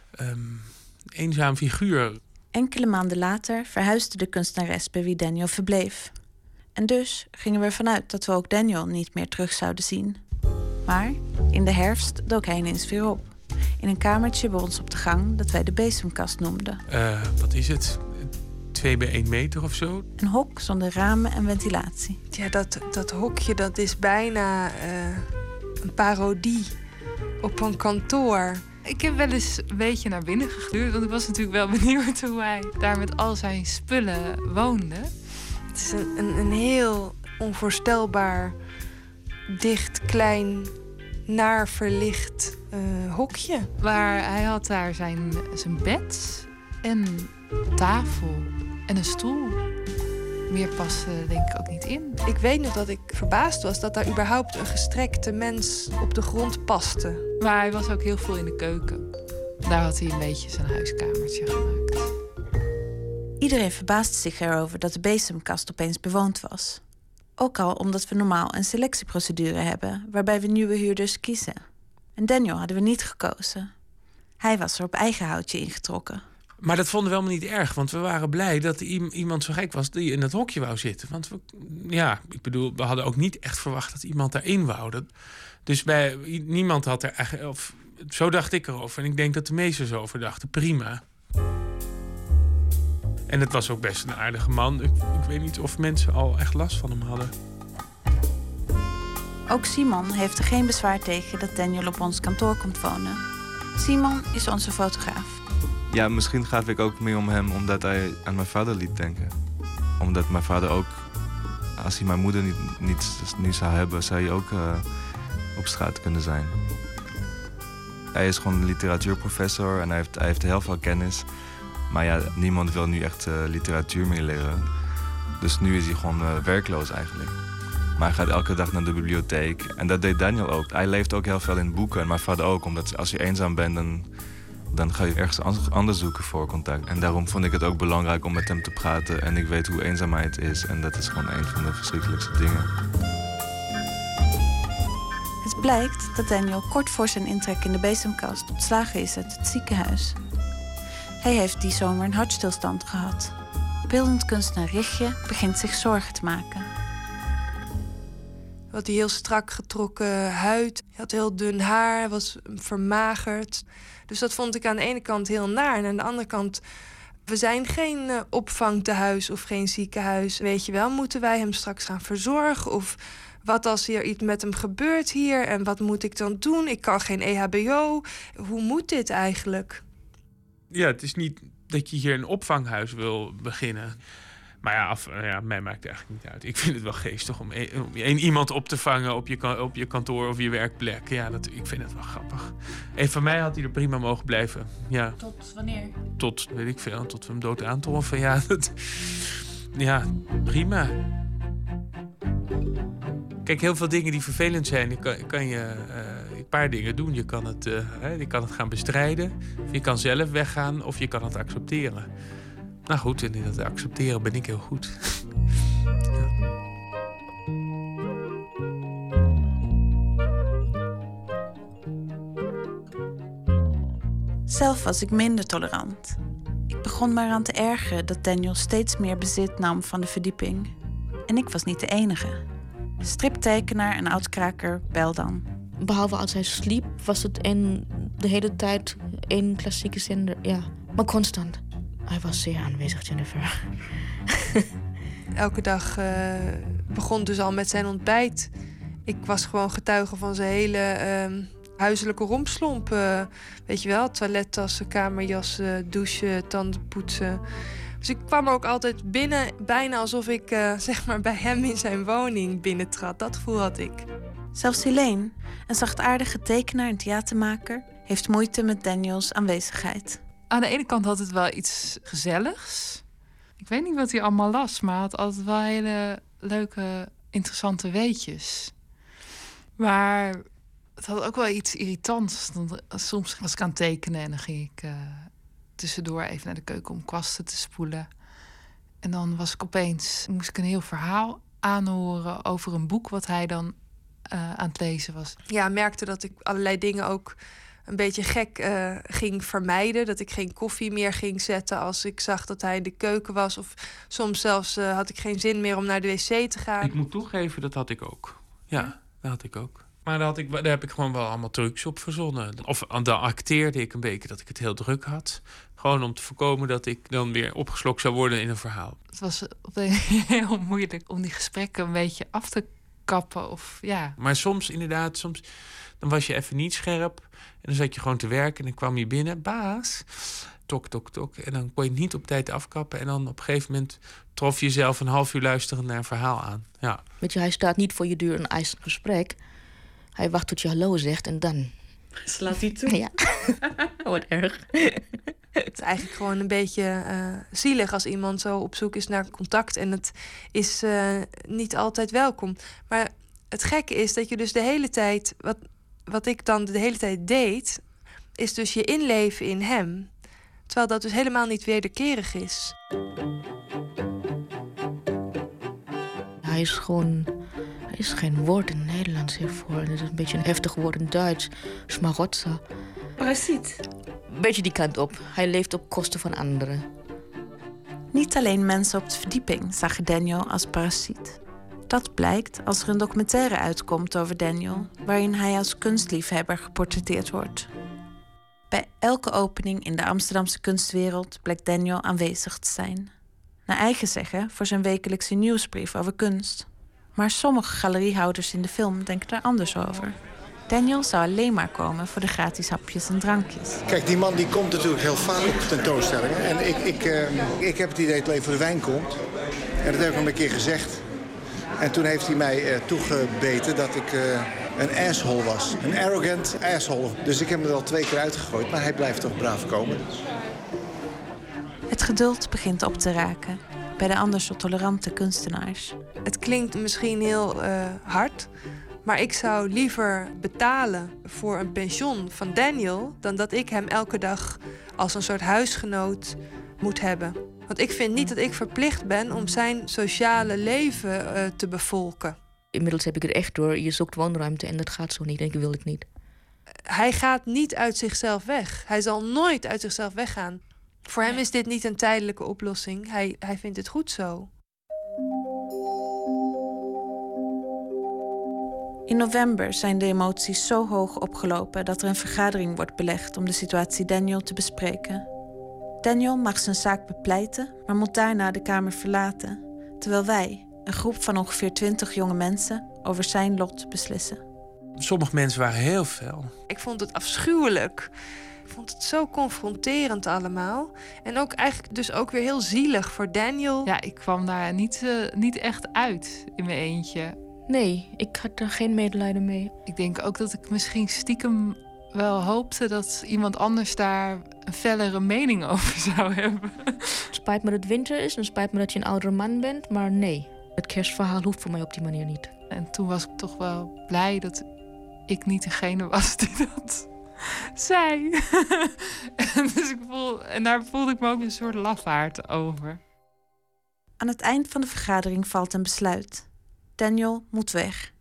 eenzaam figuur. Enkele maanden later verhuisde de kunstenares bij wie Daniel verbleef. En dus gingen we ervan uit dat we ook Daniel niet meer terug zouden zien. Maar in de herfst dook hij ineens weer op. In een kamertje bij ons op de gang dat wij de bezemkast noemden. Wat is het? 2 bij 1 meter of zo? Een hok zonder ramen en ventilatie. Ja, dat hokje dat is bijna een parodie op een kantoor. Ik heb wel eens een beetje naar binnen gegluurd, want ik was natuurlijk wel benieuwd hoe hij daar met al zijn spullen woonde. Het is een heel onvoorstelbaar, dicht, klein, naar verlicht hokje. Waar hij had daar zijn bed en tafel en een stoel. Meer paste denk ik ook niet in. Ik weet nog dat ik verbaasd was dat daar überhaupt een gestrekte mens op de grond paste. Maar hij was ook heel veel in de keuken. Daar had hij een beetje zijn huiskamertje gemaakt. Iedereen verbaasde zich erover dat de bezemkast opeens bewoond was. Ook al omdat we normaal een selectieprocedure hebben, waarbij we nieuwe huurders kiezen. En Daniel hadden we niet gekozen. Hij was er op eigen houtje ingetrokken. Maar dat vonden we helemaal niet erg, want we waren blij dat iemand zo gek was die in dat hokje wou zitten. Want we hadden ook niet echt verwacht dat iemand daarin wou. Dus niemand had er eigenlijk, of zo dacht ik erover. En ik denk dat de meesten zo over dachten, prima. En het was ook best een aardige man. Ik weet niet of mensen al echt last van hem hadden. Ook Simon heeft er geen bezwaar tegen dat Daniel op ons kantoor komt wonen. Simon is onze fotograaf. Ja, misschien gaf ik ook mee om hem omdat hij aan mijn vader liet denken. Omdat mijn vader ook, als hij mijn moeder niet zou hebben, zou hij ook op straat kunnen zijn. Hij is gewoon een literatuurprofessor en hij heeft heel veel kennis. Maar ja, niemand wil nu echt literatuur meer leren. Dus nu is hij gewoon werkloos eigenlijk. Maar hij gaat elke dag naar de bibliotheek. En dat deed Daniel ook. Hij leeft ook heel veel in boeken en mijn vader ook. Omdat als je eenzaam bent, dan ga je ergens anders zoeken voor contact. En daarom vond ik het ook belangrijk om met hem te praten. En ik weet hoe eenzaamheid is. En dat is gewoon een van de verschrikkelijkste dingen. Het blijkt dat Daniel kort voor zijn intrek in de bezemkast ontslagen is uit het ziekenhuis. Hij heeft die zomer een hartstilstand gehad. Beeldend kunstenaar Richje begint zich zorgen te maken. Had hij heel strak getrokken huid. Hij had heel dun haar, was vermagerd. Dus dat vond ik aan de ene kant heel naar. En aan de andere kant, we zijn geen opvangtehuis of geen ziekenhuis. Weet je wel, moeten wij hem straks gaan verzorgen? Of wat als er iets met hem gebeurt hier? En wat moet ik dan doen? Ik kan geen EHBO. Hoe moet dit eigenlijk? Ja, het is niet dat je hier een opvanghuis wil beginnen. Maar mij maakt het eigenlijk niet uit. Ik vind het wel geestig om iemand op te vangen op je kantoor of je werkplek. Ja, ik vind het wel grappig. En van mij had hij er prima mogen blijven. Ja. Tot wanneer? Tot, weet ik veel, tot we hem dood aantroffen. Ja, prima. Kijk, heel veel dingen die vervelend zijn, kan je een paar dingen doen. Je kan het gaan bestrijden, of je kan zelf weggaan, of je kan het accepteren. Nou goed, en in dat accepteren ben ik heel goed. Ja. Zelf was ik minder tolerant. Ik begon maar aan te ergeren dat Daniel steeds meer bezit nam van de verdieping. En ik was niet de enige. Striptekenaar en oudkraker Beldan. Behalve als hij sliep, was het de hele tijd één klassieke zender. Ja, maar constant. Hij was zeer aanwezig, Jennifer. Elke dag begon dus al met zijn ontbijt. Ik was gewoon getuige van zijn hele huiselijke rompslomp. Weet je wel, toilettassen, kamerjassen, douchen, tanden poetsen. Dus ik kwam er ook altijd binnen, bijna alsof ik bij hem in zijn woning binnentrad. Dat gevoel had ik. Zelfs Helene, een zachtaardige tekenaar en theatermaker, heeft moeite met Daniels aanwezigheid. Aan de ene kant had het wel iets gezelligs. Ik weet niet wat hij allemaal las, maar hij had altijd wel hele leuke, interessante weetjes. Maar het had ook wel iets irritants. Soms was ik aan het tekenen en dan ging ik tussendoor even naar de keuken om kwasten te spoelen. En dan moest ik een heel verhaal aanhoren over een boek wat hij dan aan het lezen was. Ja, merkte dat ik allerlei dingen ook een beetje gek ging vermijden. Dat ik geen koffie meer ging zetten als ik zag dat hij in de keuken was. Of soms zelfs had ik geen zin meer om naar de wc te gaan. Ik moet toegeven, dat had ik ook. Ja, dat had ik ook. Maar daar heb ik gewoon wel allemaal trucs op verzonnen. Of dan acteerde ik een beetje dat ik het heel druk had. Gewoon om te voorkomen dat ik dan weer opgeslokt zou worden in een verhaal. Het was heel moeilijk om die gesprekken een beetje af te kappen. Maar soms dan was je even niet scherp. En dan zat je gewoon te werken en dan kwam je binnen. Baas, tok, tok, tok. En dan kon je het niet op tijd afkappen. En dan op een gegeven moment trof je jezelf een half uur luisterend naar een verhaal aan. Ja. Weet je, hij staat niet voor je deur een ijzeren gesprek. Hij wacht tot je hallo zegt en dan slaat hij toe. Ja, wat erg. Het is eigenlijk gewoon een beetje zielig als iemand zo op zoek is naar contact. En het is niet altijd welkom. Maar het gekke is dat je dus de hele tijd, wat ik dan de hele tijd deed, is dus je inleven in hem. Terwijl dat dus helemaal niet wederkerig is. Hij is geen woord in het Nederlands hiervoor. Het is een beetje een heftig woord in Duits. Schmarotzer. Parasiet. Een beetje die kant op. Hij leeft op kosten van anderen. Niet alleen mensen op de verdieping zagen Daniel als parasiet. Dat blijkt als er een documentaire uitkomt over Daniel, waarin hij als kunstliefhebber geportretteerd wordt. Bij elke opening in de Amsterdamse kunstwereld blijkt Daniel aanwezig te zijn. Naar eigen zeggen voor zijn wekelijkse nieuwsbrief over kunst. Maar sommige galeriehouders in de film denken daar anders over. Daniel zou alleen maar komen voor de gratis hapjes en drankjes. Kijk, die man die komt natuurlijk heel vaak op tentoonstellingen. En ik heb het idee dat het alleen voor de wijn komt. En dat heb ik hem een keer gezegd. En toen heeft hij mij toegebeten dat ik een asshole was. Een arrogant asshole. Dus ik heb hem er al 2 keer uitgegooid, maar hij blijft toch braaf komen. Het geduld begint op te raken bij de anders zo tolerante kunstenaars. Het klinkt misschien heel hard, maar ik zou liever betalen voor een pensioen van Daniel dan dat ik hem elke dag als een soort huisgenoot moet hebben. Want ik vind niet dat ik verplicht ben om zijn sociale leven te bevolken. Inmiddels heb ik het echt door. Je zoekt woonruimte en dat gaat zo niet en ik wil het niet. Hij gaat niet uit zichzelf weg. Hij zal nooit uit zichzelf weggaan. Voor hem is dit niet een tijdelijke oplossing. Hij vindt het goed zo. In november zijn de emoties zo hoog opgelopen dat er een vergadering wordt belegd om de situatie Daniel te bespreken. Daniel mag zijn zaak bepleiten, maar moet daarna de kamer verlaten, terwijl wij, een groep van ongeveer 20 jonge mensen, over zijn lot beslissen. Sommige mensen waren heel fel. Ik vond het afschuwelijk. Ik vond het zo confronterend allemaal. En ook eigenlijk dus ook weer heel zielig voor Daniel. Ja, ik kwam daar niet echt uit in mijn eentje. Nee, ik had er geen medelijden mee. Ik denk ook dat ik misschien stiekem wel hoopte dat iemand anders daar een fellere mening over zou hebben. Het spijt me dat het winter is en het spijt me dat je een oudere man bent, maar nee. Het kerstverhaal hoeft voor mij op die manier niet. En toen was ik toch wel blij dat ik niet degene was die dat zei. En daar voelde ik me ook een soort lafaard over. Aan het eind van de vergadering valt een besluit. Daniel moet weg.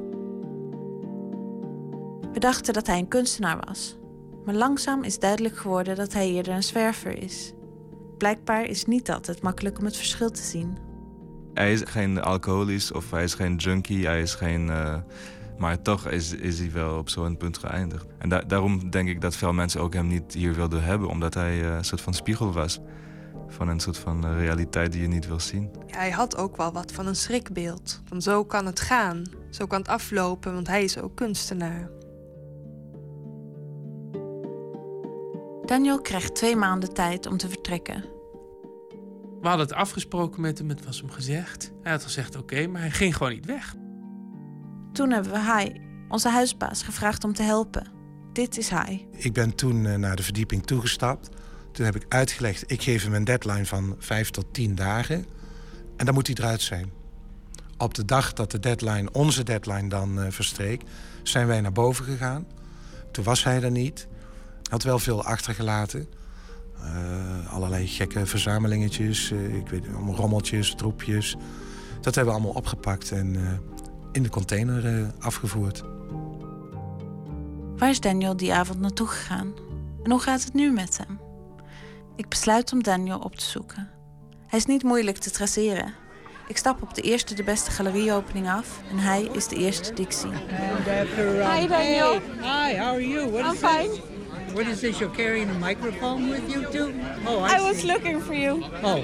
We dachten dat hij een kunstenaar was. Maar langzaam is duidelijk geworden dat hij eerder een zwerver is. Blijkbaar is het niet altijd makkelijk om het verschil te zien. Hij is geen alcoholisch of hij is geen junkie, hij is geen... maar toch is hij wel op zo'n punt geëindigd. En daarom denk ik dat veel mensen ook hem niet hier wilden hebben, omdat hij een soort van spiegel was. Van een soort van realiteit die je niet wil zien. Ja, hij had ook wel wat van een schrikbeeld. Van zo kan het gaan, zo kan het aflopen, want hij is ook kunstenaar. Daniel krijgt 2 maanden tijd om te vertrekken. We hadden het afgesproken met hem, het was hem gezegd. Hij had gezegd oké, maar hij ging gewoon niet weg. Toen hebben we Hai, onze huisbaas, gevraagd om te helpen. Dit is Hai. Ik ben toen naar de verdieping toegestapt. Toen heb ik uitgelegd, ik geef hem een deadline van 5 tot 10 dagen. En dan moet hij eruit zijn. Op de dag dat de deadline, onze deadline dan verstreek, zijn wij naar boven gegaan. Toen was hij er niet. Hij had wel veel achtergelaten. Allerlei gekke verzamelingetjes, rommeltjes, troepjes. Dat hebben we allemaal opgepakt en in de container afgevoerd. Waar is Daniel die avond naartoe gegaan? En hoe gaat het nu met hem? Ik besluit om Daniel op te zoeken. Hij is niet moeilijk te traceren. Ik stap op de eerste de beste galerieopening af en hij is de eerste die ik zie. Hi Daniel. Hey. Hi, how are you? I'm fine. What is this? You're carrying a microphone with you too? Oh, I was looking for you. Oh.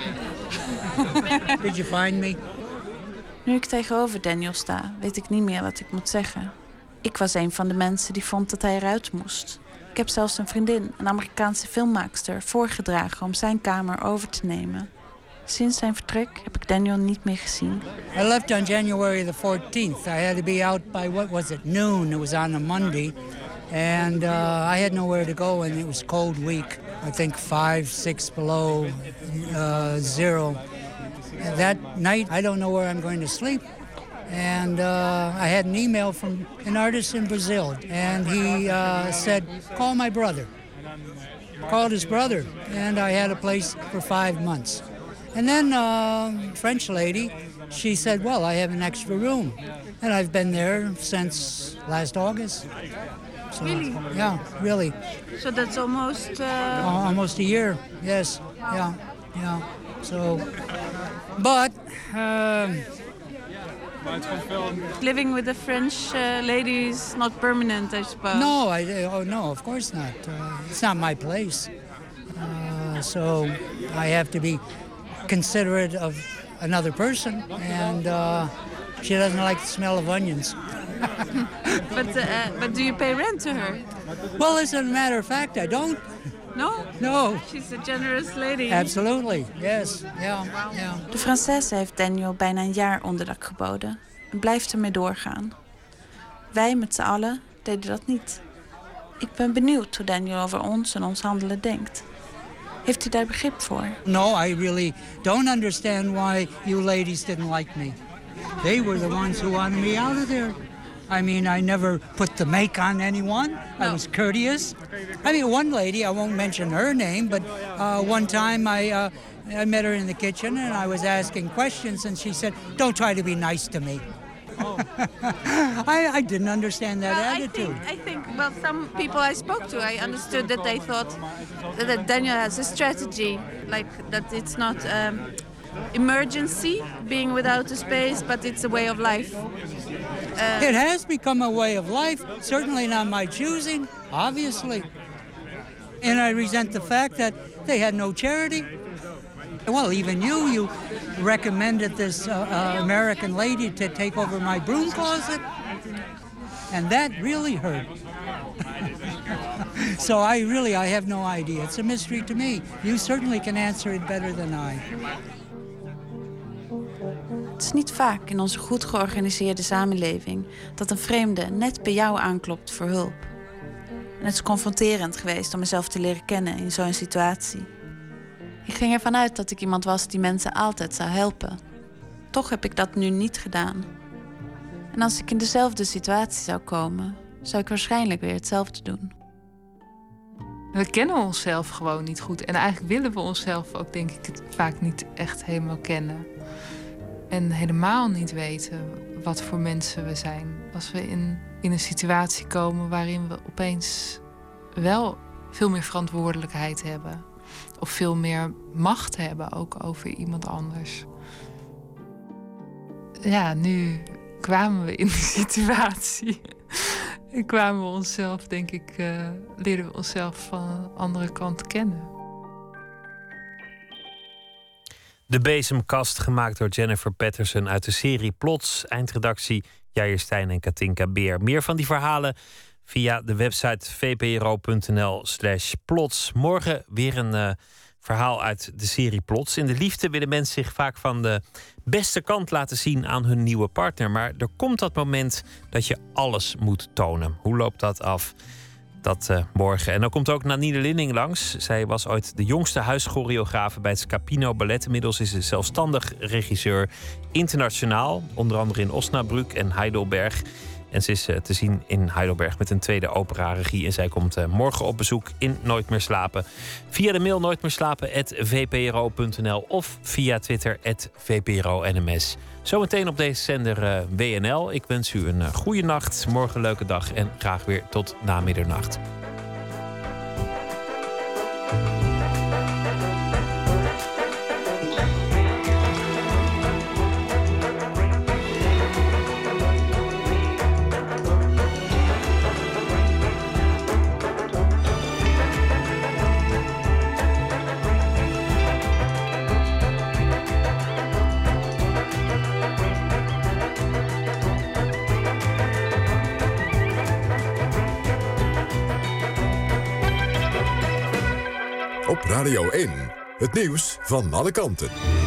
Did you find me? Nu ik tegenover Daniel sta, weet ik niet meer wat ik moet zeggen. Ik was een van de mensen die vond dat hij eruit moest. Ik heb zelfs een vriendin, een Amerikaanse filmmaakster, voorgedragen om zijn kamer over te nemen. Sinds zijn vertrek heb ik Daniel niet meer gezien. I left on January the 14th. I had to be out by, what was it, noon. It was on a Monday. And I had nowhere to go and it was a cold week. I think 5, 6 below zero. That night, I don't know where I'm going to sleep. And I had an email from an artist in Brazil. And he said, call my brother. Called his brother. And I had a place for 5 months. And then French lady, she said, well, I have an extra room. And I've been there since last August. So, really? Yeah, really. So that's almost... Almost a year, yes. Yeah. So, but... living with a French lady is not permanent, I suppose. No, no, of course not. It's not my place. So I have to be considerate of another person, and she doesn't like the smell of onions. But do you pay rent to her? Well, as a matter of fact, I don't. No? No. She's a generous lady. Absolutely, yes. Yeah. De Française heeft Daniel bijna een jaar onderdak geboden en blijft ermee doorgaan. Wij met z'n allen deden dat niet. Ik ben benieuwd hoe Daniel over ons en ons handelen denkt. Heeft hij daar begrip voor? No, I really don't understand why you ladies didn't like me. They were the ones who wanted me out of there. I mean, I never put the make on anyone. No. I was courteous. I mean, one lady, I won't mention her name, but one time I met her in the kitchen and I was asking questions and she said, don't try to be nice to me. Oh. I didn't understand that attitude. I think, well, some people I spoke to, I understood that they thought that Daniel has a strategy, like that it's not emergency, being without a space, but it's a way of life. It has become a way of life, certainly not my choosing, obviously. And I resent the fact that they had no charity. Well, even you recommended this American lady to take over my broom closet. And that really hurt. So I have no idea. It's a mystery to me. You certainly can answer it better than I. Het is niet vaak in onze goed georganiseerde samenleving dat een vreemde net bij jou aanklopt voor hulp. En het is confronterend geweest om mezelf te leren kennen in zo'n situatie. Ik ging ervan uit dat ik iemand was die mensen altijd zou helpen. Toch heb ik dat nu niet gedaan. En als ik in dezelfde situatie zou komen, zou ik waarschijnlijk weer hetzelfde doen. We kennen onszelf gewoon niet goed. En eigenlijk willen we onszelf ook, denk ik, vaak niet echt helemaal kennen. En helemaal niet weten wat voor mensen we zijn. Als we in een situatie komen waarin we opeens wel veel meer verantwoordelijkheid hebben. Of veel meer macht hebben, ook over iemand anders. Ja, nu kwamen we in die situatie. En kwamen we onszelf, denk ik, leren we onszelf van een andere kant kennen. De Bezemkast, gemaakt door Jennifer Patterson uit de serie Plots. Eindredactie Jair Stijn en Katinka Beer. Meer van die verhalen via de website vpro.nl/plots. Morgen weer een verhaal uit de serie Plots. In de liefde willen mensen zich vaak van de beste kant laten zien aan hun nieuwe partner. Maar er komt dat moment dat je alles moet tonen. Hoe loopt dat af? Dat morgen. En dan komt ook Nanine Linning langs. Zij was ooit de jongste huischoreografe bij het Scapino Ballet. Inmiddels is ze zelfstandig regisseur internationaal. Onder andere in Osnabrück en Heidelberg. En ze is te zien in Heidelberg met een tweede opera-regie. En zij komt morgen op bezoek in Nooit meer slapen. Via de mail nooitmeerslapen@vpro.nl of via Twitter @vpro-nms. Zometeen op deze zender WNL. Ik wens u een goede nacht, morgen een leuke dag en graag weer tot na middernacht. Op Radio 1, het nieuws van alle kanten.